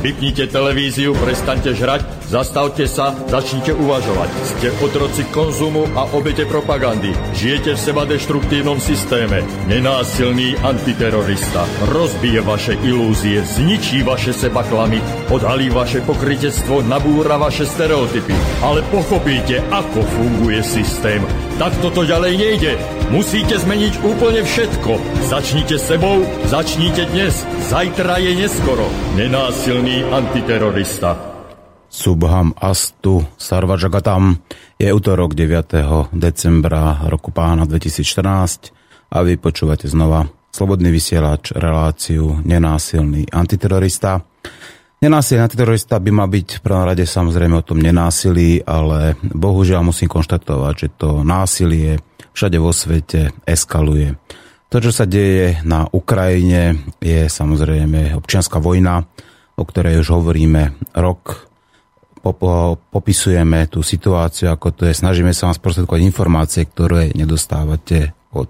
Vypnite televíziu, prestaňte žrať, zastavte sa, začnite uvažovať. Ste otroci konzumu a obete propagandy. Žijete v sebadeštruktívnom systéme. Nenásilný antiterorista rozbije vaše ilúzie, zničí vaše sebaklamy, odhalí vaše pokrytectvo, nabúra vaše stereotypy. Ale pochopíte, ako funguje systém. Takto to ďalej nejde. Musíte zmeniť úplne všetko. Začnite sebou, začnite dnes. Zajtra je neskoro. Nenásilný antiterorista. Subham Astu Sarvajagatam. Je utorok 9. decembra roku pána 2014 a vy počúvate znova Slobodný vysielač, reláciu Nenásilný antiterorista. Nenásilný antiterorista by mal byť v prvom rade samozrejme o tom nenásilí, ale bohužiaľ musím konštatovať, že to násilie všade vo svete eskaluje. To, čo sa deje na Ukrajine, je samozrejme občianska vojna, o ktorej už hovoríme rok. Popisujeme tú situáciu, ako to je. Snažíme sa vám sprostredkovať informácie, ktoré nedostávate od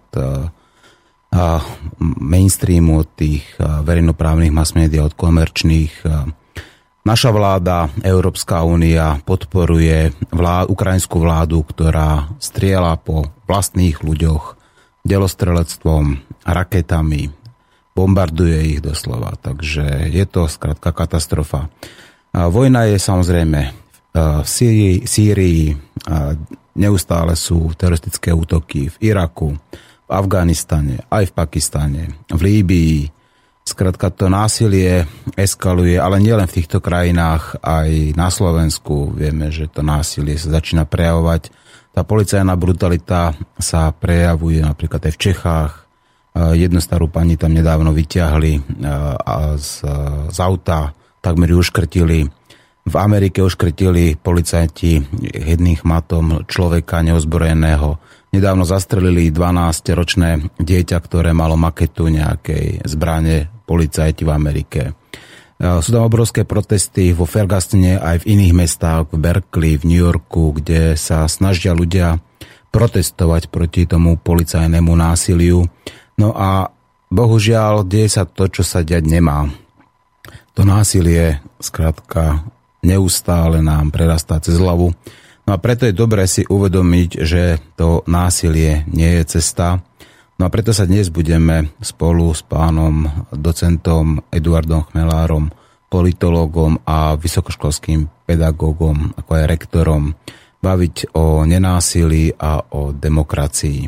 mainstreamu, od tých verejnoprávnych mass media, od komerčných. Naša vláda, Európska únia podporuje ukrajinskú vládu, ktorá strieľa po vlastných ľuďoch delostrelectvom, raketami, bombarduje ich doslova. Takže je to skrátka katastrofa. Vojna je samozrejme v Sýrii, neustále sú teroristické útoky v Iraku, v Afganistane, aj v Pakistane, v Líbii. Skrátka to násilie eskaluje, ale nielen v týchto krajinách, aj na Slovensku vieme, že to násilie sa začína prejavovať. Tá policajná brutalita sa prejavuje napríklad aj v Čechách. Jednu starú pani tam nedávno vyťahli z auta, takmer ju uškrtili. V Amerike uškrtili policajti jedným chmatom človeka neozbrojeného. Nedávno zastrelili 12-ročné dieťa, ktoré malo maketu nejakej zbrane, policajti v Amerike. Sú tam obrovské protesty vo Fergustone aj v iných mestách, v Berkeley, v New Yorku, kde sa snažia ľudia protestovať proti tomu policajnému násiliu. No a bohužiaľ deje sa to, čo sa diať nemá. To násilie skrátka neustále nám prerastá cez hlavu. No a preto je dobré si uvedomiť, že to násilie nie je cesta. No a preto sa dnes budeme spolu s pánom docentom Eduardom Chmelárom, politológom a vysokoškolským pedagógom, ako aj rektorom, baviť o nenásilí a o demokracii.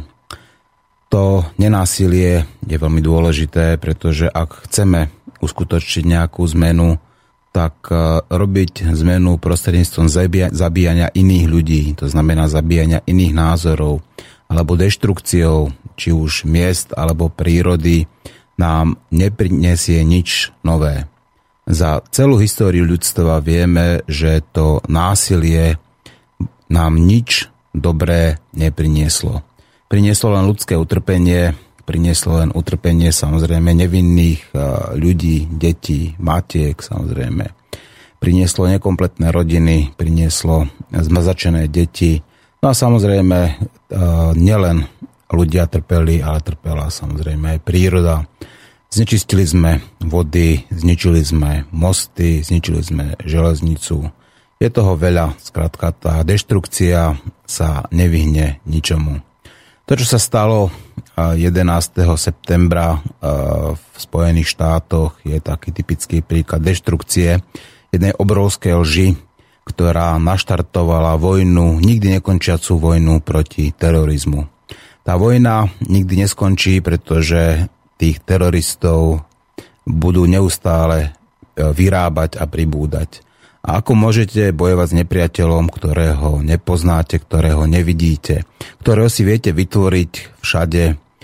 To nenásilie je veľmi dôležité, pretože ak chceme uskutočniť nejakú zmenu, tak robiť zmenu prostredníctvom zabíjania iných ľudí, to znamená zabíjania iných názorov, alebo deštrukciou, či už miest alebo prírody, nám neprinesie nič nové. Za celú históriu ľudstva vieme, že to násilie nám nič dobré neprinieslo. Prinieslo len ľudské utrpenie, prinieslo len utrpenie samozrejme nevinných ľudí, detí, matiek samozrejme. Prinieslo nekompletné rodiny, prinieslo zmrzačené deti. No a samozrejme nielen ľudia trpeli, ale trpela samozrejme aj príroda. Znečistili sme vody, zničili sme mosty, zničili sme železnicu. Je toho veľa, skrátka tá deštrukcia sa nevyhne ničomu. To, čo sa stalo 11. septembra v Spojených štátoch, je taký typický príklad deštrukcie jednej obrovskej lži, ktorá naštartovala vojnu, nikdy nekončiacu vojnu proti terorizmu. Tá vojna nikdy neskončí, pretože tých teroristov budú neustále vyrábať a pribúdať. A ako môžete bojovať s nepriateľom, ktorého nepoznáte, ktorého nevidíte, ktorého si viete vytvoriť všade,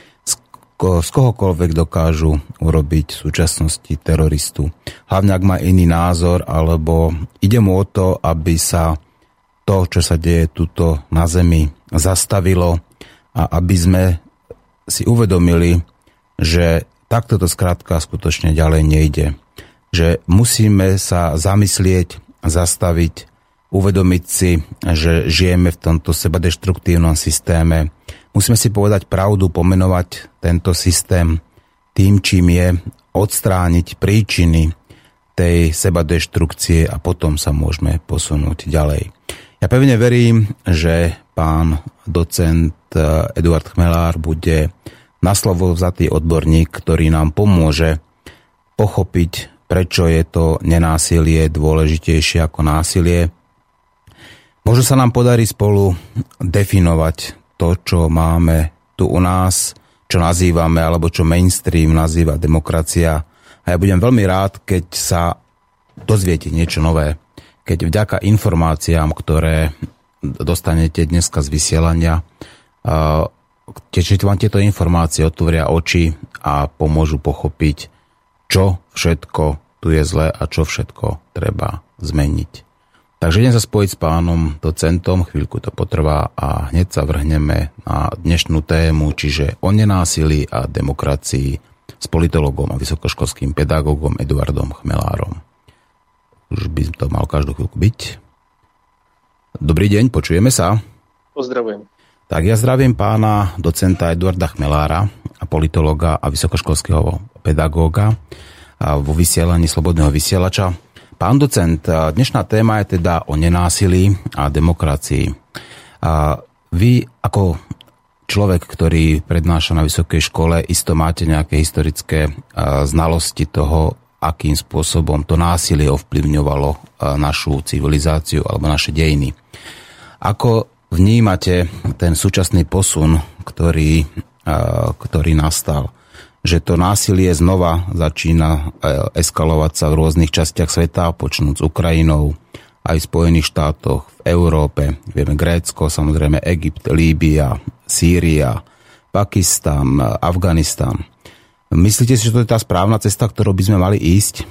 z kohokoľvek dokážu urobiť v súčasnosti teroristu. Hlavne ak má iný názor, alebo ide mu o to, aby sa to, čo sa deje tuto na zemi, zastavilo a aby sme si uvedomili, že takto to skrátka skutočne ďalej nejde. Že musíme sa zamyslieť, zastaviť, uvedomiť si, že žijeme v tomto sebadeštruktívnom systéme. Musíme si povedať pravdu, pomenovať tento systém tým, čím je, odstrániť príčiny tej sebadeštrukcie a potom sa môžeme posunúť ďalej. Ja pevne verím, že pán docent Eduard Chmelár bude na slovo vzatý odborník, ktorý nám pomôže pochopiť, prečo je to nenásilie dôležitejšie ako násilie. Možno sa nám podarí spolu definovať to, čo máme tu u nás, čo nazývame, alebo čo mainstream nazýva demokracia. A ja budem veľmi rád, keď sa dozviete niečo nové, keď vďaka informáciám, ktoré dostanete dneska z vysielania, vám tieto informácie otvoria oči a pomôžu pochopiť, čo všetko tu je zlé a čo všetko treba zmeniť. Takže idem sa spojiť s pánom docentom, chvíľku to potrvá a hneď sa vrhneme na dnešnú tému, čiže o nenásilí a demokracii s politologom a vysokoškolským pedagógom Eduardom Chmelárom. Už by to mal každú chvíľku byť. Dobrý deň, počujeme sa? Pozdravujem. Tak ja zdravím pána docenta Eduarda Chmelára, politologa a vysokoškolského pedagóga vo vysielaní Slobodného vysielača. Pán docent, dnešná téma je teda o nenásilí a demokracii. Vy ako človek, ktorý prednáša na vysokej škole, isto máte nejaké historické znalosti toho, akým spôsobom to násilie ovplyvňovalo našu civilizáciu alebo naše dejiny. Ako vnímate ten súčasný posun, ktorý nastal? Že to násilie znova začína eskalovať sa v rôznych častiach sveta, počnúc s Ukrajinou, aj v Spojených štátoch, v Európe. Vieme Grécko, samozrejme Egypt, Líbia, Sýria, Pakistan, Afganistan. Myslíte si, že to je tá správna cesta, ktorou by sme mali ísť?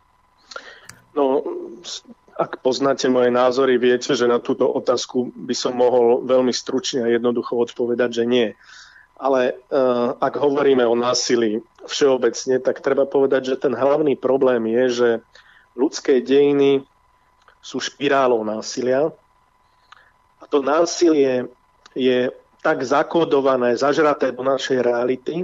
No, ak poznáte moje názory, viete, že na túto otázku by som mohol veľmi stručne a jednoducho odpovedať, že nie. Ale ak hovoríme o násilí všeobecne, tak treba povedať, že ten hlavný problém je, že ľudské dejiny sú špirálou násilia a to násilie je tak zakódované, zažraté do našej reality,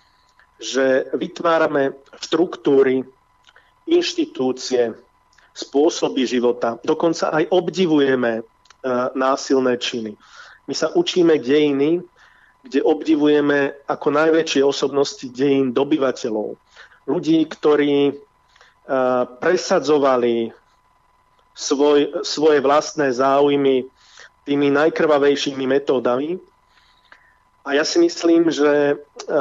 že vytvárame štruktúry, inštitúcie, spôsoby života. Dokonca aj obdivujeme násilné činy. My sa učíme dejiny, kde obdivujeme ako najväčšie osobnosti dejín dobyvateľov. Ľudí, ktorí presadzovali svoje vlastné záujmy tými najkrvavejšími metódami. A ja si myslím, že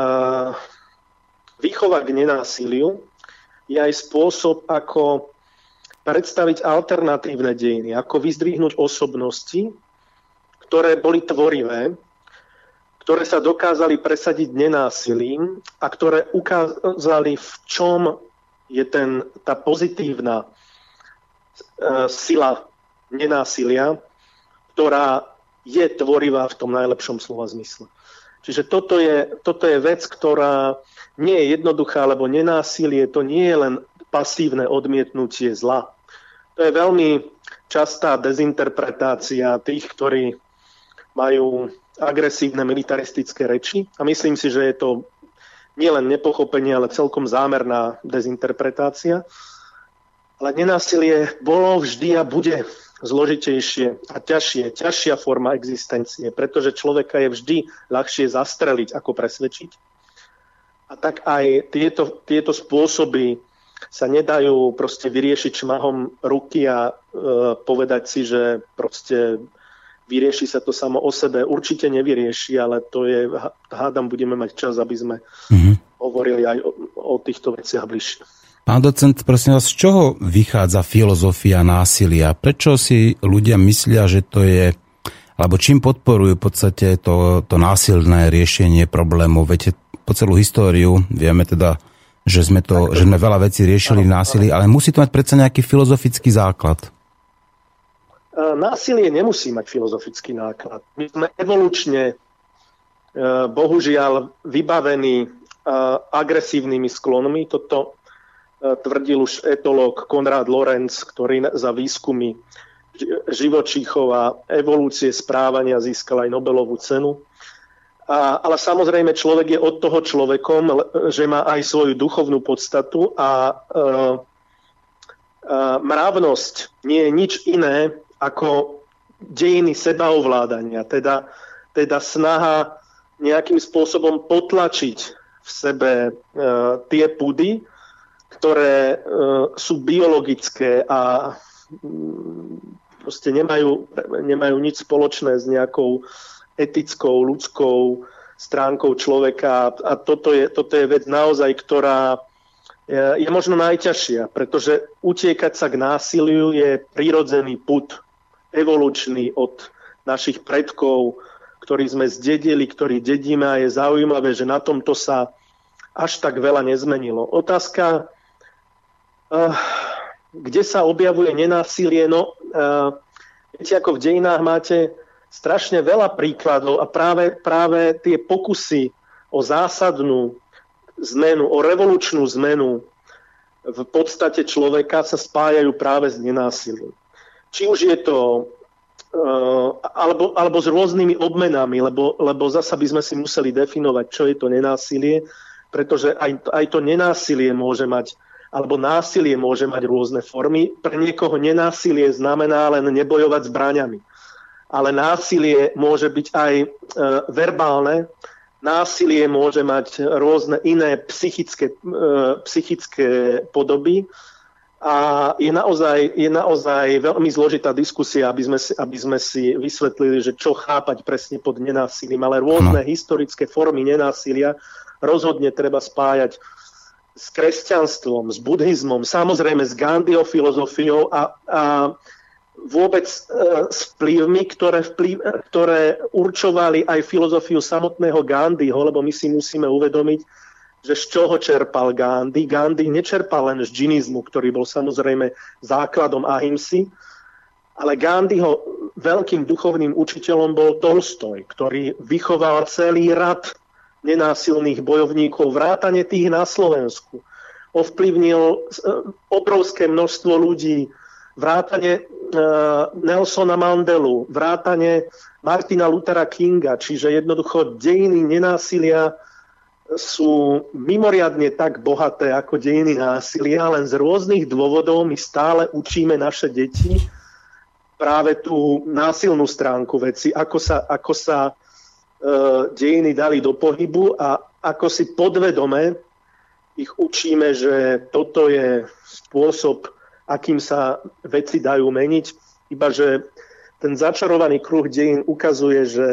výchova k nenásiliu je aj spôsob, ako predstaviť alternatívne dejiny, ako vyzdvihnúť osobnosti, ktoré boli tvorivé, ktoré sa dokázali presadiť nenásilím a ktoré ukázali, v čom je tá pozitívna sila nenásilia, ktorá je tvorivá v tom najlepšom slova zmysle. Čiže toto je vec, ktorá nie je jednoduchá, lebo nenásilie to nie je len pasívne odmietnutie zla. To je veľmi častá dezinterpretácia tých, ktorí majú agresívne militaristické reči a myslím si, že je to nielen nepochopenie, ale celkom zámerná dezinterpretácia. Ale nenásilie bolo vždy a bude zložitejšie a ťažšia forma existencie, pretože človeka je vždy ľahšie zastreliť ako presvedčiť. A tak aj tieto spôsoby sa nedajú proste vyriešiť šmahom ruky a povedať si, že proste vyrieši sa to samo o sebe. Určite nevyrieši, ale to je, hádam, budeme mať čas, aby sme hovorili aj o týchto veciach bližšie. Pán docent, prosím vás, z čoho vychádza filozofia násilia? Prečo si ľudia myslia, že to je, alebo čím podporujú v podstate to násilné riešenie problémov? Veď po celú históriu vieme teda, že sme veľa vecí riešili v násilí, ale musí to mať predsa nejaký filozofický základ. Násilie nemusí mať filozofický náklad. My sme evolučne, bohužiaľ, vybavení agresívnymi sklonmi. Toto tvrdil už etológ Konrad Lorenz, ktorý za výskumy živočíchov a evolúcie správania získal aj Nobelovú cenu. Ale samozrejme človek je od toho človekom, že má aj svoju duchovnú podstatu a mravnosť nie je nič iné ako dejiny sebaovládania, teda snaha nejakým spôsobom potlačiť v sebe tie pudy, ktoré sú biologické a proste nemajú nič spoločné s nejakou etickou, ľudskou stránkou človeka. A toto je vec naozaj, ktorá je možno najťažšia, pretože utiekať sa k násiliu je prirodzený pud, evolučný od našich predkov, ktorý sme zdedili, ktorý dedíme, a je zaujímavé, že na tomto sa až tak veľa nezmenilo. Otázka, kde sa objavuje nenásilie? No, viete, ako v dejinách máte strašne veľa príkladov a práve tie pokusy o zásadnú zmenu, o revolučnú zmenu v podstate človeka sa spájajú práve s nenásilím. Či už je to alebo s rôznymi obmenami, lebo zasa by sme si museli definovať, čo je to nenásilie, pretože aj to nenásilie môže mať, alebo násilie môže mať rôzne formy. Pre niekoho nenásilie znamená len nebojovať zbraňami. Ale násilie môže byť aj verbálne, násilie môže mať rôzne iné psychické podoby. A je naozaj veľmi zložitá diskusia, aby sme si vysvetlili, že čo chápať presne pod nenásilím, ale rôzne historické formy nenásilia rozhodne treba spájať s kresťanstvom, s buddhizmom, samozrejme s Gandhiho filozofiou a vôbec s vplyvmi, ktoré určovali aj filozofiu samotného Gandhiho, lebo my si musíme uvedomiť, že z čoho čerpal Gandhi. Gandhi nečerpal len z džinizmu, ktorý bol samozrejme základom ahimsy, ale Gandhiho veľkým duchovným učiteľom bol Tolstoj, ktorý vychoval celý rad nenásilných bojovníkov, vrátane tých na Slovensku. Ovplyvnil obrovské množstvo ľudí, vrátane Nelsona Mandelu, vrátane Martina Luthera Kinga, čiže jednoducho dejiny nenásilia sú mimoriadne tak bohaté ako dejiny násilia, len z rôznych dôvodov my stále učíme naše deti práve tú násilnú stránku veci, ako sa dejiny dali do pohybu a ako si podvedome ich učíme, že toto je spôsob, akým sa veci dajú meniť, iba že ten začarovaný kruh dejín ukazuje, že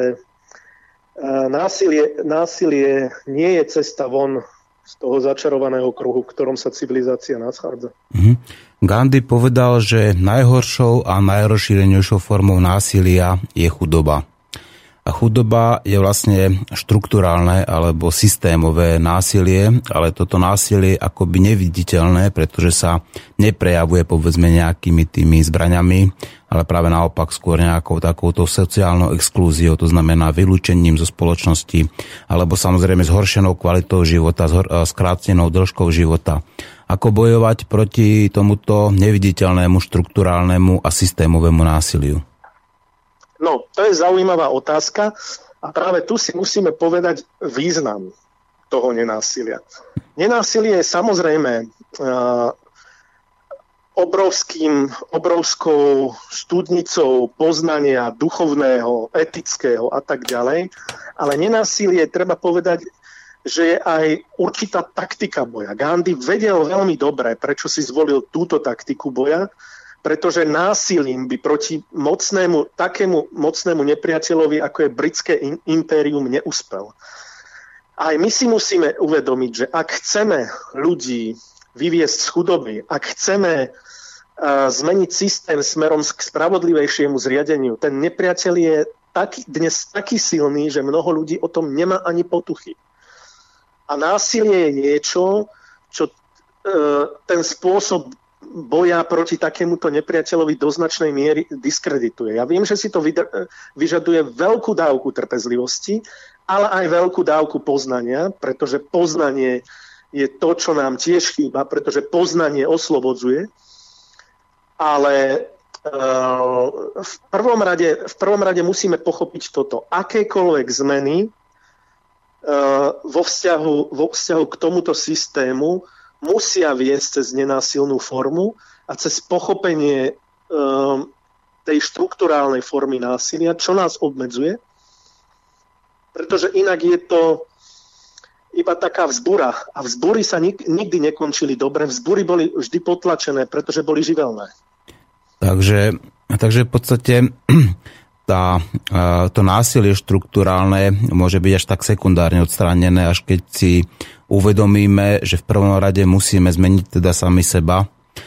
násilie nie je cesta von z toho začarovaného kruhu, v ktorom sa civilizácia nachádza. Gandhi povedal, že najhoršou a najrozšírenejšou formou násilia je chudoba. A chudoba je vlastne štrukturálne alebo systémové násilie, ale toto násilie je akoby neviditeľné, pretože sa neprejavuje povedzme nejakými tými zbraňami, ale práve naopak skôr nejakou takouto sociálnou exklúziou, to znamená vylúčením zo spoločnosti, alebo samozrejme zhoršenou kvalitou života, skrátenou dĺžkou života. Ako bojovať proti tomuto neviditeľnému, štrukturálnemu a systémovému násiliu? No, to je zaujímavá otázka a práve tu si musíme povedať význam toho nenásilia. Nenásilie je samozrejme obrovskou studnicou poznania duchovného, etického a tak ďalej, ale nenásilie, treba povedať, že je aj určitá taktika boja. Gandhi vedel veľmi dobre, prečo si zvolil túto taktiku boja, pretože násilím by proti takému mocnému nepriateľovi, ako je britské impérium, neúspel. Aj my si musíme uvedomiť, že ak chceme ľudí vyviesť z chudoby, ak chceme zmeniť systém smerom k spravodlivejšiemu zriadeniu, ten nepriateľ je dnes taký silný, že mnoho ľudí o tom nemá ani potuchy. A násilie je niečo, čo ten spôsob boja proti takémuto nepriateľovi do značnej miery diskredituje. Ja viem, že si to vyžaduje veľkú dávku trpezlivosti, ale aj veľkú dávku poznania, pretože poznanie je to, čo nám tiež chýba, pretože poznanie oslobodzuje. Ale v prvom rade musíme pochopiť toto. Akékoľvek zmeny vo vzťahu k tomuto systému musia viesť cez nenásilnú formu a cez pochopenie tej štruktúrálnej formy násilia, čo nás obmedzuje, pretože inak je to iba taká vzbura. A vzbury sa nikdy nekončili dobre. Vzbury boli vždy potlačené, pretože boli živelné. Takže v podstate to násilie štruktúrálne môže byť až tak sekundárne odstránené, až keď si uvedomíme, že v prvom rade musíme zmeniť teda sami seba,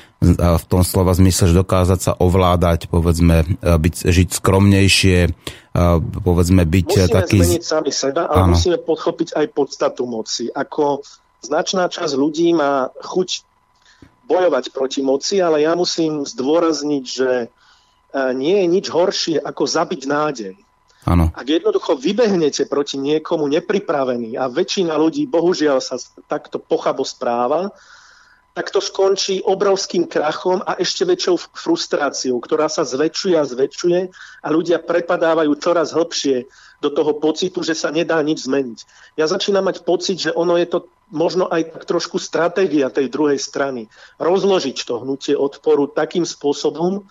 v tom slova zmysle, že dokázať sa ovládať, povedzme, žiť skromnejšie, povedzme, byť taký... Musíme zmeniť sami seba, ale musíme pochopiť aj podstatu moci. Ako značná časť ľudí má chuť bojovať proti moci, ale ja musím zdôrazniť, že nie je nič horšie, ako zabiť nádej. Áno. Ak jednoducho vybehnete proti niekomu nepripravený a väčšina ľudí, bohužiaľ, sa takto pochabo správa, tak to skončí obrovským krachom a ešte väčšou frustráciou, ktorá sa zväčšuje a zväčšuje a ľudia prepadávajú čoraz hlbšie do toho pocitu, že sa nedá nič zmeniť. Ja začínam mať pocit, že ono je to možno aj tak trošku stratégia tej druhej strany. Rozložiť to hnutie odporu takým spôsobom,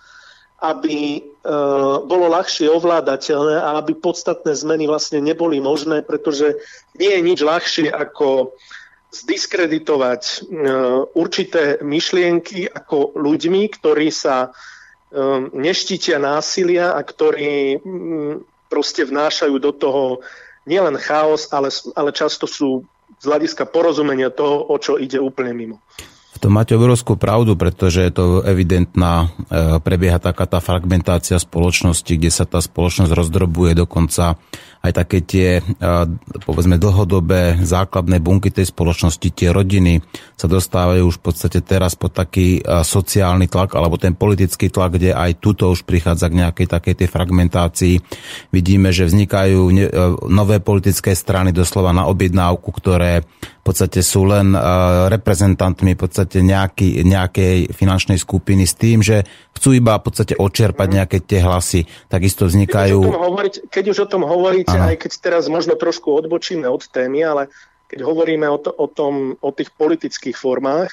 aby bolo ľahšie ovládateľné a aby podstatné zmeny vlastne neboli možné, pretože nie je nič ľahšie ako zdiskreditovať určité myšlienky ako ľuďmi, ktorí sa neštítia násilia a ktorí proste vnášajú do toho nielen chaos, ale často sú z hľadiska porozumenia toho, o čo ide, úplne mimo. To máte obrovskú pravdu, pretože je to evidentná, prebieha taká tá fragmentácia spoločnosti, kde sa tá spoločnosť rozdrobuje, dokonca aj také tie, povedzme, dlhodobé základné bunky tej spoločnosti, tie rodiny sa dostávajú už v podstate teraz pod taký sociálny tlak, alebo ten politický tlak, kde aj tuto už prichádza k nejakej takej tej fragmentácii. Vidíme, že vznikajú nové politické strany doslova na objednávku, ktoré v podstate sú len reprezentantmi v podstate nejakej finančnej skupiny s tým, že chcú iba v podstate odčerpať nejaké tie hlasy. Takisto vznikajú... Keď už o tom hovoríte, aj keď teraz možno trošku odbočíme od témy, ale keď hovoríme o tých politických formách,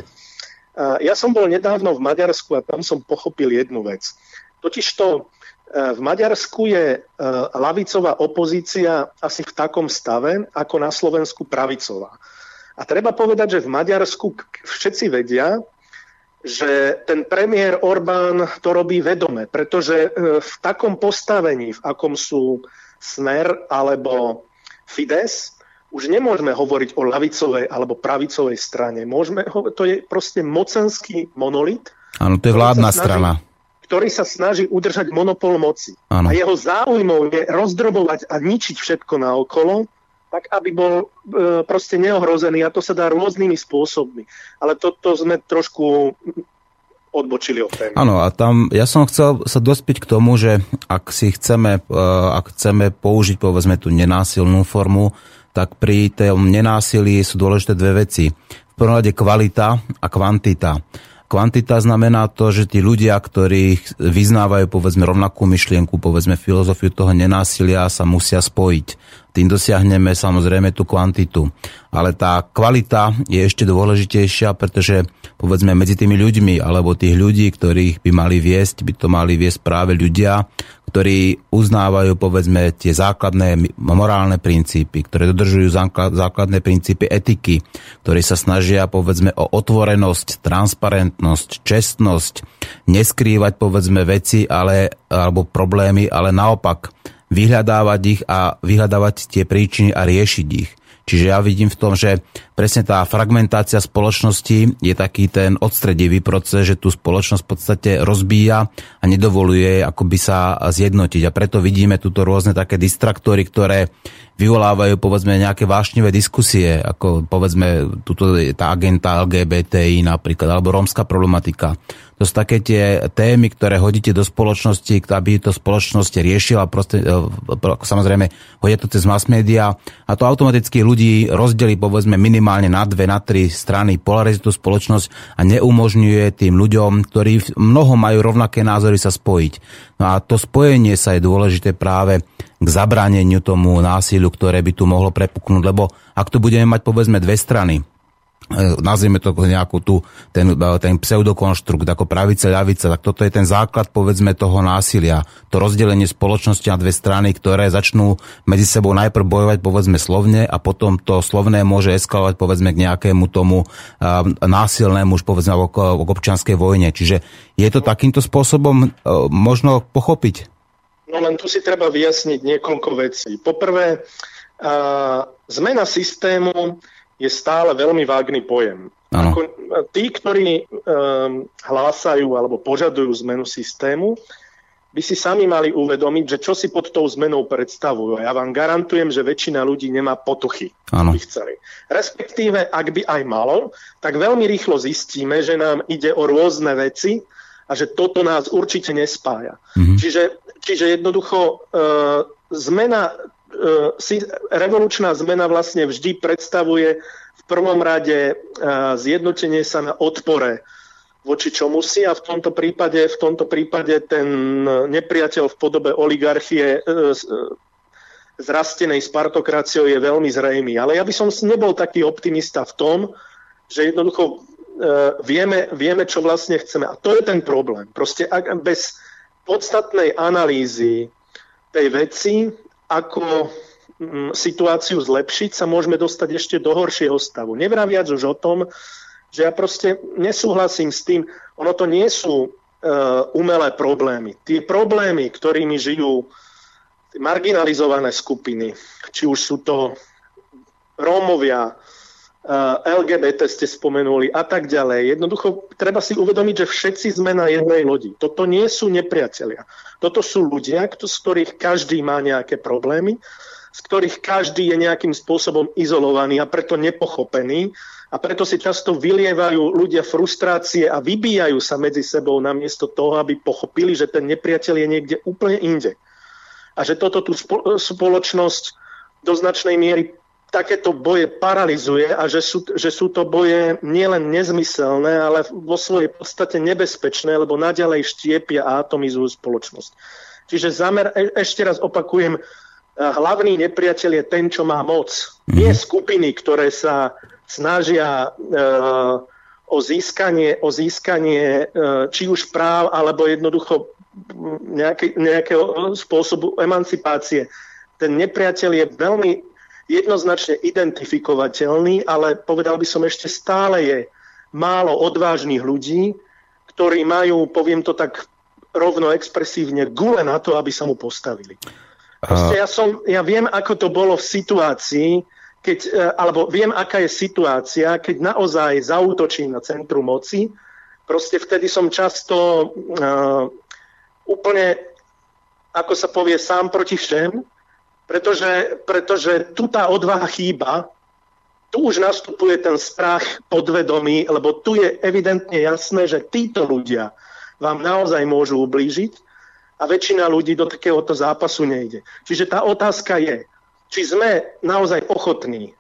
ja som bol nedávno v Maďarsku a tam som pochopil jednu vec. Totižto v Maďarsku je ľavicová opozícia asi v takom stave, ako na Slovensku pravicová. A treba povedať, že v Maďarsku všetci vedia, že ten premiér Orbán to robí vedome, pretože v takom postavení, v akom sú Smer alebo Fidesz, už nemôžeme hovoriť o ľavicovej alebo pravicovej strane. To je proste mocenský monolit. Áno, to je vládna strana. Ktorý sa snaží udržať monopol moci. Áno. A jeho záujmou je rozdrobovať a ničiť všetko naokolo, tak aby bol proste neohrozený. A to sa dá rôznymi spôsobmi. Ale toto sme trošku odbočili od témy. Áno, a tam ja som chcel sa dospieť k tomu, že ak chceme použiť, povedzme, tú nenásilnú formu, tak pri tom nenásilí sú dôležité dve veci. V prvom rade kvalita a kvantita. Kvantita znamená to, že tí ľudia, ktorí vyznávajú, povedzme, rovnakú myšlienku, povedzme, filozofiu toho nenásilia, sa musia spojiť. Tým dosiahneme samozrejme tú kvantitu. Ale tá kvalita je ešte dôležitejšia, pretože povedzme medzi tými ľuďmi, alebo tých ľudí, ktorých by mali viesť, by to mali viesť práve ľudia, ktorí uznávajú povedzme tie základné morálne princípy, ktoré dodržujú základné princípy etiky, ktorí sa snažia povedzme o otvorenosť, transparentnosť, čestnosť, neskrývať povedzme veci alebo problémy, ale naopak vyhľadávať ich a vyhľadávať tie príčiny a riešiť ich. Čiže ja vidím v tom, že presne tá fragmentácia spoločnosti je taký ten odstredivý proces, že tú spoločnosť v podstate rozbíja a nedovoluje akoby sa zjednotiť. A preto vidíme tuto rôzne také distraktory, ktoré vyvolávajú povedzme nejaké vášnivé diskusie, ako povedzme tuto tá agenda LGBTI napríklad, alebo rómska problematika. To sú také tie témy, ktoré hodíte do spoločnosti, aby to spoločnosť riešila, samozrejme hodíte to cez mass media a to automaticky ľudí rozdelí povedzme minimálne na 2, na 3 strany, polarizuje tú spoločnosť a neumožňuje tým ľuďom, ktorí mnoho majú rovnaké názory, sa spojiť. No a to spojenie sa je dôležité práve k zabráneniu tomu násiliu, ktoré by tu mohlo prepuknúť, lebo ak tu budeme mať povedzme 2 strany, nazvieme to nejakú ten pseudokonštrukt ako pravica, ľavica, tak toto je ten základ, povedzme, toho násilia. To rozdelenie spoločnosti na dve strany, ktoré začnú medzi sebou najprv bojovať, povedzme, slovne a potom to slovné môže eskalovať, povedzme, k nejakému tomu násilnému, už povedzme, k občianskej vojne. Čiže je to takýmto spôsobom možno pochopiť? No len tu si treba vyjasniť niekoľko vecí. Poprvé, zmena systému je stále veľmi vágny pojem. Ako tí, ktorí hlásajú alebo požadujú zmenu systému, by si sami mali uvedomiť, že čo si pod tou zmenou predstavujú. Ja vám garantujem, že väčšina ľudí nemá potuchy, by chceli. Respektíve, ak by aj malo, tak veľmi rýchlo zistíme, že nám ide o rôzne veci a že toto nás určite nespája. Čiže jednoducho revolučná zmena vlastne vždy predstavuje v prvom rade zjednotenie sa na odpore voči čomu si a v tomto prípade ten nepriateľ v podobe oligarchie zrastenej spartokraciou je veľmi zrejmý. Ale ja by som nebol taký optimista v tom, že jednoducho vieme, čo vlastne chceme. A to je ten problém. Proste bez podstatnej analýzy tej veci, ako situáciu zlepšiť, sa môžeme dostať ešte do horšieho stavu. Nevraviac už o tom, že ja proste nesúhlasím s tým, ono to nie sú umelé problémy. Tie problémy, ktorými žijú marginalizované skupiny, či už sú to Rómovia, LGBT ste spomenuli a tak ďalej. Jednoducho treba si uvedomiť, že všetci sme na jednej lodi. Toto nie sú nepriatelia. Toto sú ľudia, z ktorých každý má nejaké problémy, z ktorých každý je nejakým spôsobom izolovaný a preto nepochopený a preto si často vylievajú ľudia frustrácie a vybíjajú sa medzi sebou namiesto toho, aby pochopili, že ten nepriateľ je niekde úplne inde. A že toto tú spoločnosť do značnej miery takéto boje paralizuje a že sú to boje nielen nezmyselné, ale vo svojej podstate nebezpečné, lebo naďalej štiepia a atomizujú spoločnosť. Čiže ešte raz opakujem, hlavný nepriateľ je ten, čo má moc. Nie skupiny, ktoré sa snažia o získanie či už práv, alebo jednoducho nejakého spôsobu emancipácie. Ten nepriateľ je veľmi jednoznačne identifikovateľný, ale povedal by som ešte stále je málo odvážnych ľudí, ktorí majú, poviem to tak rovno expresívne, gule na to, aby sa mu postavili. Proste ja viem, ako to bolo v situácii, alebo viem, aká je situácia, keď naozaj zaútočí na centrum moci. Proste vtedy som často úplne, ako sa povie, sám proti všem, pretože tu tá odvaha chýba, tu už nastupuje ten strach podvedomý, lebo tu je evidentne jasné, že títo ľudia vám naozaj môžu ublížiť a väčšina ľudí do takéhoto zápasu nejde. Čiže tá otázka je, či sme naozaj ochotní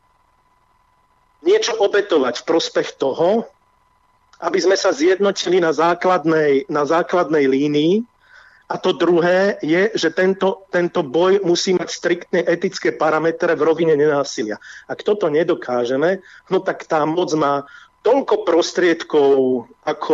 niečo obetovať v prospech toho, aby sme sa zjednotili na základnej línii. A to druhé je, že tento boj musí mať striktne etické parametre v rovine nenásilia. Ak toto nedokážeme, no tak tá moc má toľko prostriedkov, ako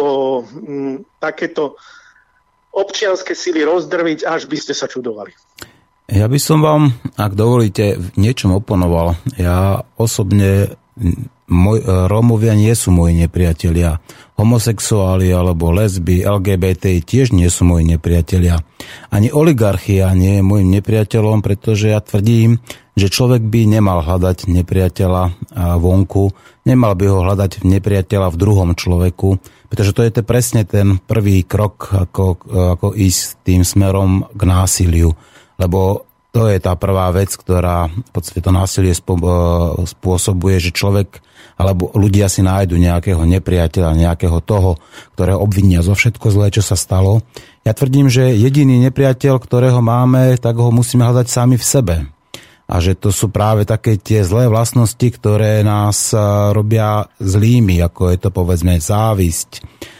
takéto občianske sily rozdrviť, až by ste sa čudovali. Ja by som vám, ak dovolíte, v niečom oponoval. Ja osobne, Rómovia nie sú moji nepriatelia. Homosexuáli alebo lesby, LGBT tiež nie sú moji nepriatelia. Ani oligarchia nie je môjim nepriateľom, pretože ja tvrdím, že človek by nemal hľadať nepriateľa vonku, nemal by ho hľadať nepriateľa v druhom človeku, pretože to je presne ten prvý krok, ako ísť tým smerom k násiliu. Lebo to je tá prvá vec, ktorá v podstate to násilie spôsobuje, že človek alebo ľudia si nájdu nejakého nepriateľa, nejakého toho, ktorého obvinia zo všetko zlé, čo sa stalo. Ja tvrdím, že jediný nepriateľ, ktorého máme, tak ho musíme hľadať sami v sebe. A že to sú práve také tie zlé vlastnosti, ktoré nás robia zlými, ako je to povedzme závisť,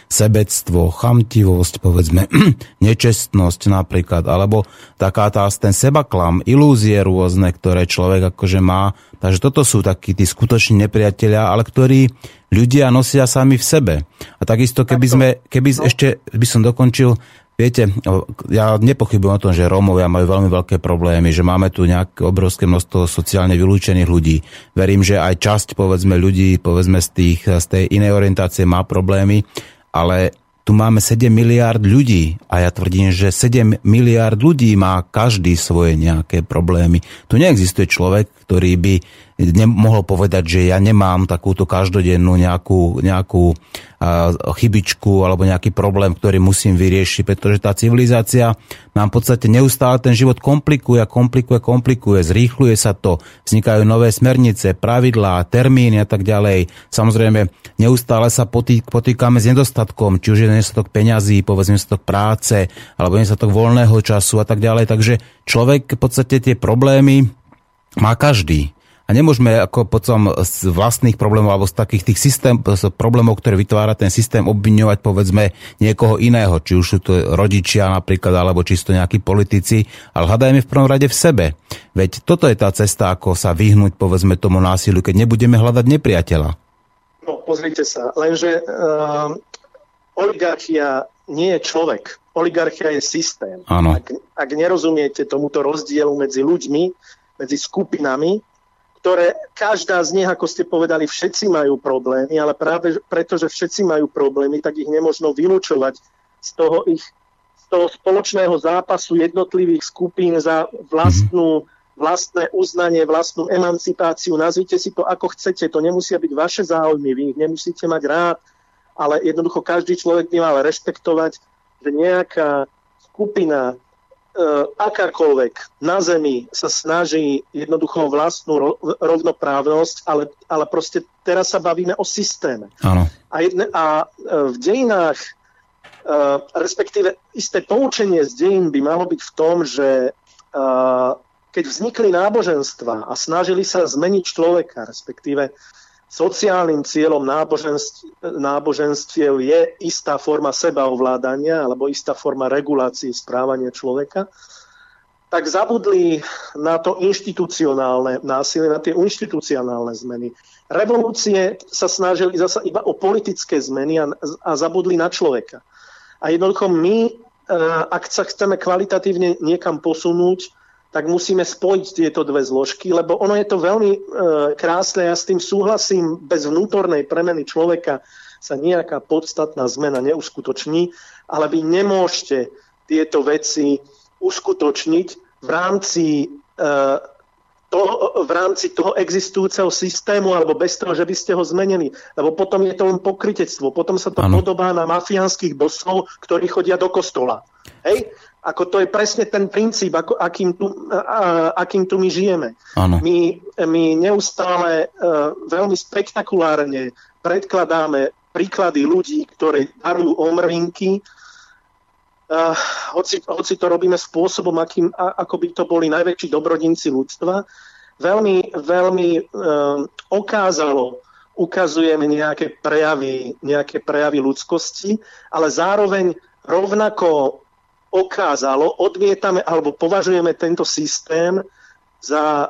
sebectvo, chamtivosť, povedzme, nečestnosť napríklad, alebo ten sebaklam, ilúzie rôzne, ktoré človek akože má. Takže toto sú takí tí skutoční nepriatelia, ale ktorí ľudia nosia sami v sebe. A takisto, ešte by som dokončil, viete, ja nepochybujem o tom, že Rómovia majú veľmi veľké problémy, že máme tu nejaké obrovské množstvo sociálne vylúčených ľudí. Verím, že aj časť, povedzme, ľudí, povedzme, z tej inej orientácie má problémy, ale tu máme 7 miliárd ľudí a ja tvrdím, že 7 miliárd ľudí má každý svoje nejaké problémy. Tu neexistuje človek, ktorý by nemohol povedať, že ja nemám takúto každodennú nejakú chybičku alebo nejaký problém, ktorý musím vyriešiť, pretože tá civilizácia nám v podstate neustále ten život komplikuje, zrýchľuje sa to, vznikajú nové smernice, pravidlá, termíny a tak ďalej. Samozrejme, neustále sa potýkame s nedostatkom, či už je nedostatok peňazí, povedzme nedostatok práce, alebo nedostatok voľného času a tak ďalej. Takže človek v podstate tie problémy má každý. A nemôžeme ako potom z vlastných problémov alebo z takých tých problémov, ktoré vytvára ten systém, obviňovať povedzme niekoho iného, či už sú to rodičia napríklad, alebo čisto nejakí politici, ale hľadajme v prvom rade v sebe. Veď toto je tá cesta, ako sa vyhnúť povedzme tomu násiliu, keď nebudeme hľadať nepriateľa. No, pozrite sa, lenže oligarchia nie je človek. Oligarchia je systém. Áno. Ak nerozumiete tomuto rozdielu medzi ľuďmi, medzi skupinami, ktoré každá z nich, ako ste povedali, všetci majú problémy, ale práve preto, že všetci majú problémy, tak ich nemožno vylúčovať z toho spoločného zápasu jednotlivých skupín za vlastné uznanie, vlastnú emancipáciu. Nazvite si to, ako chcete. To nemusia byť vaše záujmy, vy ich nemusíte mať rád, ale jednoducho každý človek by mal rešpektovať, že nejaká skupina akákoľvek na Zemi sa snaží jednoducho o vlastnú rovnoprávnosť, ale proste teraz sa bavíme o systéme. Áno. A v dejinách, respektíve isté poučenie z dejín by malo byť v tom, že keď vznikli náboženstva a snažili sa zmeniť človeka, respektíve sociálnym cieľom náboženstiev je istá forma sebaovládania alebo istá forma regulácie správania človeka, tak zabudli na to inštitucionálne násilie, na tie inštitucionálne zmeny. Revolúcie sa snažili zasa iba o politické zmeny a zabudli na človeka. A jednoducho my, ak sa chceme kvalitatívne niekam posunúť, tak musíme spojiť tieto dve zložky, lebo ono je to veľmi krásne, ja s tým súhlasím, bez vnútornej premeny človeka sa nejaká podstatná zmena neuskutoční, ale vy nemôžete tieto veci uskutočniť v rámci toho existujúceho systému alebo bez toho, že by ste ho zmenili. Lebo potom je to len pokrytectvo. Potom sa to podobá na mafiánskych bosov, ktorí chodia do kostola. Hej? Ako to je presne ten princíp, akým tu my žijeme. My neustále veľmi spektakulárne predkladáme príklady ľudí, ktorí darujú omrvinky, hoci to robíme spôsobom, ako by to boli najväčší dobrodinci ľudstva. Veľmi, veľmi okázalo ukazujeme nejaké prejavy ľudskosti, ale zároveň rovnako okázalo, odmietame alebo považujeme tento systém za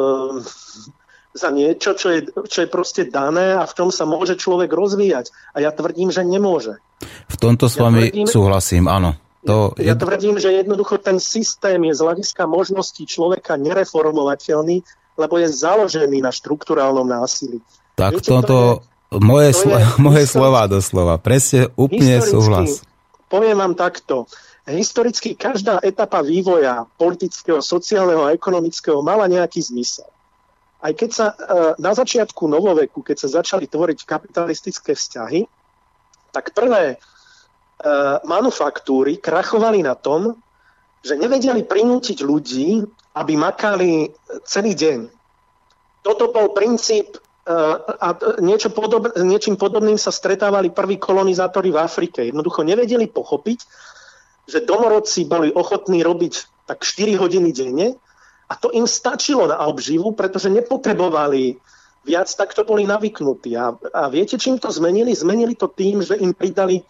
niečo, čo je proste dané a v čom sa môže človek rozvíjať. A ja tvrdím, že nemôže. V tomto s vami súhlasím, áno. Ja tvrdím, že jednoducho ten systém je z hľadiska možností človeka nereformovateľný, lebo je založený na štrukturálnom násilí. Tak toto moje slova doslova. Presne úplne súhlas. Poviem vám takto. Historicky každá etapa vývoja politického, sociálneho a ekonomického mala nejaký zmysel. Aj keď sa na začiatku novoveku, keď sa začali tvoriť kapitalistické vzťahy, tak prvé manufaktúry krachovali na tom, že nevedeli prinútiť ľudí, aby makali celý deň. Toto bol princíp a niečím podobným sa stretávali prví kolonizátori v Afrike. Jednoducho nevedeli pochopiť, že domorodci boli ochotní robiť tak 4 hodiny denne a to im stačilo na obživu, pretože nepotrebovali viac takto boli navyknutí. A viete, čím to zmenili? Zmenili to tým, že im pridali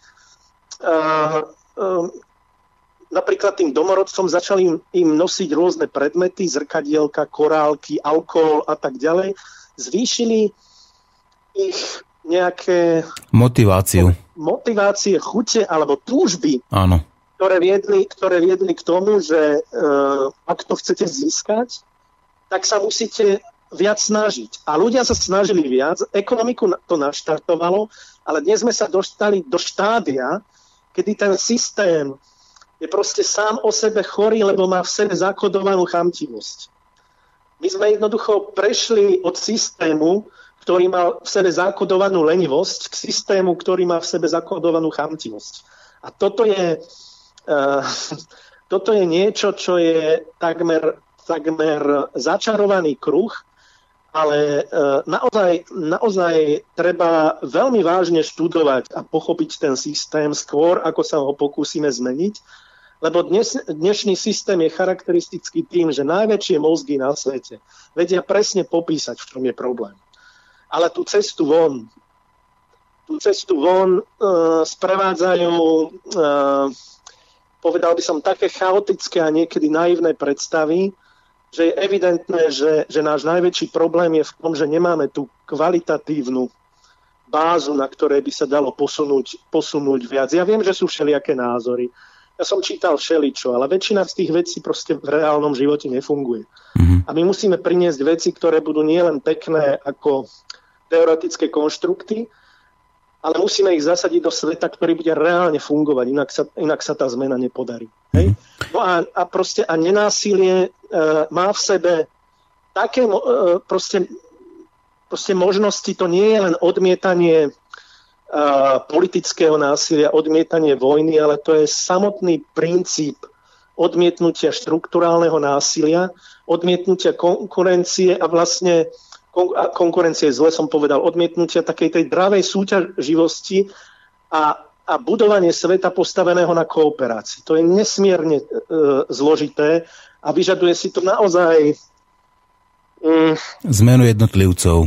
napríklad tým domorodcom začali im nosiť rôzne predmety, zrkadielka, korálky, alkohol a tak ďalej. Zvýšili ich nejaké motivácie, chute alebo túžby, áno, ktoré viedli k tomu, že ak to chcete získať, tak sa musíte viac snažiť. A ľudia sa snažili viac, ekonomiku to naštartovalo, ale dnes sme sa dostali do štádia, kedy ten systém je proste sám o sebe chorý, lebo má v sebe zakodovanú chamtivosť. My sme jednoducho prešli od systému, ktorý mal v sebe zakodovanú lenivosť, k systému, ktorý má v sebe zakodovanú chamtivosť. A toto je niečo, čo je takmer začarovaný kruh, ale naozaj treba veľmi vážne študovať a pochopiť ten systém skôr, ako sa ho pokúsime zmeniť. Lebo dnešný systém je charakteristický tým, že najväčšie mozgy na svete vedia presne popísať, v čom je problém. Ale tú cestu von sprevádzajú, povedal by som, také chaotické a niekedy naivné predstavy, že je evidentné, že náš najväčší problém je v tom, že nemáme tú kvalitatívnu bázu, na ktorej by sa dalo posunúť viac. Ja viem, že sú všelijaké názory. Ja som čítal všeličo, ale väčšina z tých vecí proste v reálnom živote nefunguje. Mm-hmm. A my musíme priniesť veci, ktoré budú nielen pekné ako teoretické konštrukty, ale musíme ich zasadiť do sveta, ktorý bude reálne fungovať, inak sa tá zmena nepodarí. Hej? No a nenásilie má v sebe také proste možnosti, to nie je len odmietanie politického násilia, odmietanie vojny, ale to je samotný princíp odmietnutia štrukturálneho násilia, odmietnutia konkurencie a vlastne konkurencie, zle som povedal, odmietnutia takej tej dravej súťaživosti a budovanie sveta postaveného na kooperácii. To je nesmierne zložité a vyžaduje si to naozaj zmenu jednotlivcov.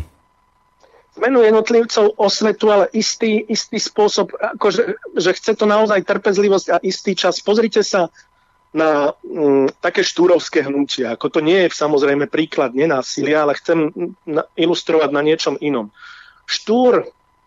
Osvetu, ale istý spôsob, akože, že chce to naozaj trpezlivosť a istý čas. Pozrite sa na také štúrovské hnutia. Ako to nie je samozrejme príklad nenásilia, ale chcem ilustrovať na niečom inom. Štúr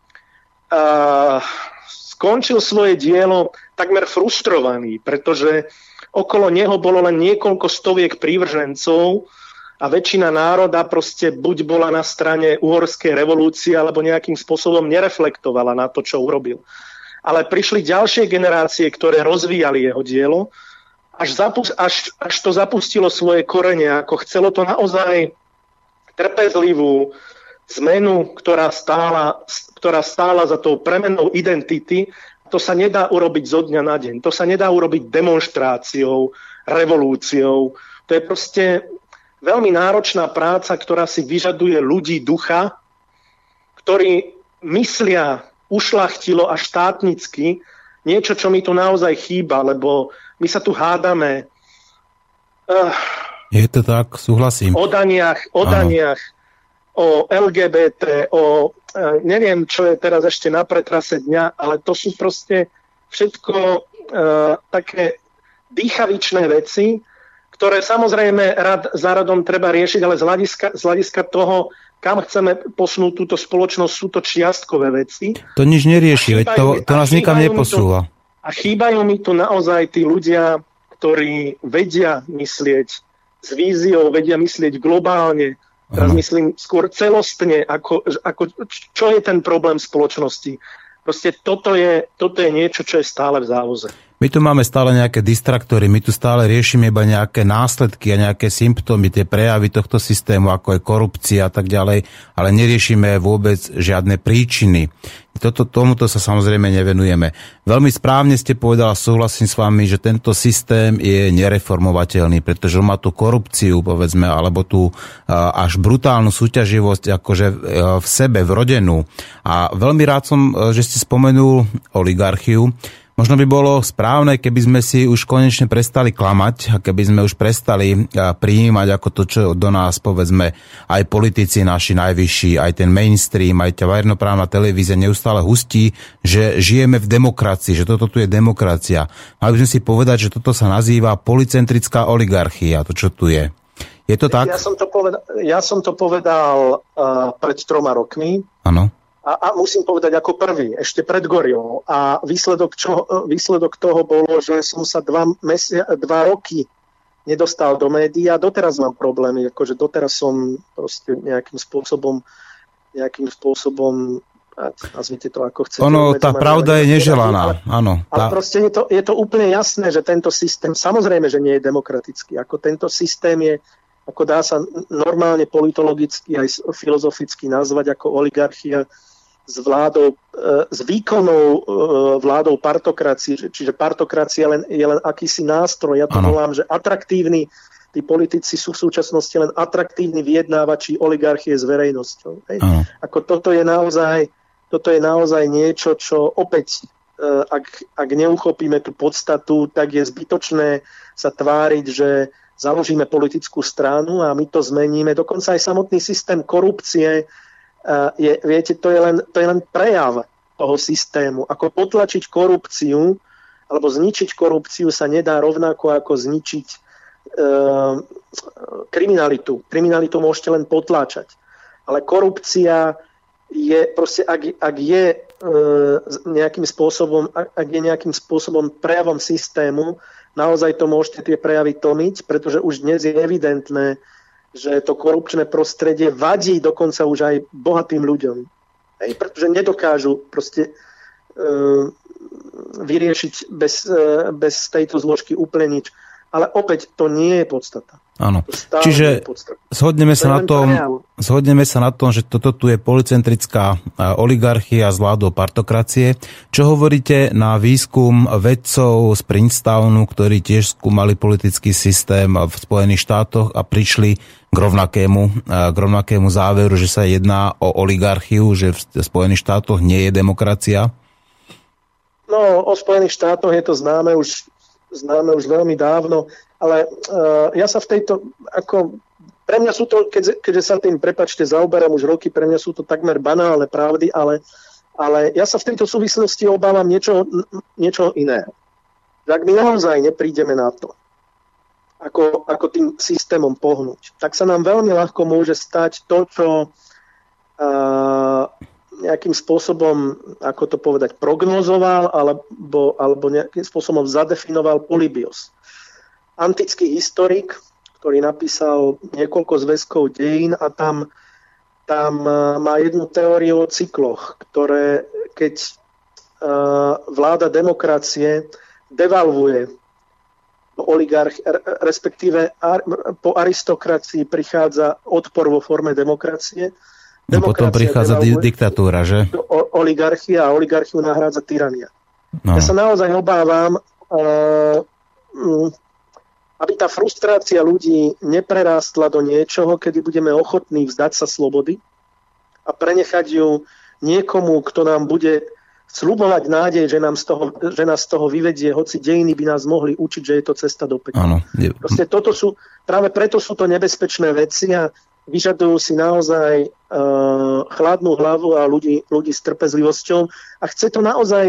skončil svoje dielo takmer frustrovaný, pretože okolo neho bolo len niekoľko stoviek prívržencov a väčšina národa proste buď bola na strane uhorskej revolúcie, alebo nejakým spôsobom nereflektovala na to, čo urobil. Ale prišli ďalšie generácie, ktoré rozvíjali jeho dielo, až to zapustilo svoje korene, ako chcelo to naozaj trpezlivú zmenu, ktorá stála za tou premenou identity. To sa nedá urobiť zo dňa na deň. To sa nedá urobiť demonštráciou, revolúciou. To je proste veľmi náročná práca, ktorá si vyžaduje ľudí ducha, ktorí myslia ušľachtilo a štátnicky, niečo, čo mi tu naozaj chýba, lebo my sa tu hádame je to tak, súhlasím. O daniach, o LGBT, neviem, čo je teraz ešte na pretrase dňa, ale to sú proste všetko také dýchavičné veci, ktoré samozrejme rad za radom treba riešiť, ale z hľadiska toho, kam chceme posunúť túto spoločnosť, sú to čiastkové veci. To nič nerieši, to nás nikam neposúva. A chýbajú mi tu naozaj tí ľudia, ktorí vedia myslieť s víziou, vedia myslieť globálne. Teraz myslím skôr celostne, čo je ten problém spoločnosti. Proste toto je niečo, čo je stále v závoze. My tu máme stále nejaké distraktory, my tu stále riešime iba nejaké následky a nejaké symptómy, tie prejavy tohto systému, ako je korupcia a tak ďalej, ale neriešime vôbec žiadne príčiny. Tomuto sa samozrejme nevenujeme. Veľmi správne ste povedala, súhlasím s vami, že tento systém je nereformovateľný, pretože on má tú korupciu, povedzme, alebo tú až brutálnu súťaživosť akože v sebe, vrodenú. A veľmi rád som, že ste spomenul oligarchiu. Možno by bolo správne, keby sme si už konečne prestali klamať a keby sme už prestali prijímať ako to, čo do nás, povedzme, aj politici naši najvyšší, aj ten mainstream, aj tá verejnoprávna televízia neustále hustí, že žijeme v demokracii, že toto tu je demokracia. Mali by sme si povedať, že toto sa nazýva policentrická oligarchia, to, čo tu je. Je to tak? Ja som to povedal pred 3 rokmi. Áno. A musím povedať ako prvý, ešte pred Gorilou. A výsledok toho bolo, že som sa 2 roky nedostal do médií a doteraz mám problémy. Akože doteraz som proste nejakým spôsobom nazvite to ako chcete. Tá pravda je neželaná. Áno. Ale proste je to úplne jasné, že tento systém, samozrejme, že nie je demokratický. Ako tento systém je, ako dá sa normálne politologicky aj filozoficky nazvať ako oligarchia s výkonnou vládou partokracie, čiže partokracia je len akýsi nástroj. Ja to volám, že atraktívni, tí politici sú v súčasnosti len atraktívni vyjednávači oligarchie s verejnosťou. Ako toto je naozaj niečo, čo opäť, ak neuchopíme tú podstatu, tak je zbytočné sa tváriť, že založíme politickú stranu a my to zmeníme. Dokonca aj samotný systém korupcie viete, to je len prejav toho systému. Ako potlačiť korupciu alebo zničiť korupciu sa nedá rovnako ako zničiť kriminalitu. Kriminalitu môžete len potláčať. Ale korupcia je proste, ak je nejakým spôsobom prejavom systému, naozaj to môžete tie prejavy tlmiť, pretože už dnes je evidentné, že to korupčné prostredie vadí dokonca už aj bohatým ľuďom. Pretože nedokážu proste vyriešiť bez tejto zložky úplne nič. Ale opäť to nie je podstata. Áno. Čiže zhodneme sa na tom, že toto tu je policentrická oligarchia s vládou partokracie. Čo hovoríte na výskum vedcov z Princetonu, ktorí tiež skúmali politický systém v Spojených štátoch a prišli k rovnakému záveru, že sa jedná o oligarchiu, že v Spojených štátoch nie je demokracia? No, o Spojených štátoch je to známe už veľmi dávno, ale ja sa v tejto, pre mňa sú to, keďže sa tým, prepáčte, zaoberám už roky, pre mňa sú to takmer banálne pravdy, ale ja sa v tejto súvislosti obávam niečo iného. Ak my naozaj neprídeme na to, ako tým systémom pohnúť, tak sa nám veľmi ľahko môže stať to, čo nejakým spôsobom, ako to povedať, prognozoval alebo nejakým spôsobom zadefinoval Polybios. Antický historik, ktorý napísal niekoľko zväzkov dejín a tam má jednu teóriu o cykloch, ktoré keď vláda demokracie devalvuje respektíve po aristokracii prichádza odpor vo forme demokracie. No potom prichádza diktatúra, že? Oligarchia a oligarchiu nahrádza tyrania. No. Ja sa naozaj obávam, aby tá frustrácia ľudí neprerástla do niečoho, kedy budeme ochotní vzdať sa slobody a prenechať ju niekomu, kto nám bude sľubovať nádej, že nás z toho vyvedie, hoci dejiny by nás mohli učiť, že je to cesta do pekla. Proste práve preto sú to nebezpečné veci a vyžadujú si naozaj chladnú hlavu a ľudí s trpezlivosťou a chce to naozaj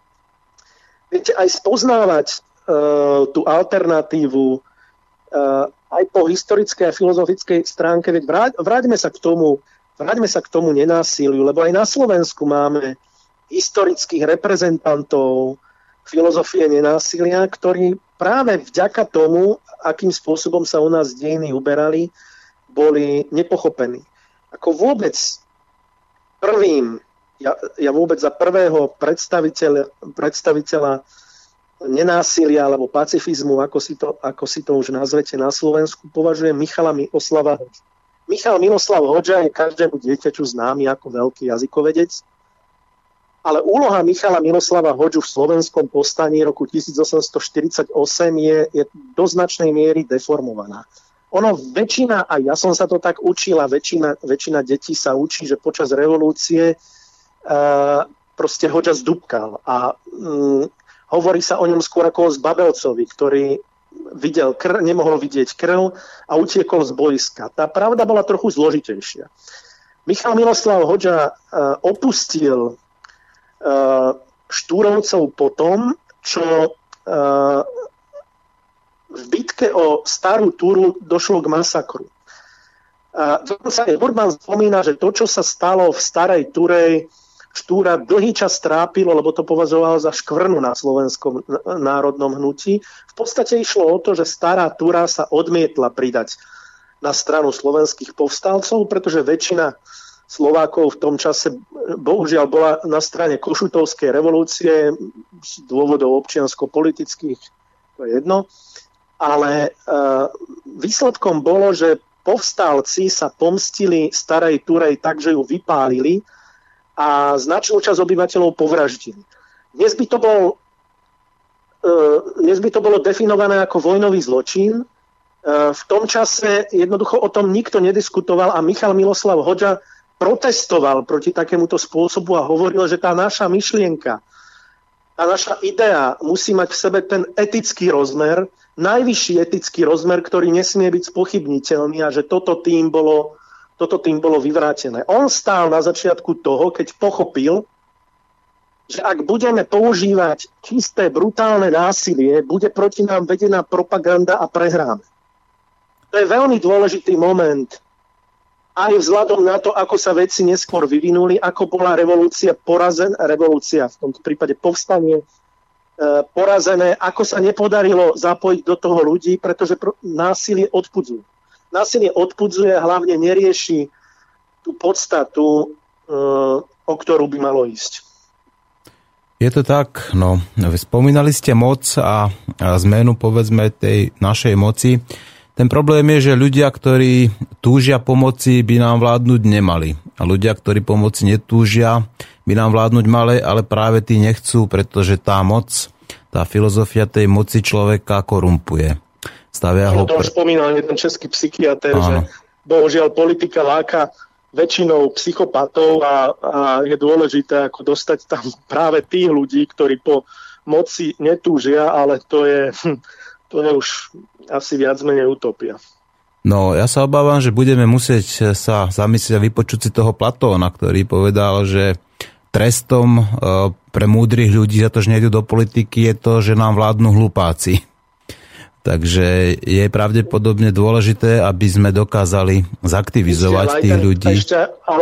aj spoznávať tú alternatívu aj po historickej a filozofickej stránke. Veď vráťme sa k tomu nenásiliu, lebo aj na Slovensku máme historických reprezentantov filozofie nenásilia, ktorí práve vďaka tomu, akým spôsobom sa u nás dejiny uberali, boli nepochopení. Ako vôbec prvým, ja vôbec za prvého predstaviteľa nenásilia alebo pacifizmu, ako si to už nazvete na Slovensku, považujem Michala Miloslava Hodžu. Michal Miloslav Hodža je každému dieťaťu známy ako veľký jazykovedec, ale úloha Michala Miloslava Hodžu v slovenskom povstaní roku 1848 je do značnej miery deformovaná. Väčšina, a ja som sa to tak učila, väčšina detí sa učí, že počas revolúcie proste Hodža zdúbkal. A Hovorí sa o ňom skôr ako o Zbabelcovi, ktorý videl nemohol vidieť krv a utiekol z boiska. Tá pravda bola trochu zložitejšia. Michal Miloslav Hodža opustil Štúrovcov potom, čo v bitke o Starú Túru došlo k masakru. Dokonca aj Urban spomína, že to, čo sa stalo v Starej Turej, Štúra dlhý čas trápilo, lebo to považoval za škvrnu na slovenskom národnom hnutí. V podstate išlo o to, že Stará Túra sa odmietla pridať na stranu slovenských povstalcov, pretože väčšina Slovákov v tom čase bohužiaľ bola na strane Košutovskej revolúcie z dôvodov občiansko-politických, to je jedno. Ale výsledkom bolo, že povstalci sa pomstili Starej Turej tak, že ju vypálili a značnú časť obyvateľov povraždili. Dnes by to bolo definované ako vojnový zločin. V tom čase jednoducho o tom nikto nediskutoval a Michal Miloslav Hodža protestoval proti takémuto spôsobu a hovoril, že tá naša myšlienka, tá naša idea musí mať v sebe ten etický rozmer, najvyšší etický rozmer, ktorý nesmie byť spochybniteľný a že toto tým bolo vyvrátené. On stál na začiatku toho, keď pochopil, že ak budeme používať čisté, brutálne násilie, bude proti nám vedená propaganda a prehráme. To je veľmi dôležitý moment, aj vzhľadom na to, ako sa veci neskôr vyvinuli, ako bola revolúcia v tomto prípade povstanie porazené, ako sa nepodarilo zapojiť do toho ľudí, pretože násilie odpudzuje. Násilie odpudzuje a hlavne nerieši tú podstatu, o ktorú by malo ísť. Je to tak, no, spomínali ste moc a zmenu, povedzme, tej našej moci. Ten problém je, že ľudia, ktorí túžia pomoci, by nám vládnuť nemali. A ľudia, ktorí pomoci netúžia, by nám vládnuť mali, ale práve tí nechcú, pretože tá moc, tá filozofia tej moci človeka korumpuje. Stavia ho... To už spomínal jeden český psychiatr, že bohužiaľ politika láka väčšinou psychopatov a je dôležité ako dostať tam práve tých ľudí, ktorí po moci netúžia, ale to je už asi viac menej utopia. No, ja sa obávam, že budeme musieť sa zamyslieť a vypočuť si toho Platóna, ktorý povedal, že trestom pre múdrych ľudí za to, že nejdu do politiky, je to, že nám vládnu hlupáci. Takže je pravdepodobne dôležité, aby sme dokázali zaktivizovať tých ľudí. Ale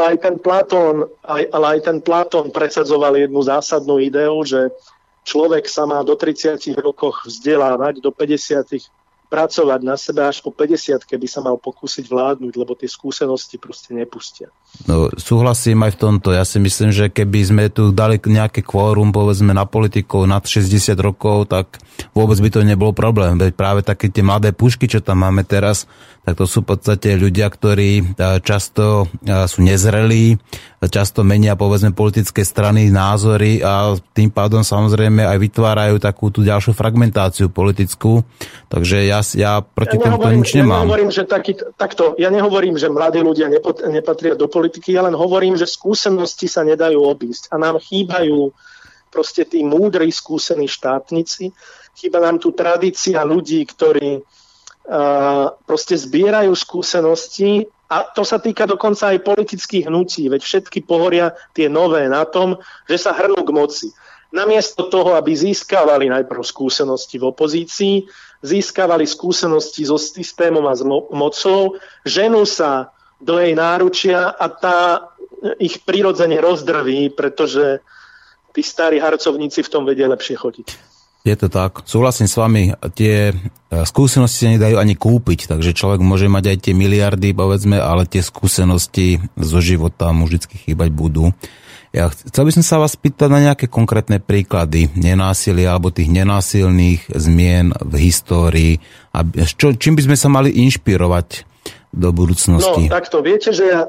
aj ten Platón presadzoval jednu zásadnú ideu, že človek sa má do 30 rokoch vzdelávať, do 50 pracovať na sebe, až po 50 by sa mal pokúsiť vládnuť, lebo tie skúsenosti proste nepustia. No, súhlasím aj v tomto. Ja si myslím, že keby sme tu dali nejaké kvórum, povedzme, na politikov nad 60 rokov, tak vôbec by to nebol problém. Veď práve také tie mladé pušky, čo tam máme teraz, tak to sú v podstate ľudia, ktorí často sú nezrelí, často menia, povedzme, politické strany, názory a tým pádom samozrejme aj vytvárajú takú tú ďalšiu fragmentáciu politickú. Takže ja proti tomuto nič nemám. Ja nehovorím, že mladí ľudia nepatria do politiky, ja len hovorím, že skúsenosti sa nedajú obísť a nám chýbajú proste tí múdri, skúsení štátnici. Chýba nám tu tradícia ľudí, ktorí proste zbierajú skúsenosti a to sa týka dokonca aj politických hnutí, veď všetky pohoria tie nové na tom, že sa hrnú k moci. Namiesto toho, aby získavali najprv skúsenosti v opozícii, získavali skúsenosti so systémom a s mocou, ženú sa do jej náručia a tá ich prirodzene rozdrví, pretože tí starí harcovníci v tom vedia lepšie chodiť. Je to tak. Súhlasím s vami. Tie skúsenosti sa nedajú ani kúpiť, takže človek môže mať aj tie miliardy, povedzme, ale tie skúsenosti zo života mu vždy chýbať budú. Ja chcel by som sa vás pýtať na nejaké konkrétne príklady nenásilia alebo tých nenásilných zmien v histórii. A čím by sme sa mali inšpirovať do budúcnosti? No, takto. Viete, že ja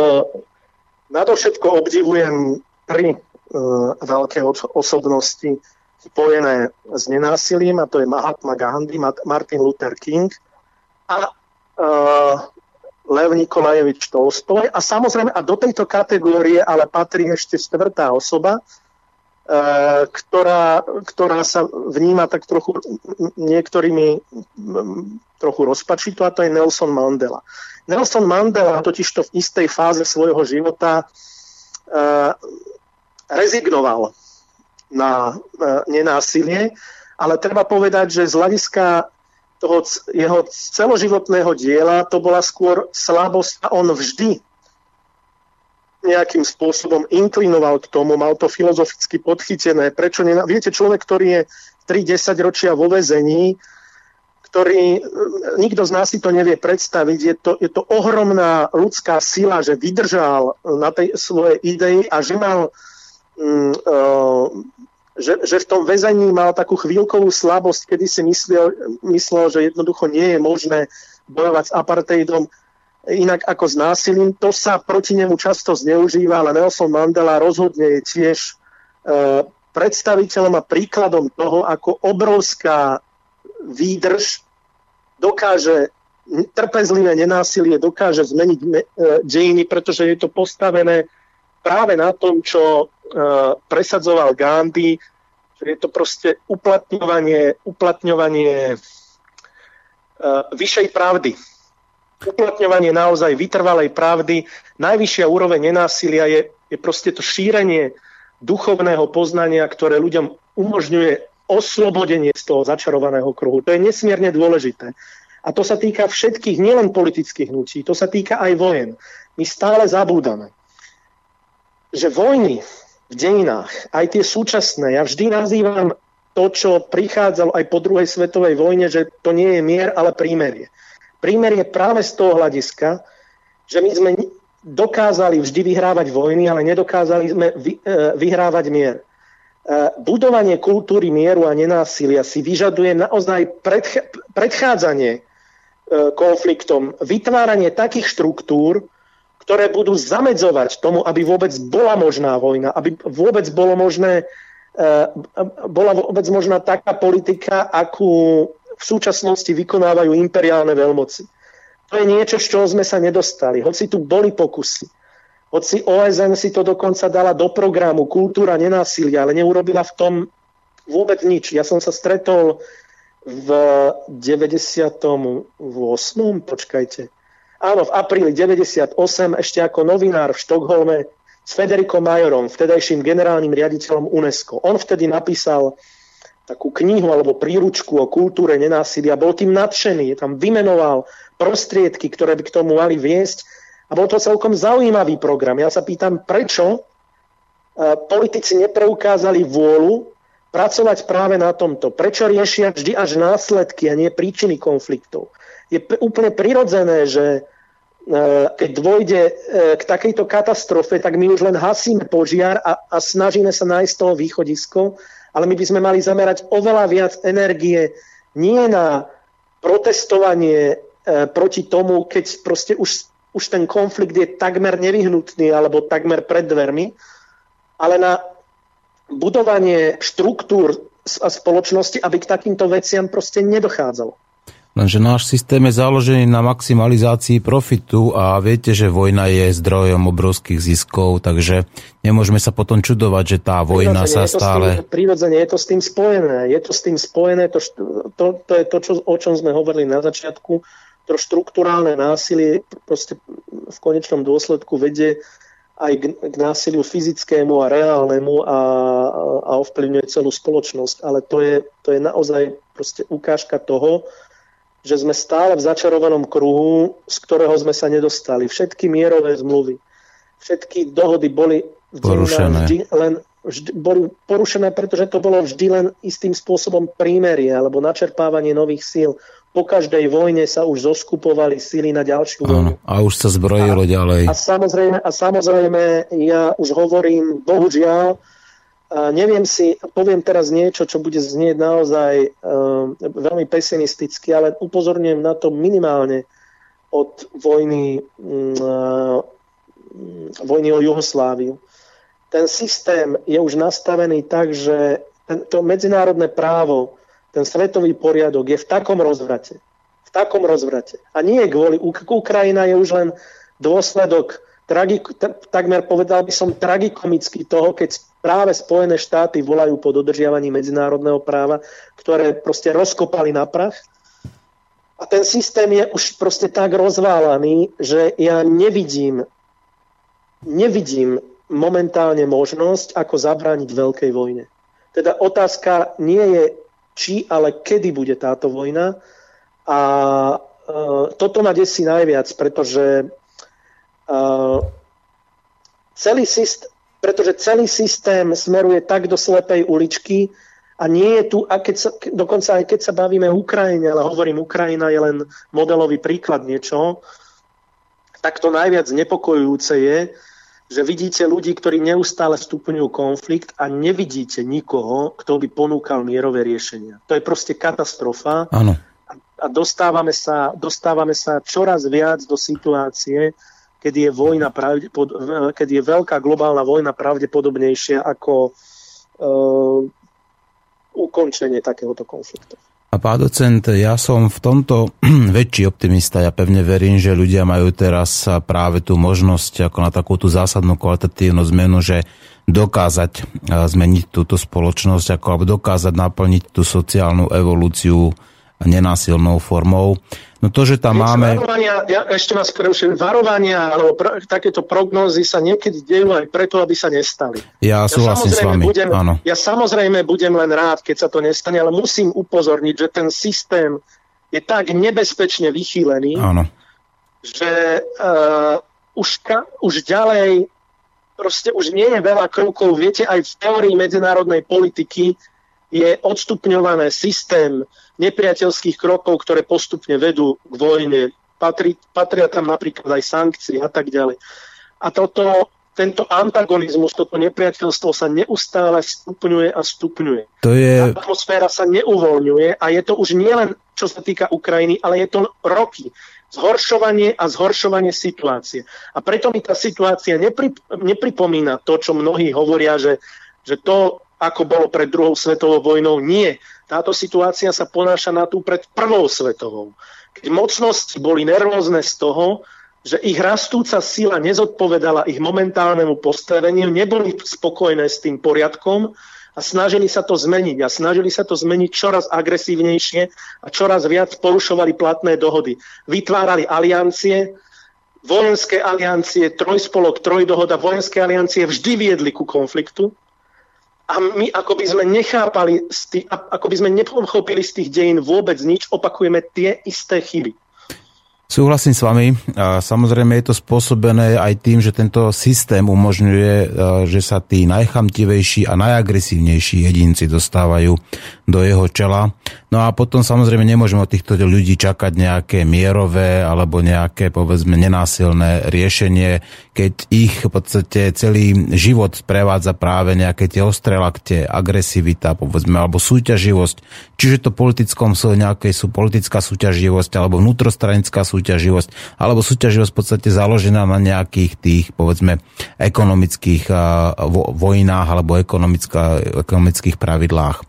nadovšetko obdivujem tri veľké osobnosti spojené s nenásilím, a to je Mahatma Gandhi, Martin Luther King a Lev Nikolajevič Tolstoj. A samozrejme, a do tejto kategórie ale patrí ešte štvrtá osoba, ktorá sa vníma tak trochu niektorými trochu rozpačito, a to je Nelson Mandela. Nelson Mandela totižto v istej fáze svojho života rezignoval na nenásilie, ale treba povedať, že z hľadiska toho jeho celoživotného diela to bola skôr slabosť a on vždy nejakým spôsobom inklinoval k tomu, mal to filozoficky podchytené. Prečo viete, človek, ktorý je 3-10 ročia vo väzení, ktorý, nikto z nás si to nevie predstaviť, je to ohromná ľudská sila, že vydržal na tej svojej idei a že mal že v tom väzení mal takú chvíľkovú slabosť, kedy si myslel, že jednoducho nie je možné bojovať s apartheidom inak ako s násilím. To sa proti nemu často zneužíva, ale Nelson Mandela rozhodne je tiež predstaviteľom a príkladom toho, ako obrovská výdrž dokáže, trpezlivé nenásilie dokáže zmeniť dejiny, pretože je to postavené práve na tom, čo presadzoval Gandhi, že je to proste uplatňovanie vyššej pravdy. Uplatňovanie naozaj vytrvalej pravdy. Najvyššia úroveň nenásilia je proste to šírenie duchovného poznania, ktoré ľuďom umožňuje oslobodenie z toho začarovaného kruhu. To je nesmierne dôležité. A to sa týka všetkých, nielen politických hnutí, to sa týka aj vojen. My stále zabúdame, že vojny v dejinách, aj tie súčasné, ja vždy nazývam to, čo prichádzalo aj po druhej svetovej vojne, že to nie je mier, ale prímerie. Prímerie práve z toho hľadiska, že my sme dokázali vždy vyhrávať vojny, ale nedokázali sme vyhrávať mier. Budovanie kultúry mieru a nenásilia si vyžaduje naozaj predchádzanie konfliktom, vytváranie takých štruktúr, ktoré budú zamedzovať tomu, aby vôbec bola možná vojna, aby vôbec bola vôbec možná taká politika, akú v súčasnosti vykonávajú imperiálne veľmoci. To je niečo, z čoho sme sa nedostali. Hoci tu boli pokusy. Hoci OSN si to dokonca dala do programu kultúra nenásilia, ale neurobila v tom vôbec nič. Ja som sa stretol v 98. Počkajte. Áno, v apríli 98 ešte ako novinár v Štokholme s Federikom Majorom, vtedajším generálnym riaditeľom UNESCO. On vtedy napísal takú knihu alebo príručku o kultúre nenásilia. Bol tým nadšený, tam vymenoval prostriedky, ktoré by k tomu mali viesť. A bol to celkom zaujímavý program. Ja sa pýtam, prečo politici nepreukázali vôľu pracovať práve na tomto. Prečo riešia vždy až následky a nie príčiny konfliktov. Je úplne prirodzené, že keď dôjde k takejto katastrofe, tak my už len hasíme požiar a snažíme sa nájsť toho východisko, ale my by sme mali zamerať oveľa viac energie nie na protestovanie proti tomu, keď proste už ten konflikt je takmer nevyhnutný alebo takmer pred dvermi, ale na budovanie štruktúr a spoločnosti, aby k takýmto veciam proste nedochádzalo. Lenže náš systém je založený na maximalizácii profitu a viete, že vojna je zdrojom obrovských ziskov, takže nemôžeme sa potom čudovať, že tá vojna sa stále... Prirodzene je to s tým spojené. To je to, o čom sme hovorili na začiatku. To štruktúrálne násilie proste v konečnom dôsledku vedie aj k násiliu fyzickému a reálnemu a ovplyvňuje celú spoločnosť. Ale to je naozaj proste ukážka toho, že sme stále v začarovanom kruhu, z ktorého sme sa nedostali. Všetky mierové zmluvy, všetky dohody boli boli porušené, pretože to bolo vždy len istým spôsobom prímerie alebo načerpávanie nových síl. Po každej vojne sa už zoskupovali síly na ďalšiu vojnu. A už sa zbrojilo ďalej. A samozrejme, ja už hovorím, bohužiaľ, poviem teraz niečo, čo bude znieť naozaj veľmi pesimisticky, ale upozorňujem na to minimálne od vojny o Jugosláviu. Ten systém je už nastavený tak, že to medzinárodné právo, ten svetový poriadok je v takom rozvrate. A nie kvôli Ukrajina je už len dôsledok takmer povedal by som tragikomický toho, keď práve Spojené štáty volajú po dodržiavaní medzinárodného práva, ktoré proste rozkopali na prach. A ten systém je už proste tak rozválaný, že ja nevidím momentálne možnosť, ako zabrániť veľkej vojne. Teda otázka nie je, či, ale kedy bude táto vojna. A toto ma desí najviac, pretože celý systém smeruje tak do slepej uličky a nie je tu, dokonca aj keď sa bavíme o Ukrajine, ale hovorím, Ukrajina je len modelový príklad niečoho, tak to najviac znepokojujúce je, že vidíte ľudí, ktorí neustále stupňujú konflikt a nevidíte nikoho, kto by ponúkal mierové riešenia. To je proste katastrofa. Áno. A dostávame sa čoraz viac do situácie, keď je veľká globálna vojna pravdepodobnejšia ako ukončenie takéhoto konfliktu. A pán docent, ja som v tomto väčší optimista. Ja pevne verím, že ľudia majú teraz práve tú možnosť ako na takúto zásadnú kvalitatívnu zmenu, že dokázať zmeniť túto spoločnosť, alebo dokázať naplniť tú sociálnu evolúciu nenásilnou formou. No to, že tam máme... Ja ešte vás prerušujem. Varovania alebo takéto prognózy sa niekedy dejú aj preto, aby sa nestali. Ja súhlasím s vami, áno. Ja samozrejme budem len rád, keď sa to nestane, ale musím upozorniť, že ten systém je tak nebezpečne vychýlený, áno, že už ďalej proste už nie je veľa krokov. Viete, aj v teórii medzinárodnej politiky je odstupňované systém nepriateľských krokov, ktoré postupne vedú k vojne. Patria tam napríklad aj sankcie a tak ďalej. A tento antagonizmus, toto nepriateľstvo sa neustále stupňuje a stupňuje. Atmosféra sa neuvoľňuje a je to už nielen, čo sa týka Ukrajiny, ale je to roky. Zhoršovanie a zhoršovanie situácie. A preto mi tá situácia nepripomína to, čo mnohí hovoria, že to, ako bolo pred druhou svetovou vojnou, nie. Táto situácia sa ponáša na tú pred prvou svetovou. Keď mocnosti boli nervózne z toho, že ich rastúca sila nezodpovedala ich momentálnemu postaveniu, neboli spokojné s tým poriadkom a snažili sa to zmeniť. A snažili sa to zmeniť čoraz agresívnejšie a čoraz viac porušovali platné dohody. Vytvárali aliancie, vojenské aliancie, trojspolok, trojdohoda, vojenské aliancie vždy viedli ku konfliktu. A my, ako by sme nechápali, ako by sme nepochopili z tých dejín vôbec nič, opakujeme tie isté chyby. Súhlasím s vami. A samozrejme je to spôsobené aj tým, že tento systém umožňuje, že sa tí najchamtivejší a najagresívnejší jedinci dostávajú do jeho čela. No a potom samozrejme nemôžeme od týchto ľudí čakať nejaké mierové alebo nejaké, povedzme, nenásilné riešenie, keď ich v podstate celý život sprevádza práve nejaké tie ostré lakte, agresivita, povedzme, alebo súťaživosť. Čiže to politickom sú nejaké politická súťaživosť alebo vnútrostranická súťaživosť, alebo súťaživosť v podstate založená na nejakých tých, povedzme, ekonomických vojnách alebo ekonomických pravidlách.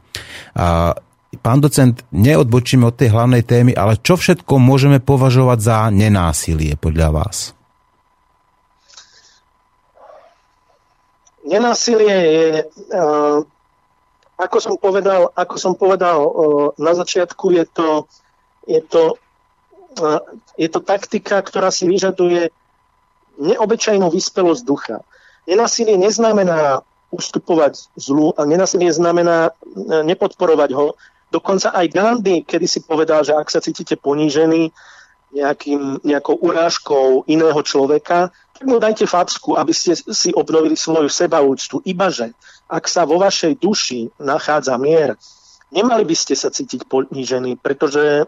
Pán docent, neodbočíme od tej hlavnej témy, ale čo všetko môžeme považovať za nenásilie podľa vás? Nenásilie je, ako som povedal na začiatku, je to taktika, ktorá si vyžaduje neobyčajnú vyspelosť ducha. Nenásilie neznamená ustupovať zlu a nenásilie znamená nepodporovať ho. Dokonca aj Gandhi kedysi povedal, že ak sa cítite ponížený nejakou urážkou iného človeka, tak mu dajte facku, aby ste si obnovili svoju sebaúctu. Ibaže, ak sa vo vašej duši nachádza mier, nemali by ste sa cítiť ponížený, pretože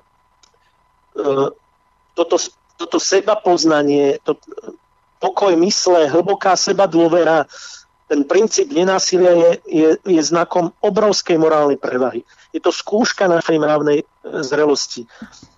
toto sebapoznanie, pokoj mysle, hlboká sebadôvera, ten princíp nenásilia je znakom obrovskej morálnej prevahy. Je to skúška našej mravnej zrelosti.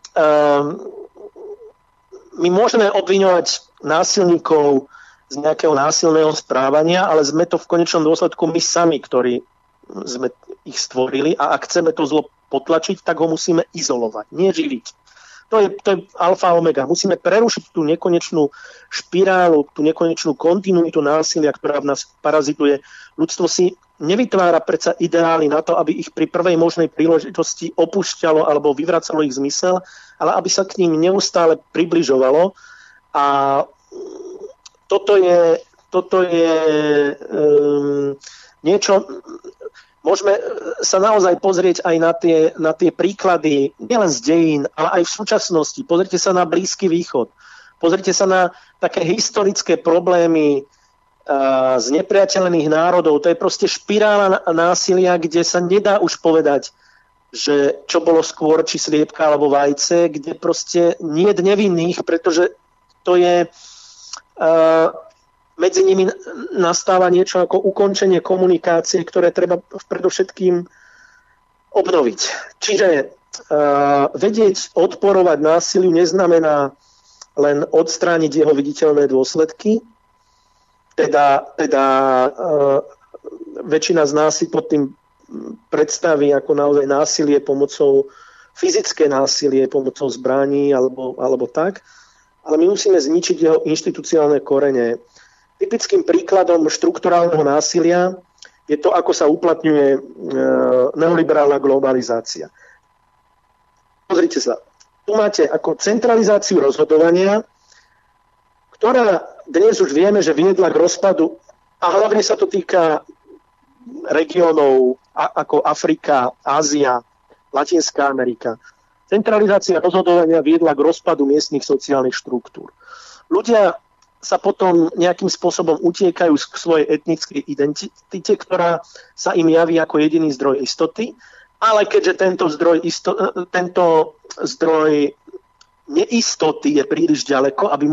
My môžeme obviňovať násilníkov z nejakého násilného správania, ale sme to v konečnom dôsledku my sami, ktorí sme ich stvorili a ak chceme to zlo potlačiť, tak ho musíme izolovať, nie živiť. To je alfa a omega. Musíme prerušiť tú nekonečnú špirálu, tú nekonečnú kontinuitu násilia, ktorá v nás parazituje. Ľudstvo si nevytvára predsa ideály na to, aby ich pri prvej možnej príležitosti opúšťalo alebo vyvracalo ich zmysel, ale aby sa k ním neustále približovalo. A toto je niečo. Môžeme sa naozaj pozrieť aj na tie príklady, nielen z dejín, ale aj v súčasnosti. Pozrite sa na Blízky východ. Pozrite sa na také historické problémy znepriateľených národov. To je proste špirála násilia, kde sa nedá už povedať, že čo bolo skôr, či sliepka alebo vajce, kde proste nie je nevinných, pretože to je... medzi nimi nastáva niečo ako ukončenie komunikácie, ktoré treba predovšetkým obnoviť. Čiže vedieť odporovať násiliu neznamená len odstrániť jeho viditeľné dôsledky. Teda väčšina z nás si pod tým predstaví ako naozaj násilie pomocou, fyzické násilie pomocou zbraní alebo tak. Ale my musíme zničiť jeho inštitucionálne korene. Typickým príkladom štrukturálneho násilia je to, ako sa uplatňuje neoliberálna globalizácia. Pozrite sa, tu máte ako centralizáciu rozhodovania, ktorá dnes už vieme, že viedla k rozpadu, a hlavne sa to týka regiónov ako Afrika, Ázia, Latinská Amerika. Centralizácia rozhodovania viedla k rozpadu miestnych sociálnych štruktúr. Ľudia sa potom nejakým spôsobom utiekajú k svojej etnickej identite, ktorá sa im javí ako jediný zdroj istoty, ale keďže tento zdroj neistoty je príliš ďaleko, aby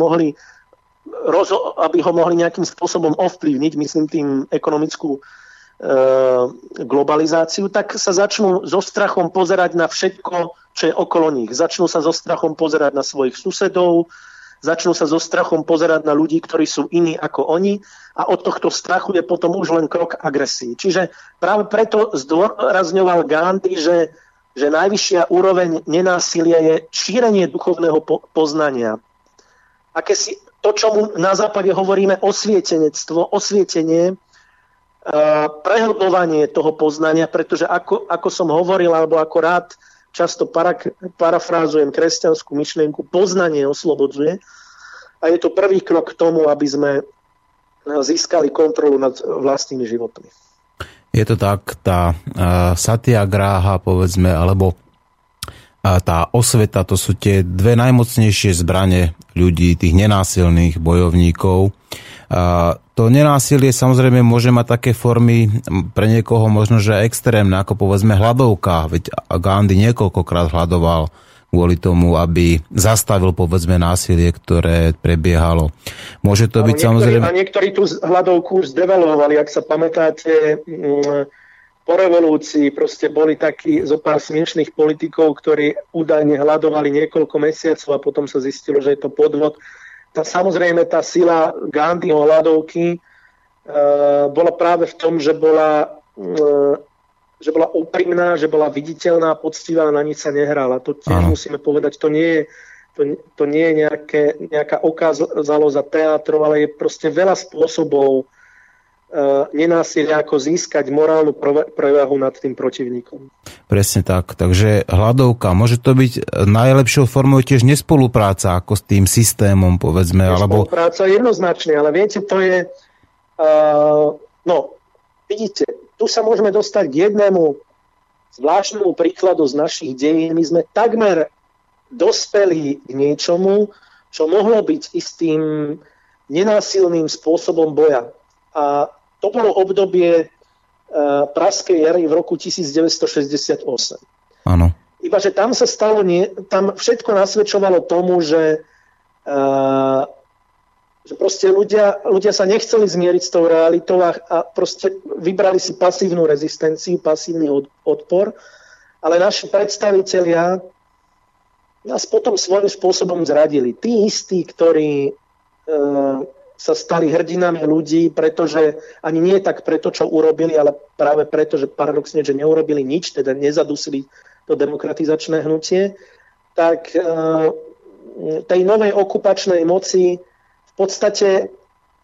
ho mohli nejakým spôsobom ovplyvniť, myslím tým ekonomickú globalizáciu, tak sa začnú so strachom pozerať na všetko, čo je okolo nich. Začnú sa so strachom pozerať na svojich susedov, začnú sa so strachom pozerať na ľudí, ktorí sú iní ako oni, a od tohto strachu je potom už len krok agresii. Čiže práve preto zdôrazňoval Gandhi, že najvyššia úroveň nenásilia je šírenie duchovného poznania. To, čomu na západe hovoríme osvietenectvo, osvietenie, prehlbovanie toho poznania, pretože ako som hovoril, alebo ako rád často parafrázujem kresťanskú myšlienku, poznanie oslobodzuje, a je to prvý krok k tomu, aby sme získali kontrolu nad vlastnými životmi. Je to tak, tá satyagraha, povedzme, alebo tá osveta, to sú tie dve najmocnejšie zbrane ľudí, tých nenásilných bojovníkov. To nenásilie samozrejme môže mať také formy pre niekoho možno, že extrémne, ako povedzme hladovka. Veď Gandhi niekoľkokrát hladoval kvôli tomu, aby zastavil povedzme násilie, ktoré prebiehalo. Môže to byť samozrejme... A niektorí tú hladovku už zdevalovali, ak sa pamätáte, po revolúcii proste boli takí zopár smiešných politikov, ktorí údajne hladovali niekoľko mesiacov a potom sa zistilo, že je to podvod. Samozrejme, tá sila Gandhiho hladovky bola práve v tom, že bola úprimná, že bola viditeľná, poctivá, na nič sa nehrala. To tiež musíme povedať, to nie je nejaká okázalo za teátrov, ale je proste veľa spôsobov nenásilia, ako získať morálnu prevahu nad tým protivníkom. Presne tak. Takže hladovka, môže to byť najlepšou formou tiež nespolupráca ako s tým systémom, povedzme. Spolupráca jednoznačne, ale viete, to je... vidíte, tu sa môžeme dostať k jednému zvláštnemu príkladu z našich dejín. My sme takmer dospeli k niečomu, čo mohlo byť istým nenásilným spôsobom boja. A to bolo obdobie praskej jary v roku 1968. Áno. Ibaže tam sa stalo, tam všetko nasvedčovalo tomu, že proste ľudia sa nechceli zmieriť s tou realitou a proste vybrali si pasívnu rezistenciu, pasívny odpor, ale naši predstavitelia nás potom svojím spôsobom zradili. Tí istí, ktorí sa stali hrdinami ľudí, pretože ani nie tak preto, čo urobili, ale práve preto, že paradoxne, že neurobili nič, teda nezadusili to demokratizačné hnutie. tak tej novej okupačnej moci v podstate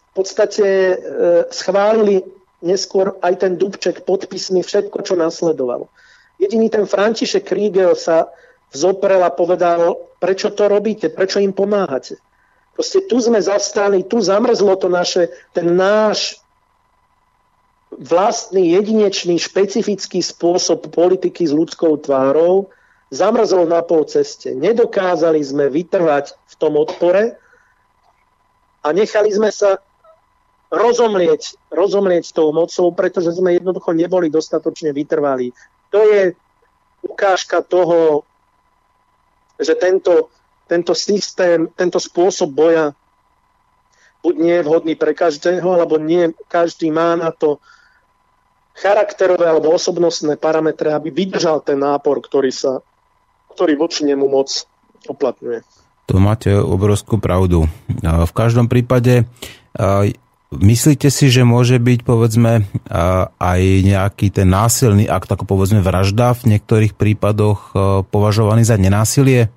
schválili neskôr aj ten Dubček podpismi všetko, čo nasledovalo. Jediný ten František Kriegel sa vzoprel a povedal, prečo to robíte, prečo im pomáhate. Proste tu sme zastali, tu zamrzlo to ten náš vlastný, jedinečný, špecifický spôsob politiky s ľudskou tvárou, zamrzol na pol ceste. Nedokázali sme vytrvať v tom odpore a nechali sme sa rozomlieť tou mocou, pretože sme jednoducho neboli dostatočne vytrvalí. To je ukážka toho, že tento systém, tento spôsob boja buď nie je vhodný pre každého, alebo nie každý má na to charakterové alebo osobnostné parametre, aby vydržal ten nápor, ktorý voči nemu moc uplatňuje. To máte obrovskú pravdu. V každom prípade myslíte si, že môže byť, povedzme, aj nejaký ten násilný akt, ako povedzme vražda v niektorých prípadoch považovaný za nenásilie?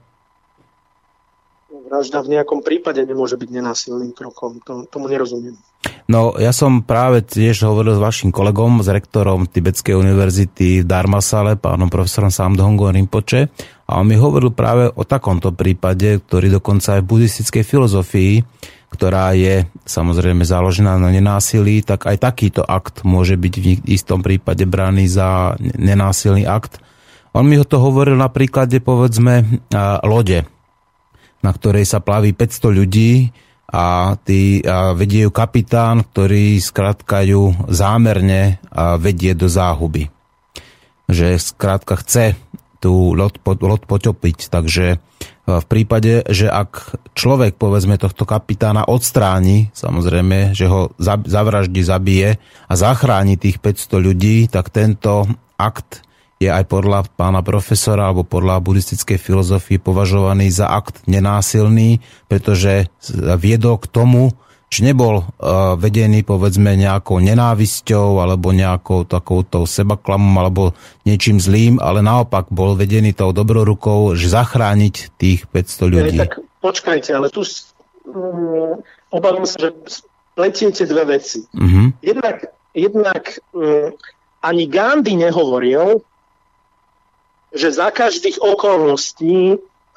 Vražda v nejakom prípade nemôže byť nenásilným krokom. Tomu nerozumiem. No, ja som práve tiež hovoril s vašim kolegom, s rektorom Tibetskej univerzity v Dharmasale, pánom profesorom Samdhongom Rinpoche, a on mi hovoril práve o takomto prípade, ktorý dokonca aj v buddhistickej filozofii, ktorá je samozrejme založená na nenásilí, tak aj takýto akt môže byť v istom prípade braný za nenásilný akt. On mi to hovoril na príklade, povedzme, lode, na ktorej sa plaví 500 ľudí a vedie ju kapitán, ktorý skrátka ju zámerne vedie do záhuby. Že skrátka chce tú loď potopiť. Takže v prípade, že ak človek, povedzme, tohto kapitána odstráni, samozrejme, že ho zavraždí, zabije a zachráni tých 500 ľudí, tak tento akt je aj podľa pána profesora alebo podľa buddhistickej filozofie považovaný za akt nenásilný, pretože viedol k tomu, že nebol vedený, povedzme, nejakou nenávisťou alebo nejakou takouto sebaklamom alebo niečím zlým, ale naopak bol vedený tou dobrorukou, že zachrániť tých 500 ľudí. Tak počkajte, ale tu obávam sa, že pletiete dve veci. Uh-huh. Jednak ani Gandhi nehovoril, že za každých okolností,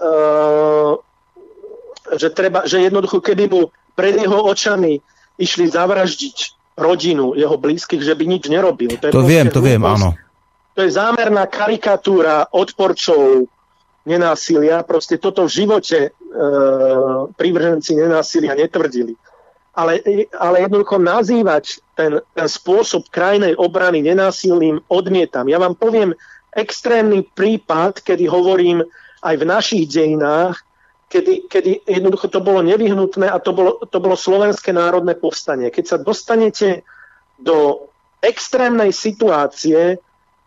že jednoducho, keby mu pred jeho očami išli zavraždiť rodinu, jeho blízkych, že by nič nerobil. To viem, áno. To je zámerná karikatúra odporcov nenásilia. Proste toto v živote prívrženci nenásilia netvrdili. Ale jednoducho nazývať ten spôsob krajnej obrany nenásilným odmietam. Ja vám poviem extrémny prípad, kedy hovorím aj v našich dejinách, kedy jednoducho to bolo nevyhnutné a to bolo Slovenské národné povstanie. Keď sa dostanete do extrémnej situácie,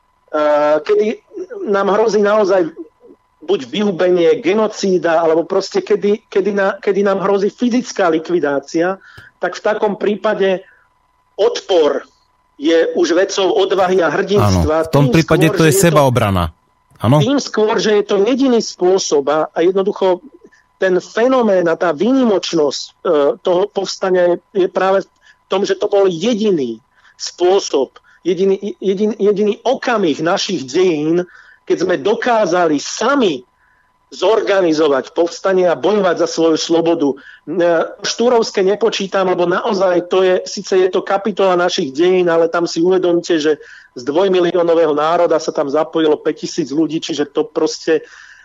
kedy nám hrozí naozaj buď vyhubenie, genocída, alebo proste kedy nám hrozí fyzická likvidácia, tak v takom prípade odpor je už vecou odvahy a hrdinstva. Áno, v tom prípade to je sebaobrana. Áno? Tým skôr, že je to jediný spôsob a jednoducho ten fenomén a tá výnimočnosť toho povstania je práve v tom, že to bol jediný spôsob, jediný okamih našich dejín, keď sme dokázali sami zorganizovať povstanie a bojovať za svoju slobodu. Štúrovské nepočítam, lebo naozaj síce je to kapitola našich dejín, ale tam si uvedomte, že z 2-miliónového národa sa tam zapojilo 5000 ľudí, čiže to proste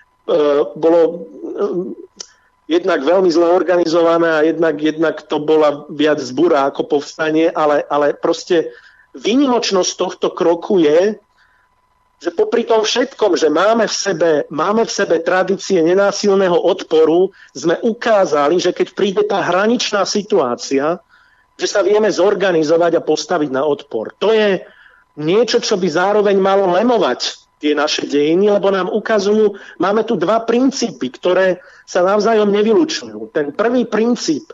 bolo jednak veľmi zle organizované a jednak to bola viac zbúra ako povstanie, ale proste výnimočnosť tohto kroku je, že popri tom všetkom, že máme v sebe tradície nenásilného odporu, sme ukázali, že keď príde tá hraničná situácia, že sa vieme zorganizovať a postaviť na odpor. To je niečo, čo by zároveň malo lemovať tie naše dejiny, lebo nám ukazujú, máme tu dva princípy, ktoré sa navzájom nevylučujú. Ten prvý princíp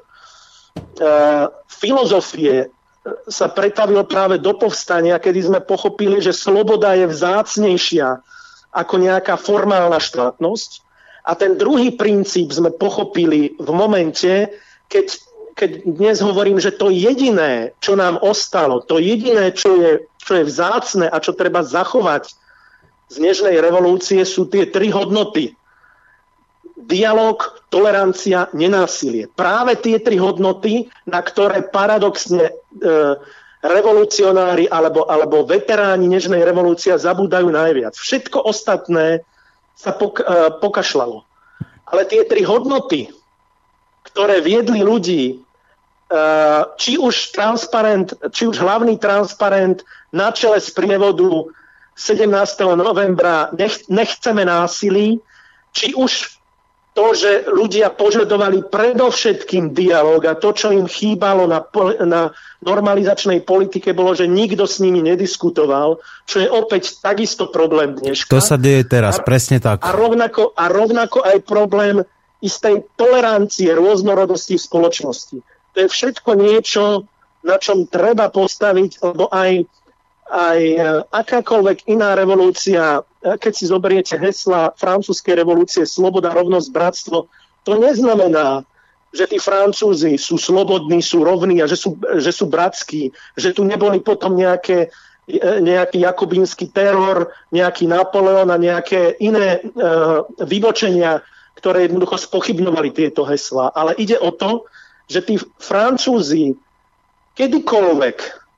filozofie sa pretavil práve do povstania, kedy sme pochopili, že sloboda je vzácnejšia ako nejaká formálna štátnosť. A ten druhý princíp sme pochopili v momente, keď dnes hovorím, že to jediné, čo nám ostalo, to jediné, čo je vzácne a čo treba zachovať z Nežnej revolúcie, sú tie 3 hodnoty. Dialóg, tolerancia, nenásilie. Práve tie 3 hodnoty, na ktoré paradoxne revolucionári alebo veteráni Nežnej revolúcie zabúdajú najviac. Všetko ostatné sa pokašľalo. Ale tie 3 hodnoty, ktoré viedli ľudí, či už hlavný transparent na čele sprievodu 17. novembra nechceme násilí, či už to, že ľudia požadovali predovšetkým dialóg a to, čo im chýbalo na normalizačnej politike, bolo, že nikto s nimi nediskutoval, čo je opäť takisto problém dneška. To sa deje teraz, presne tak. A rovnako aj problém istej tolerancie, rôznorodosti v spoločnosti. To je všetko niečo, na čom treba postaviť, lebo aj akákoľvek iná revolúcia, keď si zoberiete hesla francúzskej revolúcie sloboda, rovnosť, bratstvo, to neznamená, že tí Francúzi sú slobodní, sú rovní a že sú bratskí, že tu neboli potom nejaký jakobínsky teror, nejaký Napoleon a nejaké iné vybočenia, ktoré jednoducho spochybňovali tieto heslá. Ale ide o to, že tí Francúzi kedykoľvek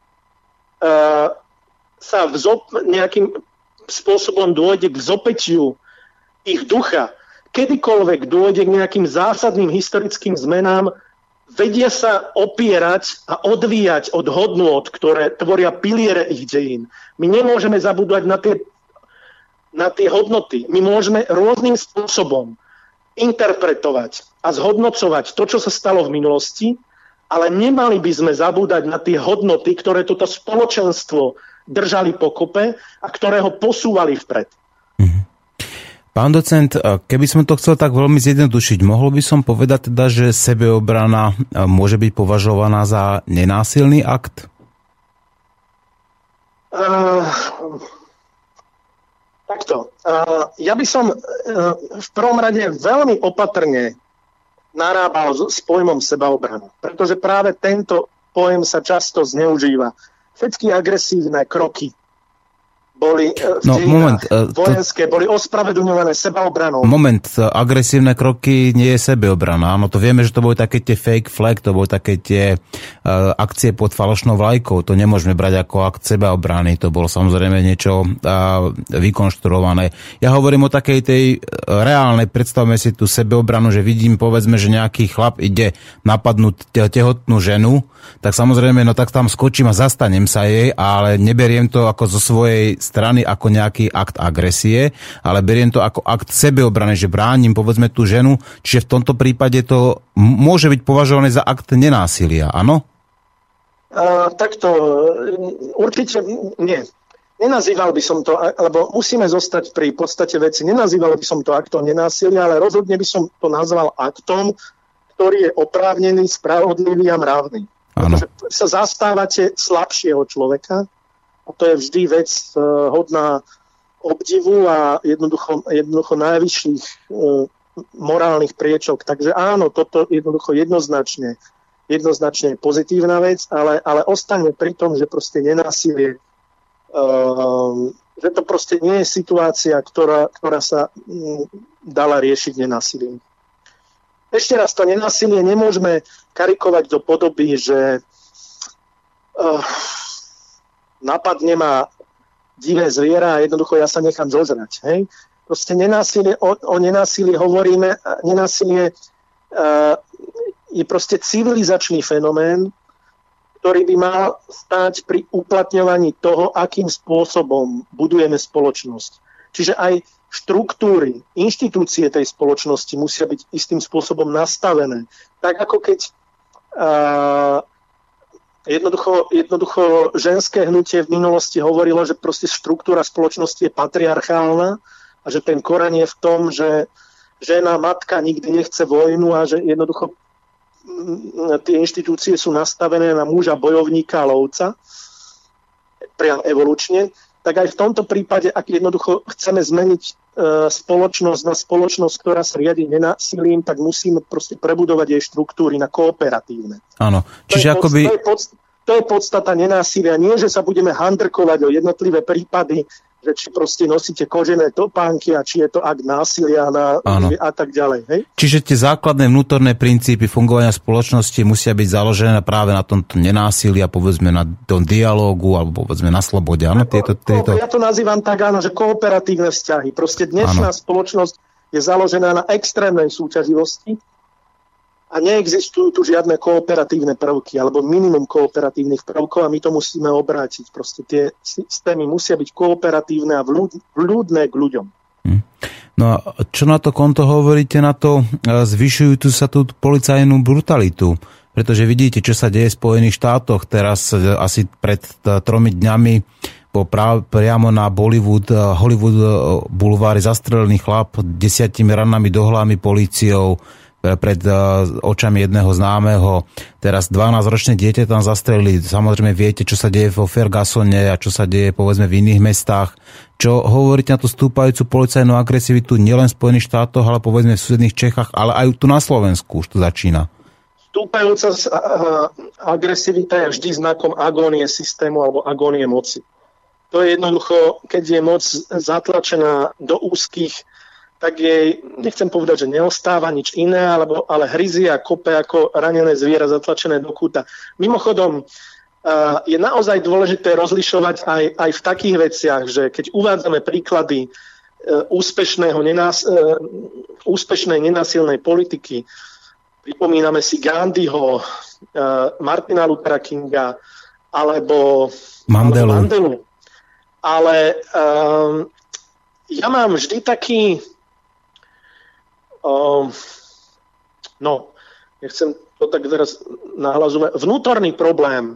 sa nejakým spôsobom dôjde k vzopätiu ich ducha, kedykoľvek dôjde k nejakým zásadným historickým zmenám, vedia sa opierať a odvíjať od hodnôt, ktoré tvoria piliere ich dejín. My nemôžeme zabúdať na tie hodnoty. My môžeme rôznym spôsobom interpretovať a zhodnocovať to, čo sa stalo v minulosti, ale nemali by sme zabúdať na tie hodnoty, ktoré toto spoločenstvo držali pokope a ktoré ho posúvali vpred. Pán docent, keby som to chcel tak veľmi zjednodušiť, mohol by som povedať teda, že sebeobrana môže byť považovaná za nenásilný akt? Takto. Ja by som v prvom rade veľmi opatrne narábal s pojmom sebaobrana, pretože práve tento pojem sa často zneužíva. Všetky agresívne kroky boli vojenské, boli ospravedlňované sebaobranou. Moment, agresívne kroky nie je sebeobrana. Áno, to vieme, že to boli také tie fake flag, to boli také tie akcie pod falošnou vlajkou. To nemôžeme brať ako akt sebaobrany. To bolo samozrejme niečo vykonštruované. Ja hovorím o takej tej reálnej, predstavme si tú sebeobranu, že vidím, povedzme, že nejaký chlap ide napadnúť tehotnú ženu, tak samozrejme, no tak tam skočím a zastanem sa jej, ale neberiem to ako zo svojej strany ako nejaký akt agresie, ale beriem to ako akt sebeobrany, že bránim, povedzme, tú ženu, čiže v tomto prípade to môže byť považované za akt nenásilia, áno? Takto, určite nie. Nenazýval by som to, lebo musíme zostať pri podstate veci, nenazýval by som to aktom nenásilia, ale rozhodne by som to nazval aktom, ktorý je oprávnený, spravodlivý a mravný. Pretože sa zastávate slabšieho človeka a to je vždy vec hodná obdivu a jednoducho najvyšších morálnych priečok. Takže áno, toto jednoducho jednoznačne je pozitívna vec, ale ostane pri tom, že proste nenásilie, že to proste nie je situácia, ktorá sa dala riešiť nenásilím. Ešte raz, to nenásilie nemôžeme karikovať do podoby, že napadne ma divé zviera a jednoducho ja sa nechám zožrať. Hej? Proste o nenásilí hovoríme, nenásilie je proste civilizačný fenomén, ktorý by mal stáť pri uplatňovaní toho, akým spôsobom budujeme spoločnosť. Čiže aj štruktúry, inštitúcie tej spoločnosti musia byť istým spôsobom nastavené. Tak ako keď jednoducho ženské hnutie v minulosti hovorilo, že proste štruktúra spoločnosti je patriarchálna a že ten koreň je v tom, že žena, matka nikdy nechce vojnu a že jednoducho tie inštitúcie sú nastavené na muža, bojovníka a lovca, priam evolučne, tak aj v tomto prípade, ak jednoducho chceme zmeniť spoločnosť na spoločnosť, ktorá sa riadi nenásilím, tak musíme proste prebudovať jej štruktúry na kooperatívne. Áno. Čiže To je podstata nenásilia. Nie, že sa budeme handrkovať o jednotlivé prípady, že či proste nosíte kožené topánky a či je to akt násilia a tak ďalej. Hej? Čiže tie základné vnútorné princípy fungovania spoločnosti musia byť založené práve na tomto nenásilí a povedzme na tom dialógu alebo povedzme na slobode. Áno, Ja to nazývam tak, áno, že kooperatívne vzťahy. Proste dnešná spoločnosť je založená na extrémnej súťaživosti a neexistujú tu žiadne kooperatívne prvky alebo minimum kooperatívnych prvkov a my to musíme obrátiť. Proste tie systémy musia byť kooperatívne a vľúdne k ľuďom. No a čo na to konto hovoríte na to zvyšujúcu sa tú policajnú brutalitu? Pretože vidíte, čo sa deje v Spojených štátoch. Teraz asi pred 3 dňami priamo na Hollywood bulvári zastrelený chlap 10 ranami do hlavy políciou pred očami jedného známeho. Teraz 12-ročné dieťa tam zastrelili. Samozrejme viete, čo sa deje vo Fergusone a čo sa deje povedzme v iných mestách. Čo hovoríte na tú stúpajúcu policajnú agresivitu nielen v Spojených štátoch, ale povedzme v susedných Čechách, ale aj tu na Slovensku už to začína? Stúpajúca agresivita je vždy znakom agónie systému alebo agónie moci. To je jednoducho, keď je moc zatlačená do úzkých, tak jej, nechcem povedať, že neostáva nič iné, ale hryzie a kope ako ranené zviera zatlačené do kúta. Mimochodom, je naozaj dôležité rozlišovať aj v takých veciach, že keď uvádzame príklady úspešnej nenásilnej politiky, pripomíname si Gandhiho, Martina Luthera Kinga alebo Mandelu. Ale ja mám vždy taký nechcem to tak teraz nahlas vnútorný problém.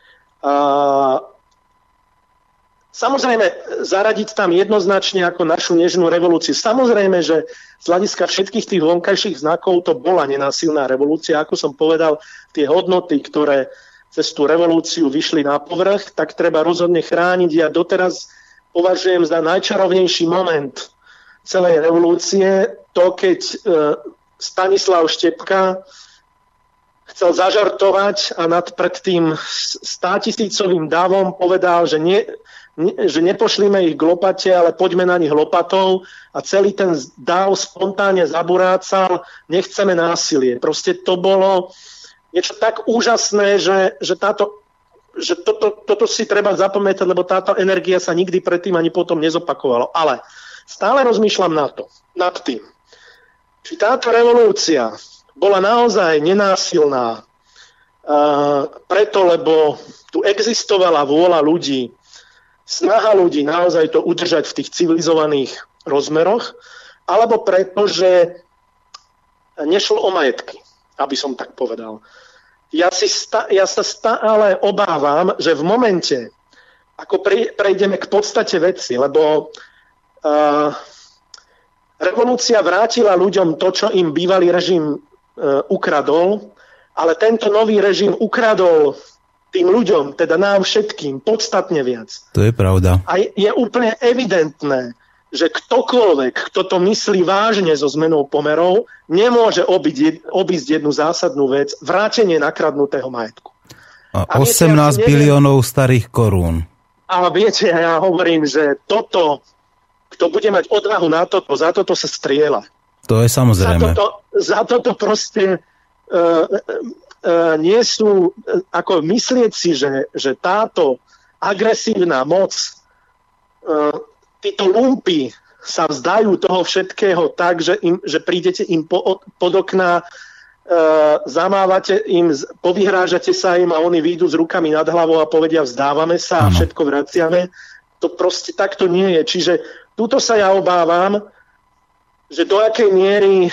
Samozrejme, zaradiť tam jednoznačne ako našu nežnú revolúciu. Samozrejme, že z hľadiska všetkých tých vonkajších znakov to bola nenásilná revolúcia. Ako som povedal, tie hodnoty, ktoré cez tú revolúciu vyšli na povrch, tak treba rozhodne chrániť. Ja doteraz považujem za najčarovnejší moment celej revolúcie to, keď Stanislav Štepka chcel zažartovať a pred tým 100-tisícovým davom povedal, že nepošlíme ich k lopate, ale poďme na nich lopatou a celý ten dav spontánne zaburácal, nechceme násilie. Proste to bolo niečo tak úžasné, že toto si treba zapamätať, lebo táto energia sa nikdy predtým ani potom nezopakovalo. Ale stále rozmýšľam nad tým, či táto revolúcia bola naozaj nenásilná preto, lebo tu existovala vôľa ľudí, snaha ľudí naozaj to udržať v tých civilizovaných rozmeroch, alebo preto, že nešlo o majetky, aby som tak povedal. Ja sa stále obávam, že v momente, ako prejdeme k podstate veci, lebo revolúcia vrátila ľuďom to, čo im bývalý režim ukradol, ale tento nový režim ukradol tým ľuďom, teda nám všetkým, podstatne viac. To je pravda. A je úplne evidentné, že ktokoľvek, kto to myslí vážne so zmenou pomerov, nemôže obísť jednu zásadnú vec, vrátenie nakradnutého majetku. A 18 biliónov starých korún. A viete, ja hovorím, že kto bude mať odvahu na toto, za toto sa strieľa. To je samozrejme. Za toto proste nie sú, ako myslieť si, že táto agresívna moc, títo lumpy sa vzdajú toho všetkého tak, že prídete im pod okná, zamávate im, povyhrážate sa im a oni výjdu s rukami nad hlavou a povedia vzdávame sa a všetko vraciame. To proste takto nie je. Čiže tuto sa ja obávam, že do akej miery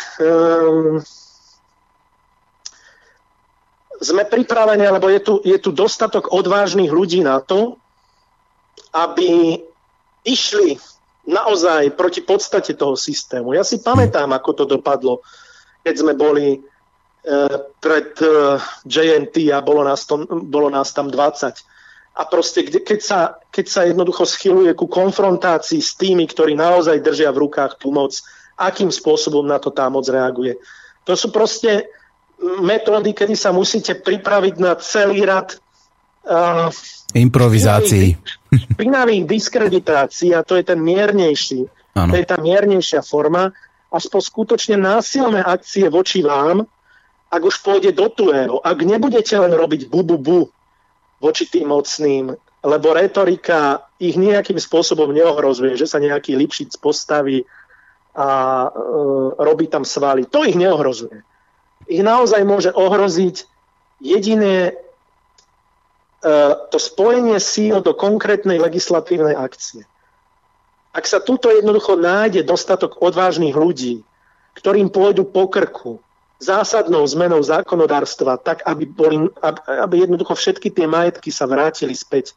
sme pripravení, alebo je tu dostatok odvážnych ľudí na to, aby išli naozaj proti podstate toho systému. Ja si pamätám, ako to dopadlo, keď sme boli pred JNT a bolo nás tam 20. a proste keď sa jednoducho schyluje ku konfrontácii s tými, ktorí naozaj držia v rukách tú moc, akým spôsobom na to tá moc reaguje. To sú proste metódy, kedy sa musíte pripraviť na celý rad improvizácií. Špinavých diskreditácií, a to je ten miernejší. Ano. To je tá miernejšia forma, až po skutočne násilné akcie voči vám, ak už pôjde do duelu, ak nebudete len robiť bu voči tým mocným, lebo retorika ich nejakým spôsobom neohrozuje, že sa nejaký Lipšic postaví a robí tam svaly. To ich neohrozuje. Ich naozaj môže ohroziť jediné to spojenie síl do konkrétnej legislatívnej akcie. Ak sa tuto jednoducho nájde dostatok odvážnych ľudí, ktorým pôjdu po krku zásadnou zmenou zákonodárstva, tak aby jednoducho všetky tie majetky sa vrátili späť,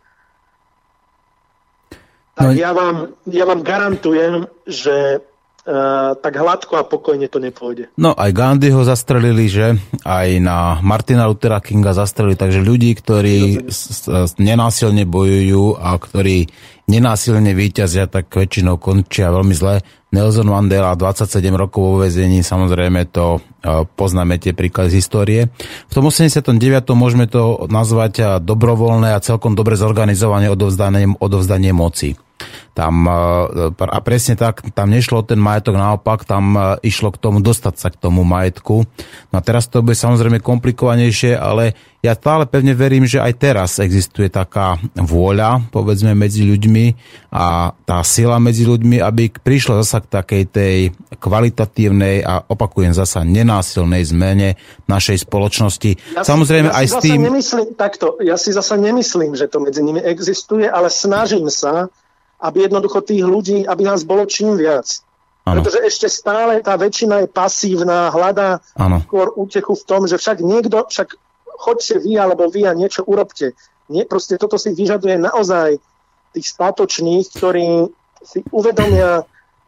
tak ja vám garantujem, že tak hladko a pokojne to nepôjde. No aj Gandhiho zastrelili, že? Aj na Martina Luthera Kinga zastrelili, takže ľudí, ktorí nenásilne bojujú a ktorí nenásilne víťazia, tak väčšinou končia veľmi zle. Nelson Mandela 27 rokov vo väzení, samozrejme to poznáme tie príklady z histórie. V tom 89. môžeme to nazvať dobrovoľné a celkom dobre zorganizované odovzdanie moci. Tam, a presne tak, tam nešlo ten majetok, naopak, tam išlo k tomu dostať sa k tomu majetku. No a teraz to bude samozrejme komplikovanejšie, ale ja stále pevne verím, že aj teraz existuje taká vôľa, povedzme, medzi ľuďmi a tá sila medzi ľuďmi, aby prišlo zasa k takej tej kvalitatívnej a opakujem zasa nenásilnej zmene našej spoločnosti. Samozrejme aj s tým... Ja si zasa nemyslím, že to medzi nimi existuje, ale snažím sa, aby jednoducho tých ľudí, aby nás bolo čím viac. Ano. Pretože ešte stále tá väčšina je pasívna, hľadá skôr útechu v tom, že však choďte vy, alebo vy a niečo urobte. Proste toto si vyžaduje naozaj tých statočných, ktorí si uvedomia,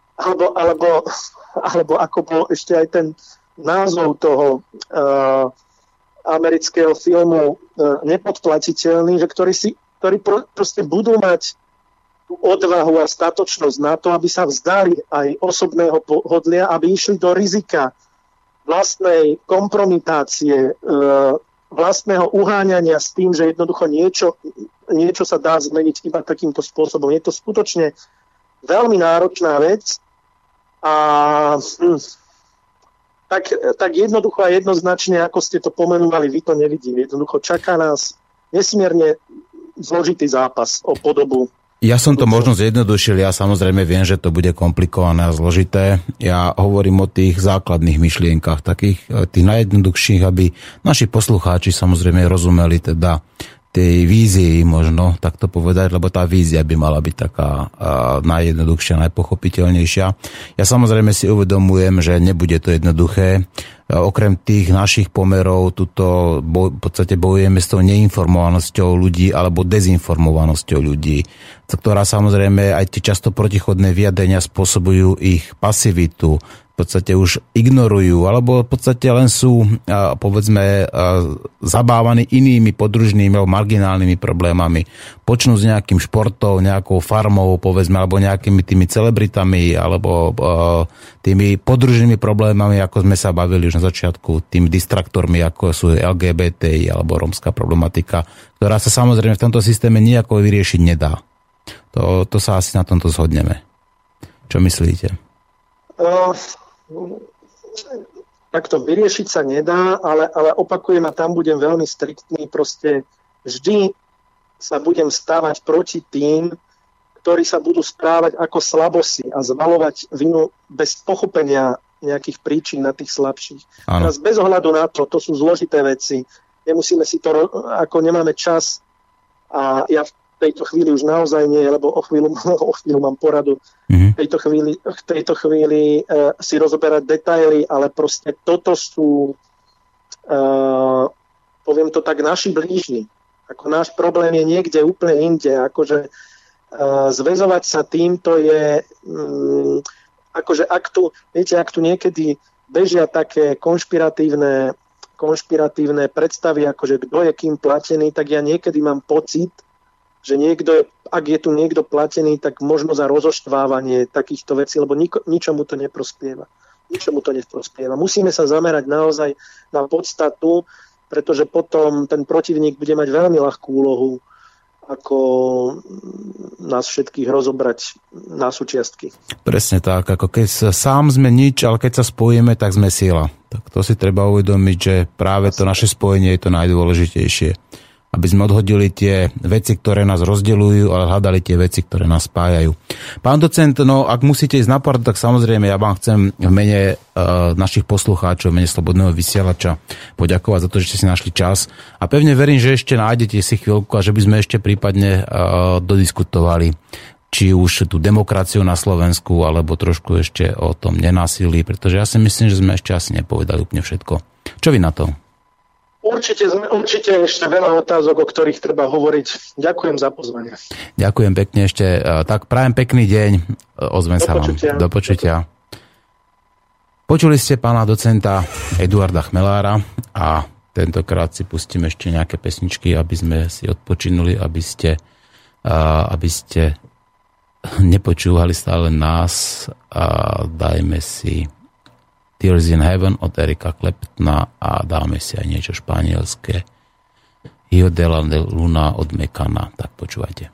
alebo ako bol ešte aj ten názov toho amerického filmu Nepodplatiteľný, že ktorí proste budú mať tú odvahu a statočnosť na to, aby sa vzdali aj osobného pohodlia, aby išli do rizika vlastnej kompromitácie, vlastného uháňania s tým, že jednoducho niečo sa dá zmeniť iba takýmto spôsobom. Je to skutočne veľmi náročná vec a tak jednoducho a jednoznačne, ako ste to pomenovali, vy to nevidím. Jednoducho čaká nás nesmierne zložitý zápas o podobu. Ja som to možno zjednodušil, ja samozrejme viem, že to bude komplikované a zložité. Ja hovorím o tých základných myšlienkach, takých tých najjednoduchších, aby naši poslucháči samozrejme rozumeli teda tej vízii možno, tak to povedať, lebo tá vízia by mala byť taká najjednoduchšia, najpochopiteľnejšia. Ja samozrejme si uvedomujem, že nebude to jednoduché. Okrem tých našich pomerov tuto v podstate bojujeme s tou neinformovanosťou ľudí alebo dezinformovanosťou ľudí, ktorá samozrejme aj tie často protichodné vyjadrenia spôsobujú ich pasivitu, v podstate už ignorujú, alebo v podstate len sú, povedzme, zabávaní inými podružnými alebo marginálnymi problémami. Počnú s nejakým športom, nejakou farmou, povedzme, alebo nejakými tými celebritami, alebo tými podružnými problémami, ako sme sa bavili už na začiatku, tými distraktormi, ako sú LGBTI alebo rómska problematika, ktorá sa samozrejme v tomto systéme nejako vyriešiť nedá. To sa asi na tomto zhodneme. Čo myslíte? Takto vyriešiť sa nedá, ale opakujem a tam budem veľmi striktný, proste vždy sa budem stávať proti tým, ktorí sa budú správať ako slabosi a zvalovať vinu bez pochopenia nejakých príčin na tých slabších. Áno. Teraz bez ohľadu na to sú zložité veci, nemusíme si to, ako nemáme čas a ja v tejto chvíli už naozaj nie, lebo o chvíľu mám poradu. V tejto chvíli si rozoberať detaily, ale proste toto sú, poviem to tak, naši blížni. Ako náš problém je niekde úplne inde. Akože zväzovať sa týmto je, akože ak tu niekedy bežia také konšpiratívne predstavy, akože kto je kým platený, tak ja niekedy mám pocit, že ak je tu niekto platený, tak možno za rozoštvávanie takýchto vecí, lebo ničomu to neprospieva. Musíme sa zamerať naozaj na podstatu, pretože potom ten protivník bude mať veľmi ľahkú úlohu, ako nás všetkých rozobrať na súčiastky. Presne tak, ako keď sám sme nič, ale keď sa spojíme, tak sme sila. Tak to si treba uvedomiť, že práve to naše spojenie je to najdôležitejšie. Aby sme odhodili tie veci, ktoré nás rozdeľujú, ale hľadali tie veci, ktoré nás spájajú. Pán docent, no ak musíte ísť na poradu, tak samozrejme ja vám chcem v mene našich poslucháčov, v mene Slobodného vysielača poďakovať za to, že ste si našli čas. A pevne verím, že ešte nájdete si chvíľku a že by sme ešte prípadne dodiskutovali či už tú demokraciu na Slovensku, alebo trošku ešte o tom nenásilí, pretože ja si myslím, že sme ešte asi nepovedali úplne všetko. Čo vy na to? Určite ešte veľa otázok, o ktorých treba hovoriť. Ďakujem za pozvanie. Ďakujem pekne ešte. Tak prajem pekný deň. Ozvem sa vám. Do počutia. Počuli ste pána docenta Eduarda Chmelára a tentokrát si pustím ešte nejaké pesničky, aby sme si odpočinuli, aby ste nepočúvali stále nás a dajme si Tears in Heaven od Erika Claptona a dáme si aj niečo španielské. Hijo de la Luna od Mekana. Tak počúvajte.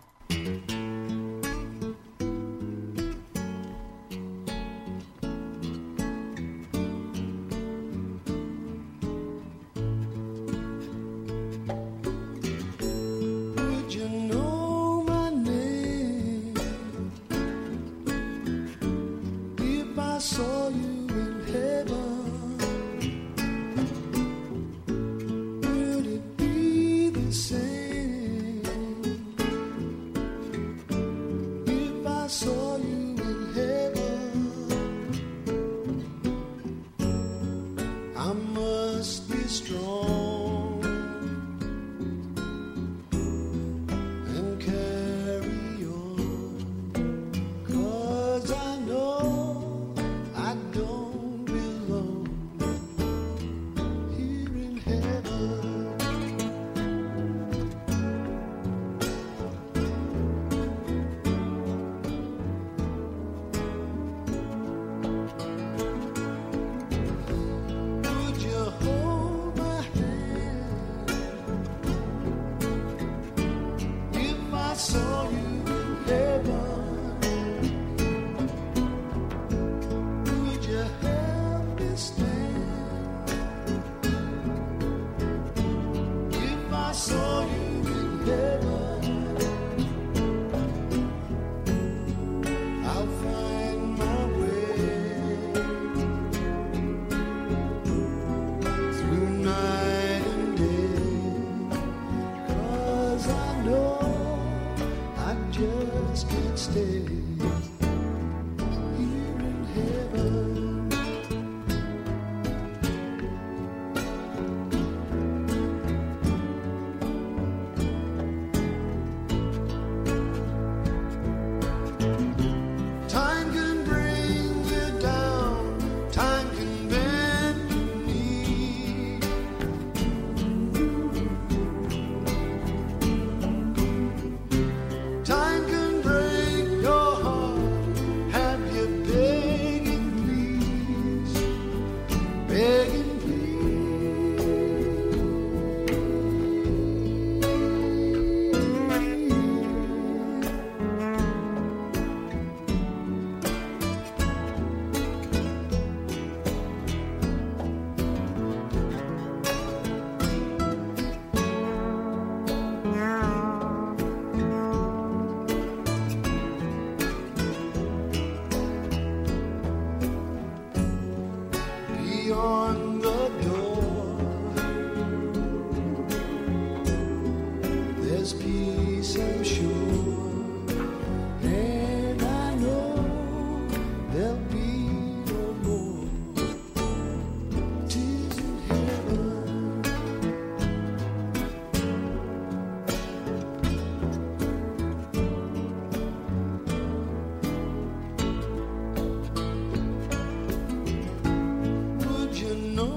You know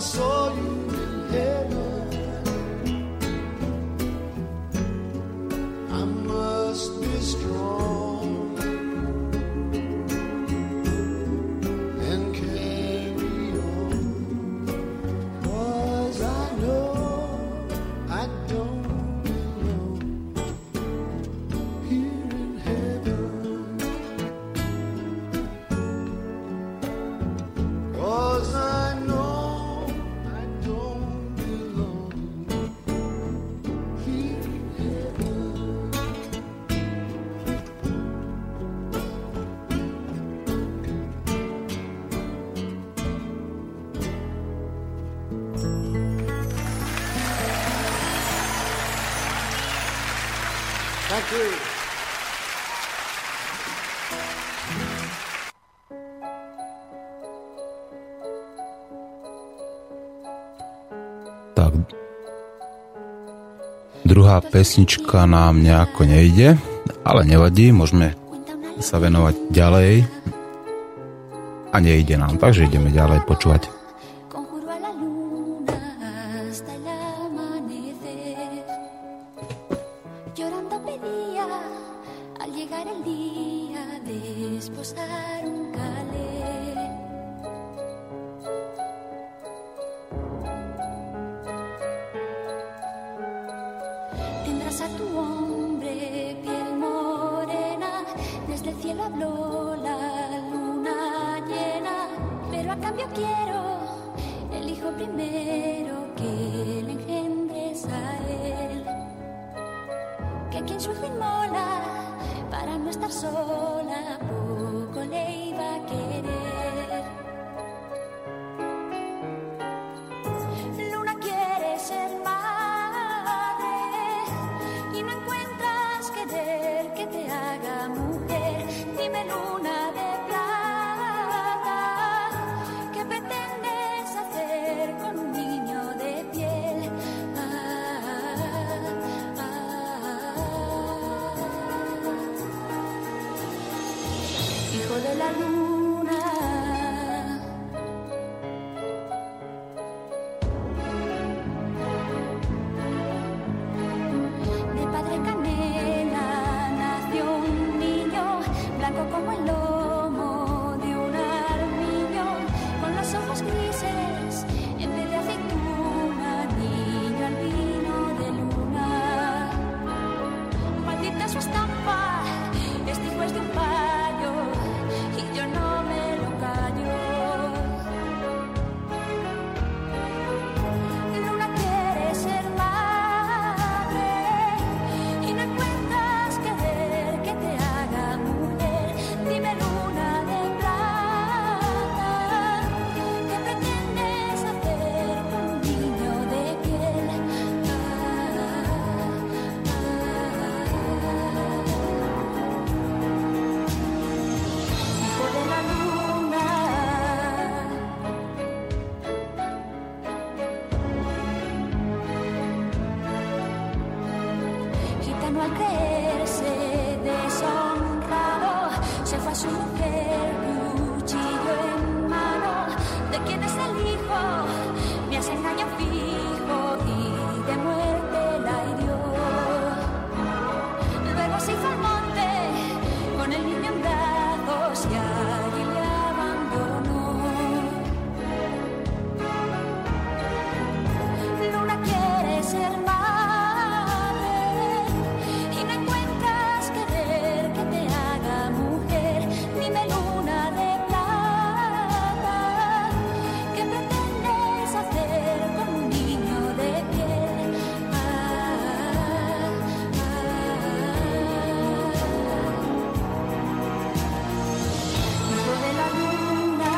saw you in heaven. I must be strong and carry on, 'cause I know I don't belong here in heaven. 'Cause I know I don't belong here in heaven. Thank you. Tak, druhá pesnička nám nejako nejde, ale nevadí, môžeme sa venovať ďalej. A nejde nám, takže ideme ďalej počúvať. Conjuro a la luna hasta el amanecer. Llorando pedía al llegar el día desposar un calé. Tendrás a tu hombre piel morena, desde el cielo habló la luna llena, pero a cambio quiero el hijo primero que le engendres a él, que quien su hijo inmola para no estar sola poco le iba a querer. Luna quiere ser madre y no encuentras querer que te haga mujer. Dime, luna de plata, ¿qué pretendes hacer con un niño de piel? Hijo de la luna, de padre canela nació un niño, blanco como el lomo de un armiño, con los ojos grises en vez de aceituna, niño albino de luna. Maldita su estampa, este hijo es de un payo y yo no me lo callo. Luna quiere ser madre y no encuentras querer que te haga mujer. Dime, luna de plata, ¿qué pretendes hacer con un niño de piel? Hijo de la luna, gitano al creerse deshonrado, se fue a su mujer, cuchillo en mano. ¿De quién es el hijo? Me hace engaño fijo y de muerte la hirió. Luego se fue al monte con el niño en brazos y allí le abandonó. Luna quiere ser madre y no encuentras querer que te haga mujer. Dime, luna de plata, ¿qué pretendes hacer con un niño de piel? Hijo de la luna,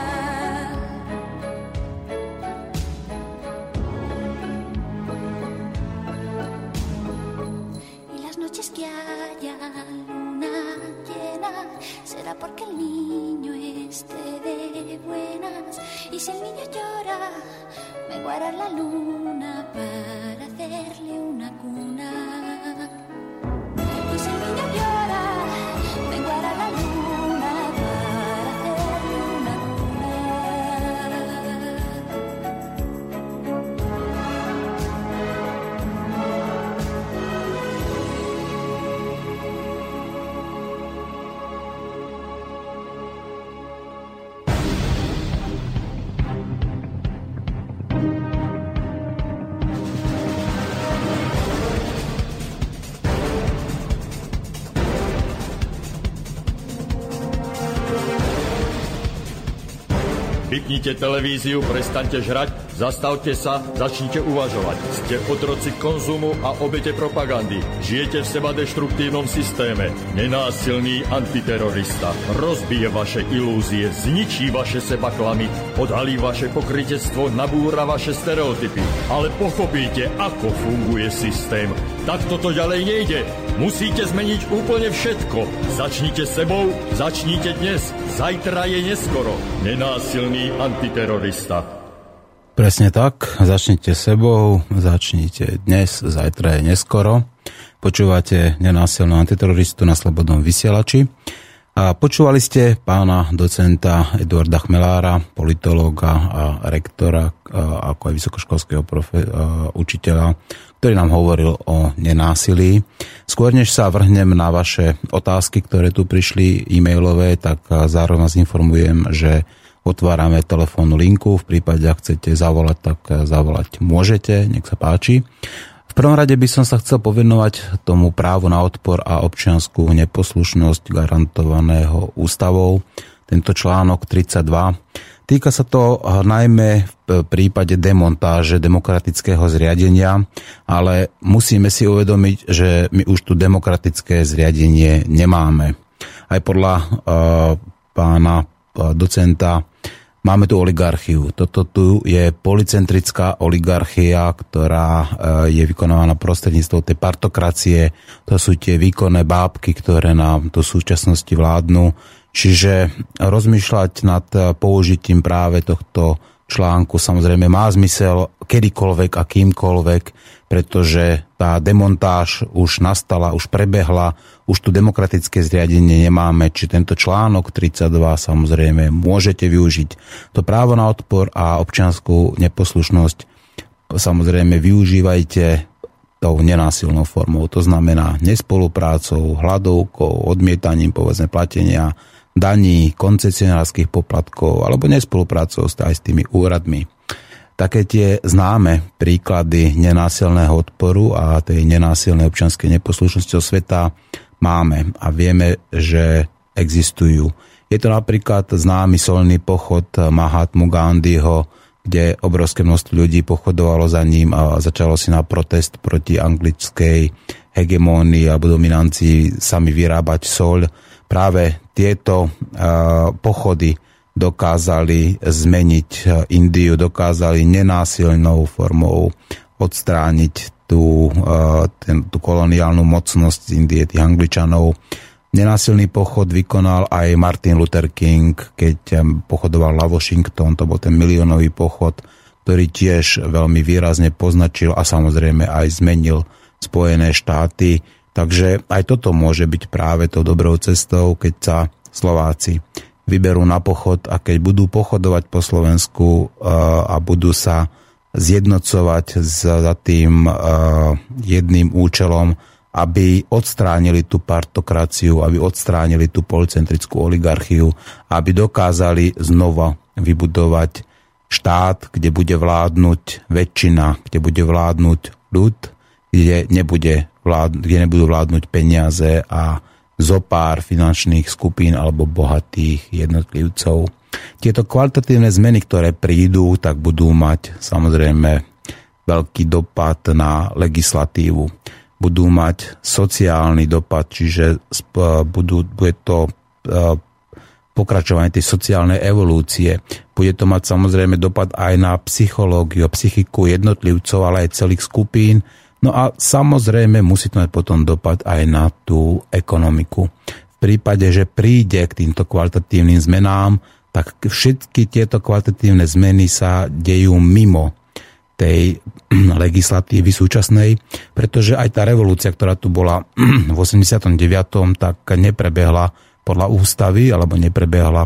y las noches que haya luna llena será porque el niño esté de buenas, y si el niño llora menguará la luna para hacerle una cuna. Y si el niño llora menguará la luna para hacerle una cuna. Vypnite televíziu, prestaňte žrať, zastavte sa, začnite uvažovať. Ste otroci konzumu a obete propagandy. Žijete v sebadeštruktívnom systéme. Nenásilný antiterorista rozbije vaše ilúzie, zničí vaše sebaklamy, odhalí vaše pokrytectvo, nabúra vaše stereotypy. Ale pochopíte, ako funguje systém. Takto to ďalej nejde. Musíte zmeniť úplne všetko. Začnite sebou, začnite dnes. Zajtra je neskoro. Nenásilný antiterorista. Presne tak. Začnite sebou, začnite dnes, zajtra je neskoro. Počúvate Nenásilného antiteroristu na Slobodnom vysielači. A počúvali ste pána docenta Eduarda Chmelára, politológa a rektora, ako aj vysokoškolského učiteľa, ktorý nám hovoril o nenásilí. Skôr než sa vrhnem na vaše otázky, ktoré tu prišli e-mailové, tak zároveň vás informujem, že otvárame telefónnu linku. V prípade, ak chcete zavolať, tak zavolať môžete. Nech sa páči. V prvom rade by som sa chcel povenovať tomu právu na odpor a občiansku neposlušnosť garantovaného ústavou. Tento článok 32. Týka sa to najmä v prípade demontáže demokratického zriadenia, ale musíme si uvedomiť, že my už tu demokratické zriadenie nemáme. Aj podľa pána docenta máme tu oligarchiu. Toto tu je policentrická oligarchia, ktorá je vykonávaná prostredníctvom tej partokracie. To sú tie výkonné bábky, ktoré nám do súčasnosti vládnu. Čiže rozmýšľať nad použitím práve tohto článku samozrejme má zmysel kedykoľvek a kýmkoľvek, pretože tá demontáž už nastala, už prebehla, už tu demokratické zriadenie nemáme, či tento článok 32 samozrejme môžete využiť. To právo na odpor a občiansku neposlušnosť samozrejme využívajte tou nenásilnou formou. To znamená nespoluprácou, hladovkou, odmietaním povedzme platenia daní, koncesionárskych poplatkov alebo nespoluprácou aj s tými úradmi. Také tie známe príklady nenásilného odporu a tej nenásilnej občianskej neposlušnosti sveta máme a vieme, že existujú. Je to napríklad známy solný pochod Mahatmu Gandhiho, kde obrovské množstvo ľudí pochodovalo za ním a začalo si na protest proti anglickej hegemónii alebo dominancii sami vyrábať soľ. Práve tieto pochody dokázali zmeniť Indiu, dokázali nenásilnou formou odstrániť tú koloniálnu mocnosť z Indie, tých Angličanov. Nenásilný pochod vykonal aj Martin Luther King, keď pochodoval na Washington, to bol ten miliónový pochod, ktorý tiež veľmi výrazne poznačil a samozrejme aj zmenil Spojené štáty. Takže aj toto môže byť práve tou dobrou cestou, keď sa Slováci vyberú na pochod a keď budú pochodovať po Slovensku a budú sa zjednocovať za tým jedným účelom, aby odstránili tú partokraciu, aby odstránili tú policentrickú oligarchiu, aby dokázali znova vybudovať štát, kde bude vládnuť väčšina, kde bude vládnuť ľud, kde nebudú vládnuť peniaze a zopár finančných skupín alebo bohatých jednotlivcov. Tieto kvalitatívne zmeny, ktoré prídu, tak budú mať samozrejme veľký dopad na legislatívu. Budú mať sociálny dopad, čiže bude to pokračovanie tej sociálnej evolúcie. Bude to mať samozrejme dopad aj na psychológiu, psychiku jednotlivcov, ale aj celých skupín. No a samozrejme musí to mať potom dopad aj na tú ekonomiku. V prípade, že príde k týmto kvalitatívnym zmenám, tak všetky tieto kvalitatívne zmeny sa dejú mimo tej legislatívy súčasnej, pretože aj tá revolúcia, ktorá tu bola v 89., tak neprebehla podľa ústavy, alebo neprebehla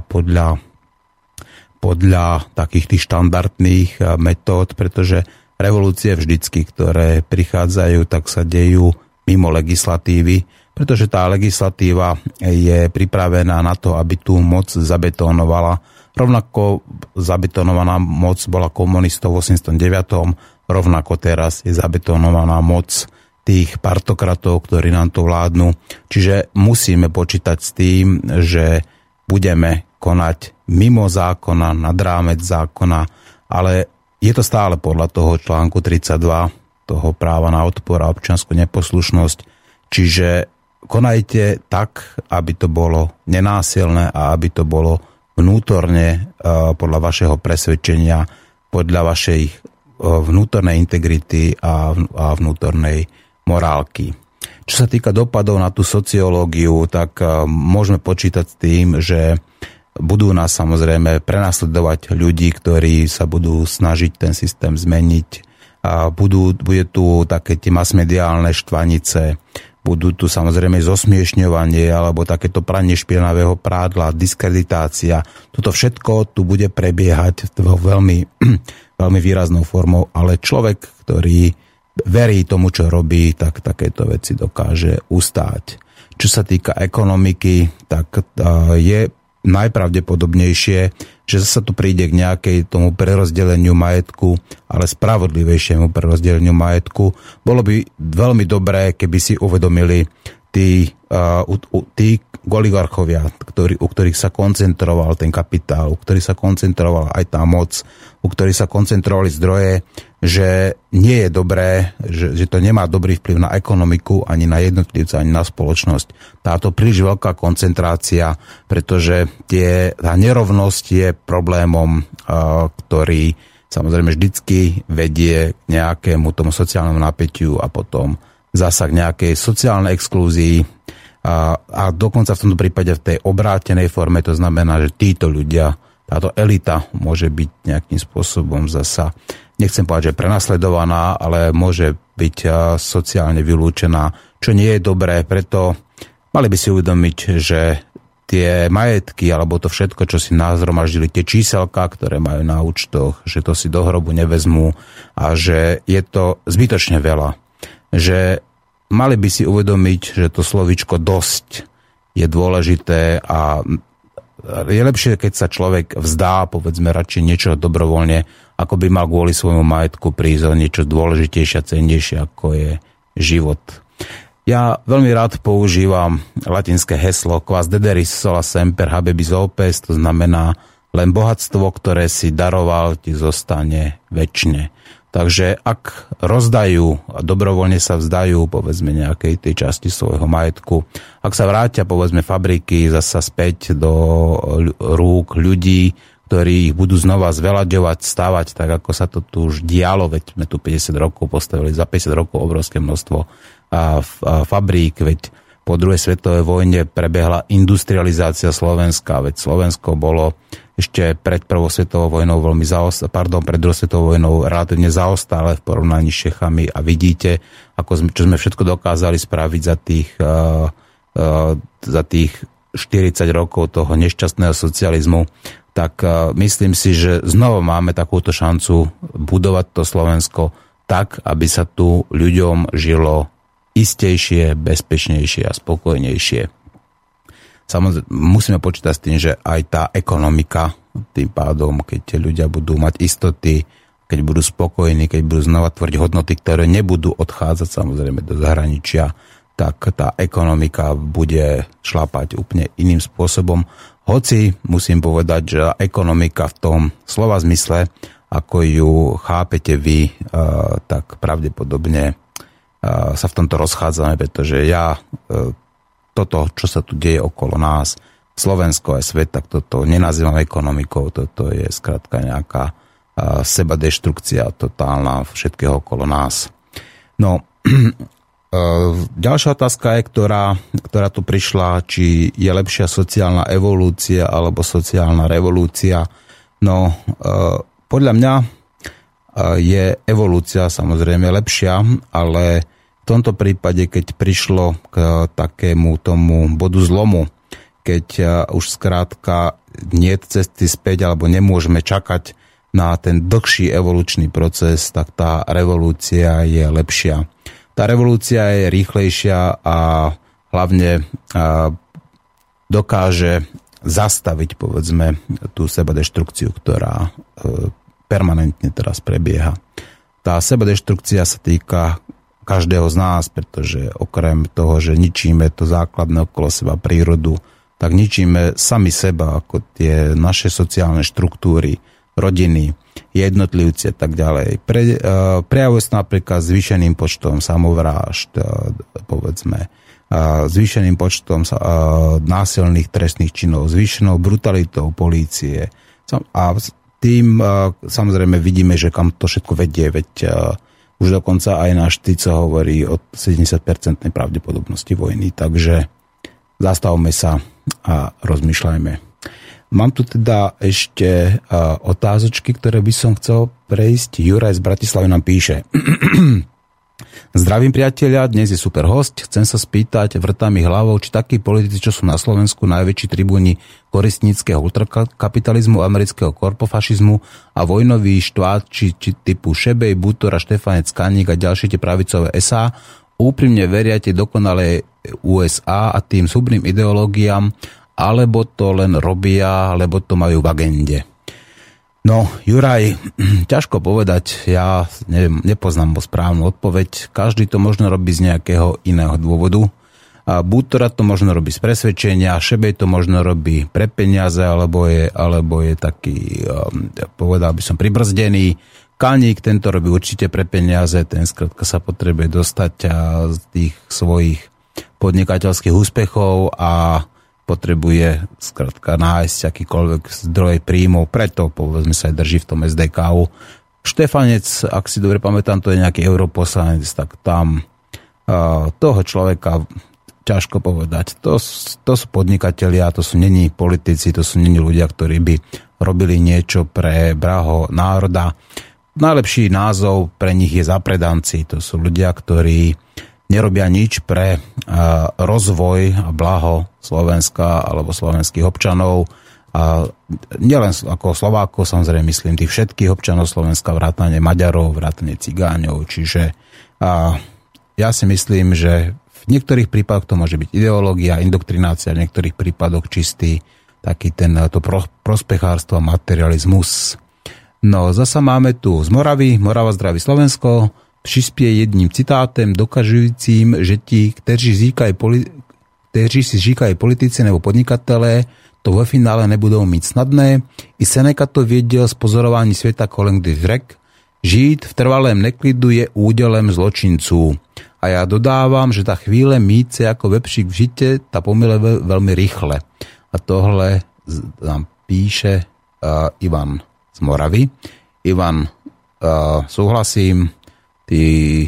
podľa takých tých štandardných metód, pretože revolúcie vždycky, ktoré prichádzajú, tak sa dejú mimo legislatívy, pretože tá legislatíva je pripravená na to, aby tú moc zabetonovala. Rovnako zabetonovaná moc bola komunistov v 89., rovnako teraz je zabetonovaná moc tých partokratov, ktorí nám to vládnu. Čiže musíme počítať s tým, že budeme konať mimo zákona, nad rámec zákona, ale je to stále podľa toho článku 32 toho práva na odpor a občiansku neposlušnosť. Čiže konajte tak, aby to bolo nenásilné a aby to bolo vnútorne podľa vašeho presvedčenia, podľa vašej vnútornej integrity a vnútornej morálky. Čo sa týka dopadov na tú sociológiu, tak môžeme počítať s tým, že budú nás samozrejme prenasledovať ľudí, ktorí sa budú snažiť ten systém zmeniť. Bude tu také tie masmediálne štvanice, budú tu samozrejme zosmiešňovanie alebo takéto pranie špinavého prádla, diskreditácia. Toto všetko tu bude prebiehať veľmi, veľmi výraznou formou, ale človek, ktorý verí tomu, čo robí, tak takéto veci dokáže ustáť. Čo sa týka ekonomiky, tak je najpravdepodobnejšie, že sa tu príde k nejakej tomu prerozdeleniu majetku, ale spravodlivejšiemu prerozdeleniu majetku. Bolo by veľmi dobré, keby si uvedomili tí oligarchovia, u ktorých sa koncentroval ten kapitál, u ktorých sa koncentrovala aj tá moc, u ktorých sa koncentrovali zdroje, že nie je dobré, že to nemá dobrý vplyv na ekonomiku, ani na jednotlivca, ani na spoločnosť. Táto príliš veľká koncentrácia, pretože tá nerovnosť je problémom, ktorý samozrejme vždycky vedie k nejakému tomu sociálnemu napätiu a potom zasa k nejakej sociálnej exklúzii a dokonca v tomto prípade v tej obrátenej forme, to znamená, že títo ľudia, táto elita môže byť nejakým spôsobom zasa, nechcem povedať, že prenasledovaná, ale môže byť sociálne vylúčená, čo nie je dobré, preto mali by si uvedomiť, že tie majetky, alebo to všetko, čo si nazhromaždili, tie číselka, ktoré majú na účtoch, že to si do hrobu nevezmú a že je to zbytočne veľa. Že mali by si uvedomiť, že to slovíčko dosť je dôležité a je lepšie, keď sa človek vzdá, povedzme, radšej niečo dobrovoľne, ako by mal kvôli svojmu majetku prísť o niečo dôležitejšie a cennejšie, ako je život. Ja veľmi rád používam latinské heslo quas dederis sola semper habebis opes, to znamená len bohatstvo, ktoré si daroval, ti zostane večne. Takže ak rozdajú a dobrovoľne sa vzdajú, povedzme, nejakej tej časti svojho majetku, ak sa vrátia, povedzme, fabriky zasa späť do rúk ľudí, ktorí ich budú znova zveľaďovať, stavať, tak ako sa to tu už dialo, veď sme tu 50 rokov postavili, za 50 rokov obrovské množstvo fabrík, veď po druhej svetovej vojne prebehla industrializácia Slovenska, veď Slovensko bolo ešte pred prvou svetovou vojnou pred druhou svetovou vojnou relatívne zaostále v porovnaní s Čechami a vidíte, čo sme všetko dokázali spraviť za tých 40 rokov toho nešťastného socializmu, tak myslím si, že znova máme takúto šancu budovať to Slovensko tak, aby sa tu ľuďom žilo istejšie, bezpečnejšie a spokojnejšie. Samozrejme, musíme počítať s tým, že aj tá ekonomika, tým pádom, keď ľudia budú mať istoty, keď budú spokojní, keď budú znova tvoriť hodnoty, ktoré nebudú odchádzať samozrejme do zahraničia, tak tá ekonomika bude šlapať úplne iným spôsobom. Hoci musím povedať, že ekonomika v tom slova zmysle, ako ju chápete vy, tak pravdepodobne sa v tomto rozchádzame, pretože toto, čo sa tu deje okolo nás, Slovensko aj svet, tak toto nenazývam ekonomikou, toto je skrátka nejaká sebadeštrukcia totálna všetkého okolo nás. No, ďalšia otázka je, ktorá tu prišla, či je lepšia sociálna evolúcia alebo sociálna revolúcia. No, podľa mňa je evolúcia samozrejme lepšia, ale v tomto prípade, keď prišlo k takému tomu bodu zlomu, keď už skrátka nie je cesty späť alebo nemôžeme čakať na ten dlhší evolučný proces, tak tá revolúcia je lepšia. Tá revolúcia je rýchlejšia a hlavne dokáže zastaviť, povedzme, tú sebadeštrukciu, ktorá permanentne teraz prebieha. Tá sebadeštrukcia sa týka každého z nás, pretože okrem toho, že ničíme to základné okolo seba, prírodu, tak ničíme sami seba, ako tie naše sociálne štruktúry, rodiny, jednotlivci a tak ďalej. Prejavuje sa napríklad zvýšeným počtom samovrážd, povedzme, zvýšeným počtom násilných trestných činov, zvýšenou brutalitou polície. A tým samozrejme vidíme, že kam to všetko vedie, veď už dokonca aj náš Tico hovorí o 70% pravdepodobnosti vojny, takže zastavme sa a rozmýšľajme. Mám tu teda ešte otázočky, ktoré by som chcel prejsť. Juraj z Bratislavy nám píše. Zdravím priatelia, dnes je super host. Chcem sa spýtať, vrtá mi hlavou, či takí politici, čo sú na Slovensku najväčší tribúni koristníckeho ultrakapitalizmu, amerického korpofašizmu a vojnový štvát, či typu Šebej, Butora, Štefanec, Kaník a ďalšie tie pravicové SA, úprimne veria tie dokonalé USA a tým súbnym ideológiám, alebo to len robia, lebo to majú v agende. No, Juraj, ťažko povedať, ja neviem, nepoznám správnu odpoveď. Každý to možno robí z nejakého iného dôvodu. A Butora to možno robí z presvedčenia, Šebej to možno robí pre peniaze, alebo je taký, povedal by som, pribrzdený. Kaník, ten to robí určite pre peniaze, ten skrátka sa potrebuje dostať z tých svojich podnikateľských úspechov a potrebuje skrátka nájsť akýkoľvek zdroj príjmov, preto povedzme sa aj drží v tom SDK-u. Štefanec, ak si dobre pamätám, to je nejaký europoslanec, tak tam toho človeka ťažko povedať. To sú podnikatelia, to sú neni politici, to sú neni ľudia, ktorí by robili niečo pre blaho národa. Najlepší názov pre nich je zapredanci. To sú ľudia, ktorí nerobia nič pre rozvoj a blaho Slovenska alebo slovenských občanov. A nielen ako Slovákov, samozrejme myslím tých všetkých občanov Slovenska, vrátane Maďarov, vrátane Cigáňov. Čiže ja si myslím, že v niektorých prípadoch to môže byť ideológia, indoktrinácia, v niektorých prípadoch čistý taký to prospechárstvo a materializmus. No, zasa máme tu z Moravy, Morava zdraví Slovensko, přispěje jedním citátem dokazujícím, že ti, kteří si říkají politici nebo podnikatelé, to ve finále nebudou mít snadné. I Seneca to věděl z pozorování světa kolem, když řekl, žít v trvalém neklidu je údělem zločinců. A já dodávám, že ta chvíle mít se jako vepřík v žitě, ta pomile velmi rychle. A tohle nám píše Ivan z Moravy. Ivan, súhlasím, tí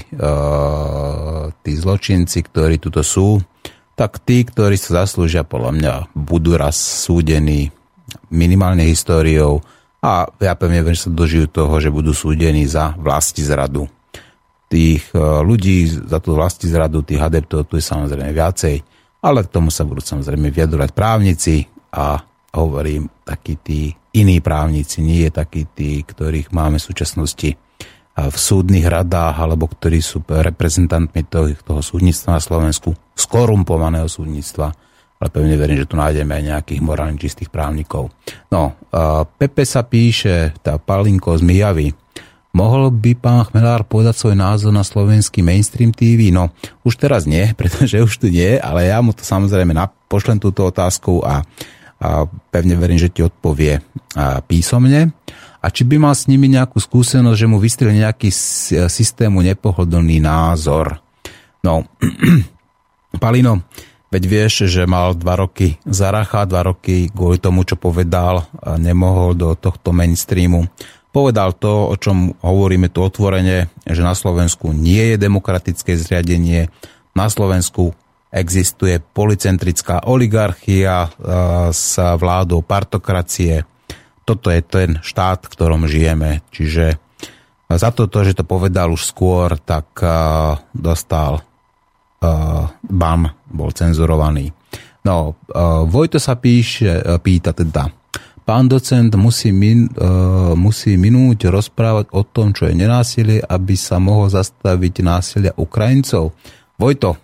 zločinci, ktorí tuto sú, tak tí, ktorí sa zaslúžia, podľa mňa budú raz súdení minimálne históriou a ja pevne verím, že sa dožijú toho, že budú súdení za vlastizradu. Tých ľudí za tú vlastizradu, tých adeptov, tu je samozrejme viacej, ale k tomu sa budú samozrejme vyjadrovať právnici a hovorím, takí tí iní právnici, nie takí tí, ktorých máme v súčasnosti v súdnych radách, alebo ktorí sú reprezentantmi toho súdnictva na Slovensku, skorumpovaného súdnictva, ale pevne verím, že tu nájdeme aj nejakých morálne čistých právnikov. No, Pepe sa píše, tá Palinko z Mijavy, mohol by pán Chmelár povedať svoj názor na slovenský mainstream TV? No, už teraz nie, pretože už tu nie, ale ja mu to samozrejme pošlem túto otázku a pevne verím, že ti odpovie písomne. A či by mal s nimi nejakú skúsenosť, že mu vystrel nejaký systému nepohodlný názor. No, Palino, veď vieš, že mal 2 roky Zaracha, 2 roky kvôli tomu, čo povedal, a nemohol do tohto mainstreamu. Povedal to, o čom hovoríme tu otvorene, že na Slovensku nie je demokratické zriadenie, na Slovensku existuje policentrická oligarchia s vládou partokracie. Toto je ten štát, v ktorom žijeme. Čiže za to, že to povedal už skôr, tak dostal ban, bol cenzurovaný. No, Vojto sa pýta teda, pán docent musí minúť rozprávať o tom, čo je nenásilie, aby sa mohol zastaviť násilia Ukrajincov. Vojto,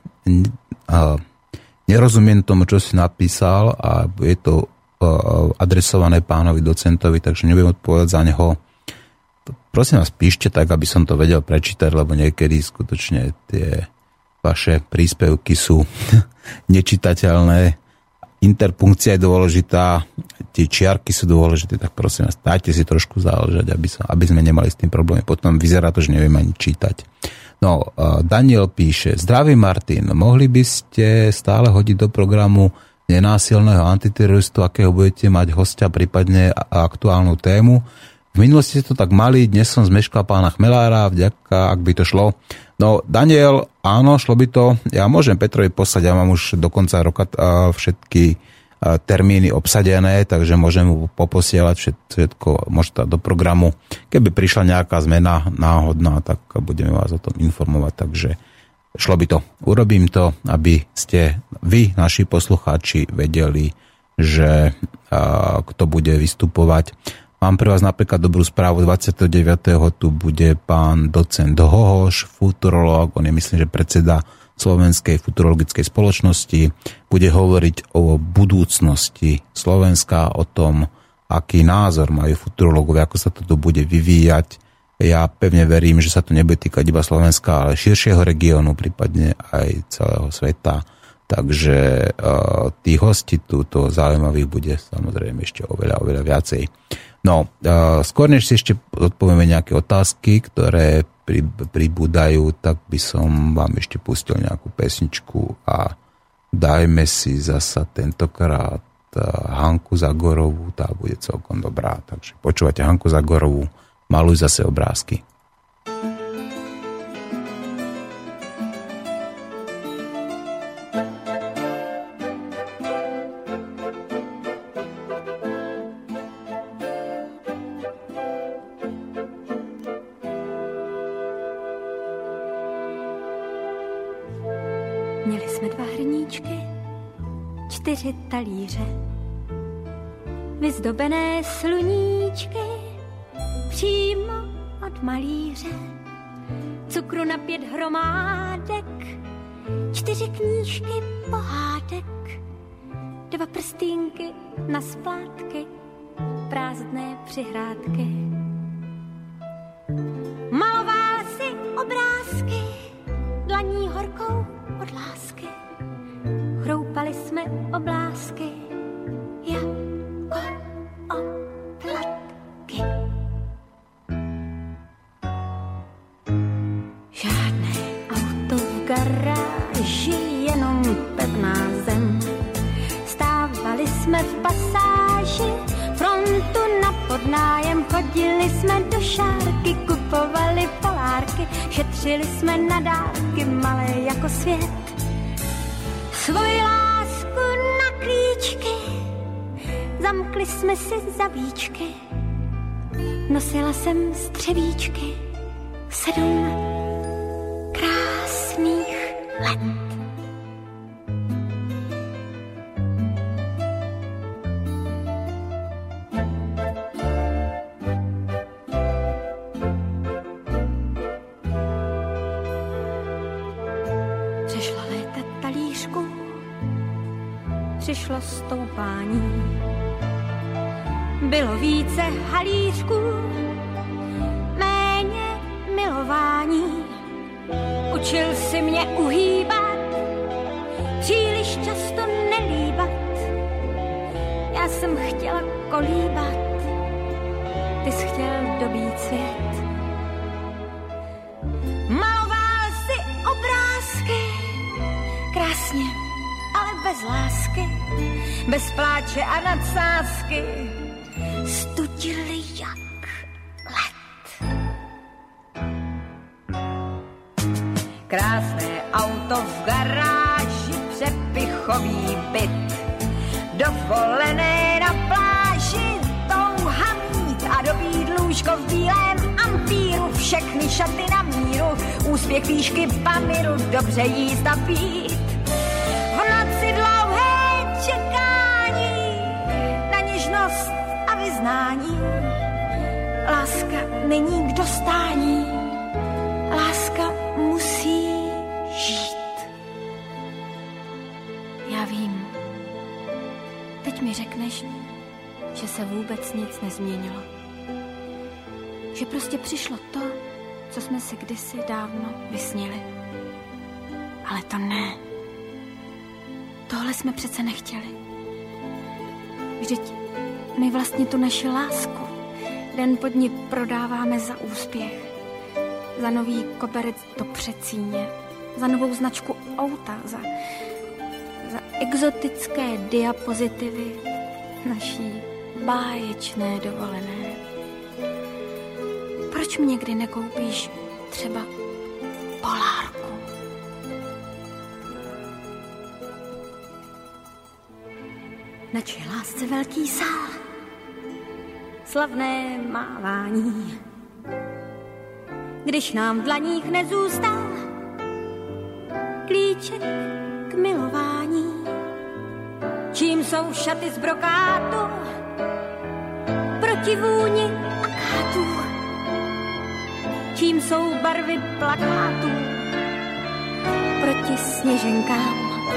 nerozumiem tomu, čo si napísal a je to adresované pánovi docentovi, takže nebudem odpovedať za neho. Prosím vás, píšte tak, aby som to vedel prečítať, lebo niekedy skutočne tie vaše príspevky sú nečitateľné interpunkcia je dôležitá, tie čiarky sú dôležité, tak prosím vás, dajte si trošku záležať, aby sme nemali s tým problémy. Potom vyzerá to, že neviem ani čítať. No, Daniel píše, zdravý Martin, mohli by ste stále hodiť do programu nenásilného antiteroristu, akého budete mať hostia, prípadne aktuálnu tému. V minulosti ste to tak mali, dnes som zmeškal pána Chmelára, vďaka, ak by to šlo. No, Daniel, áno, šlo by to. Ja môžem Petrovi poslať, ja mám už do konca roka všetky termíny obsadené, takže môžem mu poposielať všetko, možno do programu. Keby prišla nejaká zmena náhodná, tak budeme vás o tom informovať, takže šlo by to. Urobím to, aby ste vy, naši poslucháči, vedeli, že kto bude vystupovať. Mám pre vás napríklad dobrú správu. 29. tu bude pán docent Hohoš, futurológ, on je myslím, že predseda Slovenskej futurologickej spoločnosti, bude hovoriť o budúcnosti Slovenska, o tom, aký názor majú futurológovia, ako sa to tu bude vyvíjať. Ja pevne verím, že sa to nebude týkať iba Slovenska, ale širšieho regiónu, prípadne aj celého sveta. Takže tých hostí túto zaujímavých bude samozrejme ešte oveľa viacej. No, skôr než si ešte odpovieme nejaké otázky, ktoré pribúdajú, tak by som vám ešte pustil nejakú pesničku a dajme si zasa tentokrát Hanku Zagorovú, tá bude celkom dobrá. Takže počúvate Hanku Zagorovú, Maluj zase obrázky. Měli jsme 2 hrníčky, 4 talíře, vyzdobené sluníčky, přímo od malíře, cukru na 5 hromádek, 4 knížky pohádek, 2 prstýnky na splátky, prázdné přihrádky. Maloval si obrázky, dlaní horkou od lásky, chroupali jsme oblásky jako oplatky. Žádné auto v garáži, jenom pevná zem. Stávali jsme v pasáži, frontu na podnájem, chodili jsme do šárky, kupovali polárky, šetřili jsme na dárky, malé jako svět. Svoji lásku na klíčky, zamkli jsme si zavíčky, nosila jsem střevíčky 7 krásných let. Přešla léta talířku, přišlo stoupání, bylo více halířků, méně milování. Učil si mě uhýbat, příliš často nelíbat. Já jsem chtěla kolíbat, ty jsi chtěl dobít svět. Maloval si obrázky, krásně, ale bez lásky, bez pláče a nadsázky, studili jak led. Krásné auto v garáži, přepichový byt, dovolené na pláži, touha mít a dobít lůžko v bílém ampíru, všechny šaty na míru, úspěch výšky Pamiru, dobře jíst a pít. V noci dlouhé čekání na něžnost a vyznání. Láska není k dostání, láska musí žít. Já vím, teď mi řekneš, že se vůbec nic nezměnilo. Že prostě přišlo to, co jsme si kdysi dávno vysnili. Ale to ne. Tohle jsme přece nechtěli. Vždyť my vlastně tu naši lásku den po dni prodáváme za úspěch, za nový koberec do Přecíně, za novou značku auta, za exotické diapozitivy naší báječné dovolené. Proč mi někdy nekoupíš třeba polárku? Na čí lásce velký sál, slavné mávání. Když nám v dlaních nezůstal klíček k milování. Čím jsou šaty z brokátu proti vůni akátů? Čím jsou barvy plakátů proti sněženkám?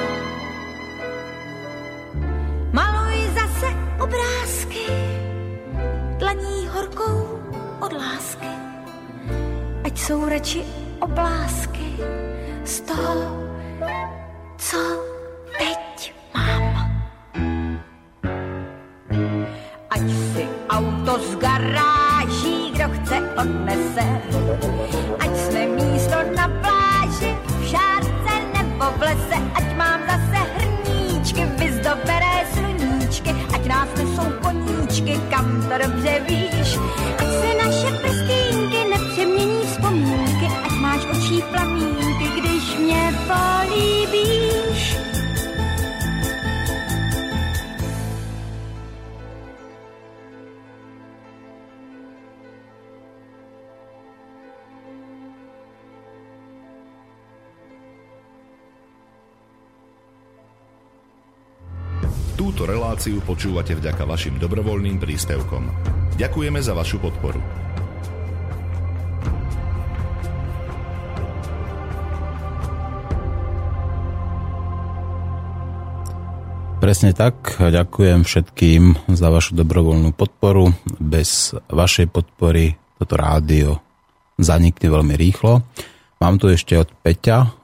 Maluj zase obrázky dlaní horkou od lásky, ať jsou radši oblásky z toho, co teď mám. Ať si auto z garáží kdo chce odnese, ať jsme místo na pláži v šárce nebo v lese, ať mám zase hrníčky vyzdobené sluníčky, ať nás nesou koníčky, kam to dobře víš, ať se naše prstínky nepřemění vzpomínky, ať máš očí plamínky, když mě políbíš. Túto reláciu počúvate vďaka vašim dobrovoľným príspevkom. Ďakujeme za vašu podporu. Presne tak, ďakujem všetkým za vašu dobrovoľnú podporu. Bez vašej podpory toto rádio zanikne veľmi rýchlo. Mám tu ešte od Peťa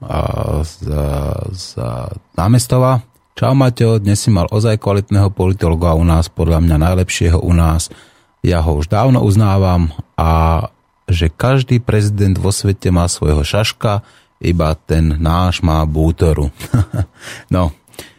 z Námestova. Čau Maťo, dnes si mal ozaj kvalitného politologa u nás, podľa mňa najlepšieho u nás. Ja ho už dávno uznávam a že každý prezident vo svete má svojho šaška, iba ten náš má bútoru. No,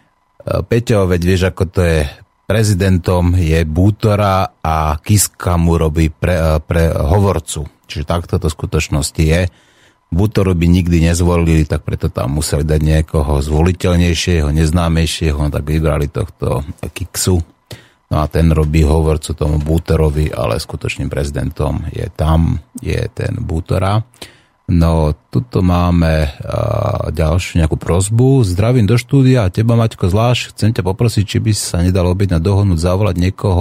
Peťo, veď vieš, ako to je. Prezidentom je bútora a Kiska mu robí pre hovorcu. Čiže takto to v skutočnosti je. Bútoru by nikdy nezvolili, tak preto tam museli dať niekoho zvoliteľnejšieho, neznámejšieho, tak vybrali tohto Kiksu. No a ten robí hovorcu tomu Bútorovi, ale skutočným prezidentom je ten Bútora. No, tuto máme ďalšiu nejakú prosbu. Zdravím do štúdia a teba, Maťko, zvlášť. Chcem ťa poprosiť, či by sa nedalo byť na dohodnúť zavolať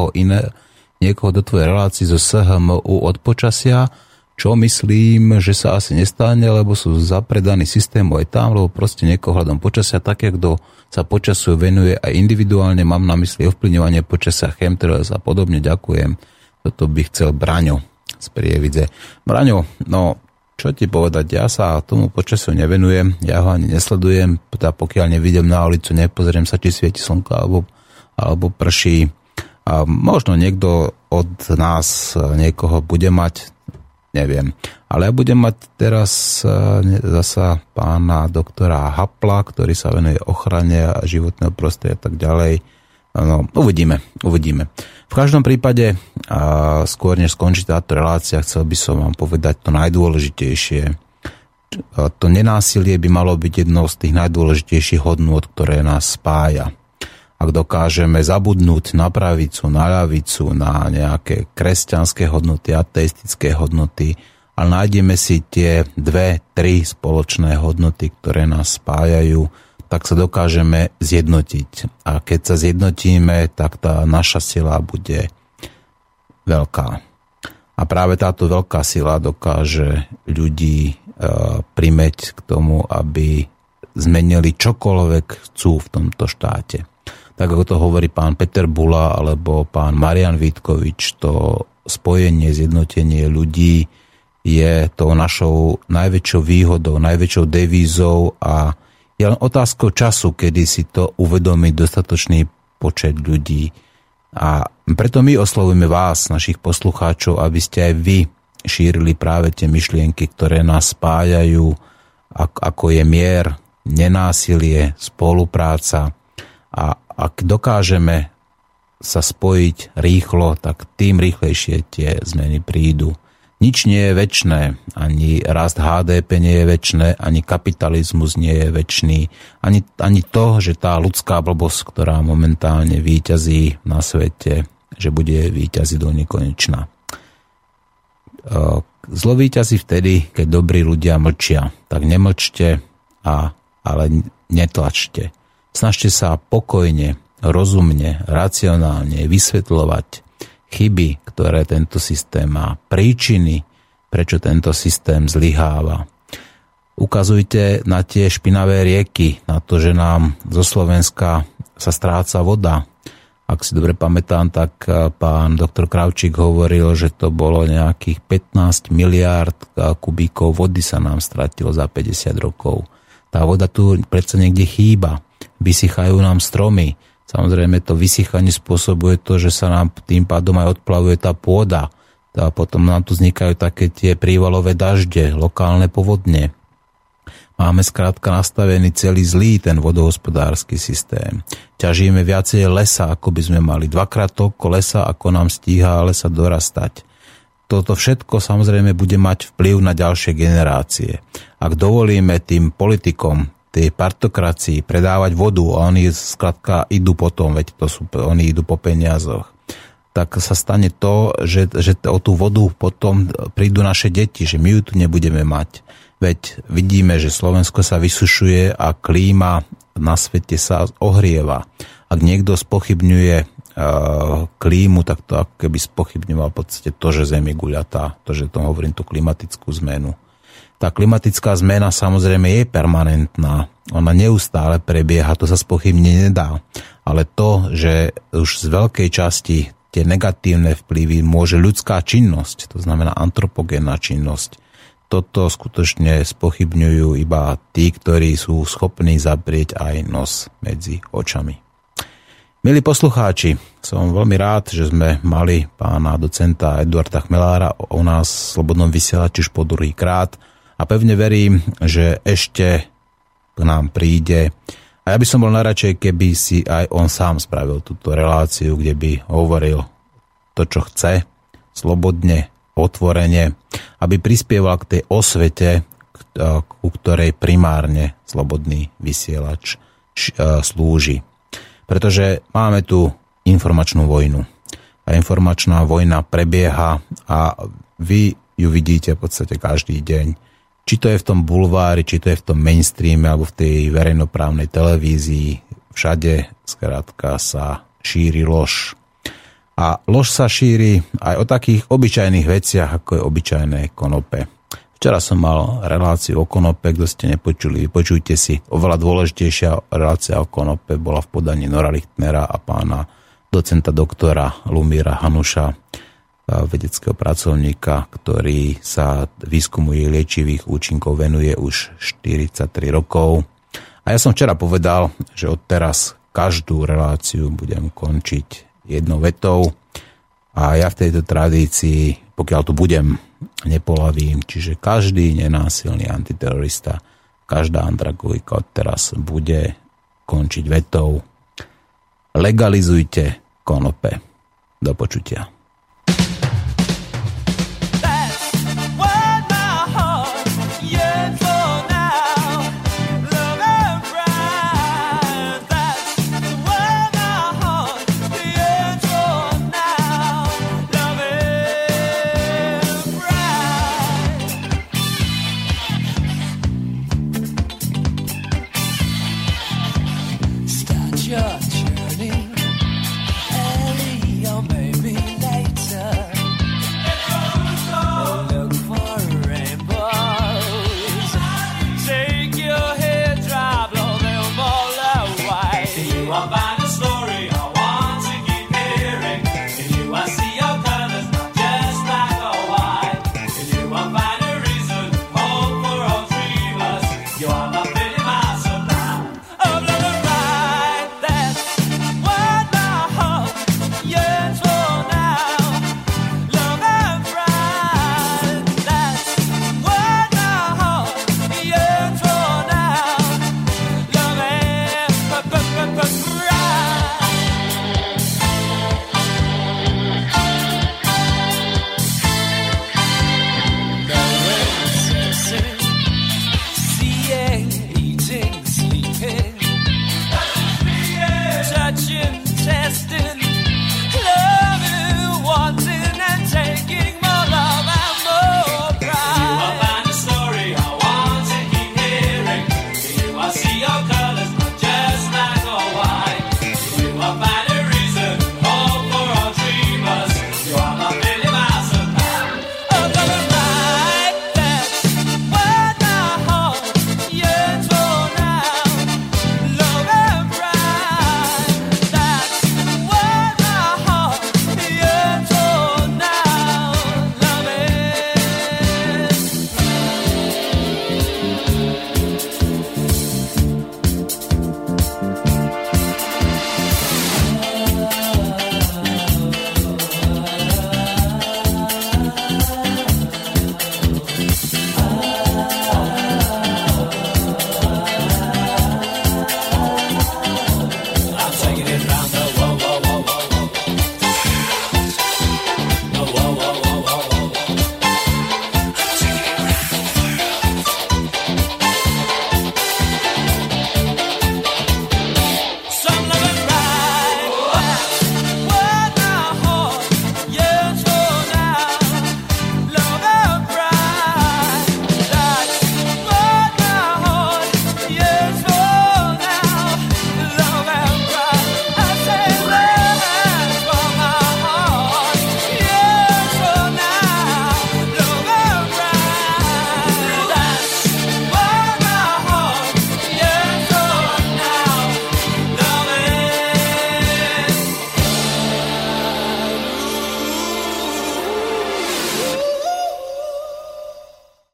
niekoho do tvojej relácii zo SHMU od počasia, čo myslím, že sa asi nestane, lebo sú zapredaný systém aj tam, lebo proste niekoho hľadom počasia, tak jak kto sa počasu venuje aj individuálne, mám na mysli ovplyvňovanie počasia, chemtrails a podobne, ďakujem. Toto by chcel Braňo z Prievidze. Braňo, no, čo ti povedať, ja sa tomu počasiu nevenujem, ja ho ani nesledujem, pokiaľ nevidím na ulicu, nepozriem sa, či svieti slnko alebo prší. A možno niekto od nás niekoho bude mať, neviem. Ale ja budem mať teraz zasa pána doktora Hapla, ktorý sa venuje ochrane a životného prostredia a tak ďalej. No, uvidíme. V každom prípade, skôr než skončí táto relácia, chcel by som vám povedať to najdôležitejšie. To nenásilie by malo byť jednou z tých najdôležitejších hodnôt, ktoré nás spája. Ak dokážeme zabudnúť na pravicu, na ľavicu, na nejaké kresťanské hodnoty, ateistické hodnoty, ale nájdeme si tie 2-3 spoločné hodnoty, ktoré nás spájajú, tak sa dokážeme zjednotiť. A keď sa zjednotíme, tak tá naša sila bude veľká. A práve táto veľká sila dokáže ľudí primäť k tomu, aby zmenili čokoľvek chcú v tomto štáte. Tak ako to hovorí pán Peter Bula alebo pán Marian Vítkovič, to spojenie, zjednotenie ľudí je tou našou najväčšou výhodou, najväčšou devízou a je len otázkou času, kedy si to uvedomí dostatočný počet ľudí. A preto my oslovujeme vás, našich poslucháčov, aby ste aj vy šírili práve tie myšlienky, ktoré nás spájajú, ako je mier, nenásilie, spolupráca. A ak dokážeme sa spojiť rýchlo, tak tým rýchlejšie tie zmeny prídu. Nič nie je večné, ani rast HDP nie je večné, ani kapitalizmus nie je večný, ani to, že tá ľudská blbosť, ktorá momentálne víťazí na svete, že bude víťaziť do nekonečna. Zlo víťazí vtedy, keď dobrí ľudia mlčia. Tak nemlčte, ale netlačte. Snažte sa pokojne, rozumne, racionálne vysvetľovať chyby, ktoré tento systém má, príčiny, prečo tento systém zlyháva. Ukazujte na tie špinavé rieky, na to, že nám zo Slovenska sa stráca voda. Ak si dobre pamätám, tak pán doktor Kravčík hovoril, že to bolo nejakých 15 miliárd kubíkov vody sa nám stratilo za 50 rokov. Tá voda tu predsa niekde chýba. Vysychajú nám stromy. Samozrejme to vysychanie spôsobuje to, že sa nám tým pádom aj odplavuje tá pôda. A potom nám tu vznikajú také tie prívalové dažde, lokálne povodne. Máme skrátka nastavený celý zlý ten vodohospodársky systém. Ťažíme viacej lesa, ako by sme mali. 2-krát toľko lesa, ako nám stíha lesa dorastať. Toto všetko samozrejme bude mať vplyv na ďalšie generácie. Ak dovolíme tým politikom, tej partokracii predávať vodu a oni skrátka idú potom, veď oni idú po peniazoch, tak sa stane to, že o tú vodu potom prídu naše deti, že my ju tu nebudeme mať. Veď vidíme, že Slovensko sa vysušuje a klíma na svete sa ohrieva. Ak niekto spochybňuje klímu, tak to ako keby spochybňoval v podstate to, že Zem je guľatá, to, že to hovorím, tú klimatickú zmenu. Tá klimatická zmena samozrejme je permanentná. Ona neustále prebieha, to sa spochybniť nedá. Ale to, že už z veľkej časti tie negatívne vplyvy môže ľudská činnosť, to znamená antropogénna činnosť, toto skutočne spochybňujú iba tí, ktorí sú schopní zaprieť aj nos medzi očami. Milí poslucháči, som veľmi rád, že sme mali pána docenta Eduarda Chmelára u nás v Slobodnom vysielači už po druhý krát. A pevne verím, že ešte k nám príde. A ja by som bol najradšej, keby si aj on sám spravil túto reláciu, kde by hovoril to, čo chce, slobodne, otvorene, aby prispieval k tej osvete, ku ktorej primárne Slobodný vysielač slúži. Pretože máme tu informačnú vojnu. A informačná vojna prebieha a vy ju vidíte v podstate každý deň. Či to je v tom bulvári, či to je v tom mainstreame, alebo v tej verejnoprávnej televízii, všade skrátka sa šíri lož. A lož sa šíri aj o takých obyčajných veciach, ako je obyčajné konope. Včera som mal reláciu o konope, kto ste nepočuli, vypočujte si. Oveľa dôležitejšia relácia o konope bola v podaní Nora Lichtnera a pána docenta doktora Lumíra Hanuša, vedeckého pracovníka, ktorý sa výskumu liečivých účinkov venuje už 43 rokov. A ja som včera povedal, že odteraz každú reláciu budem končiť jednou vetou a ja v tejto tradícii, pokiaľ tu budem, nepolavím, čiže každý nenásilný antiterorista, každá andragojka odteraz bude končiť vetou: legalizujte konope. Do počutia.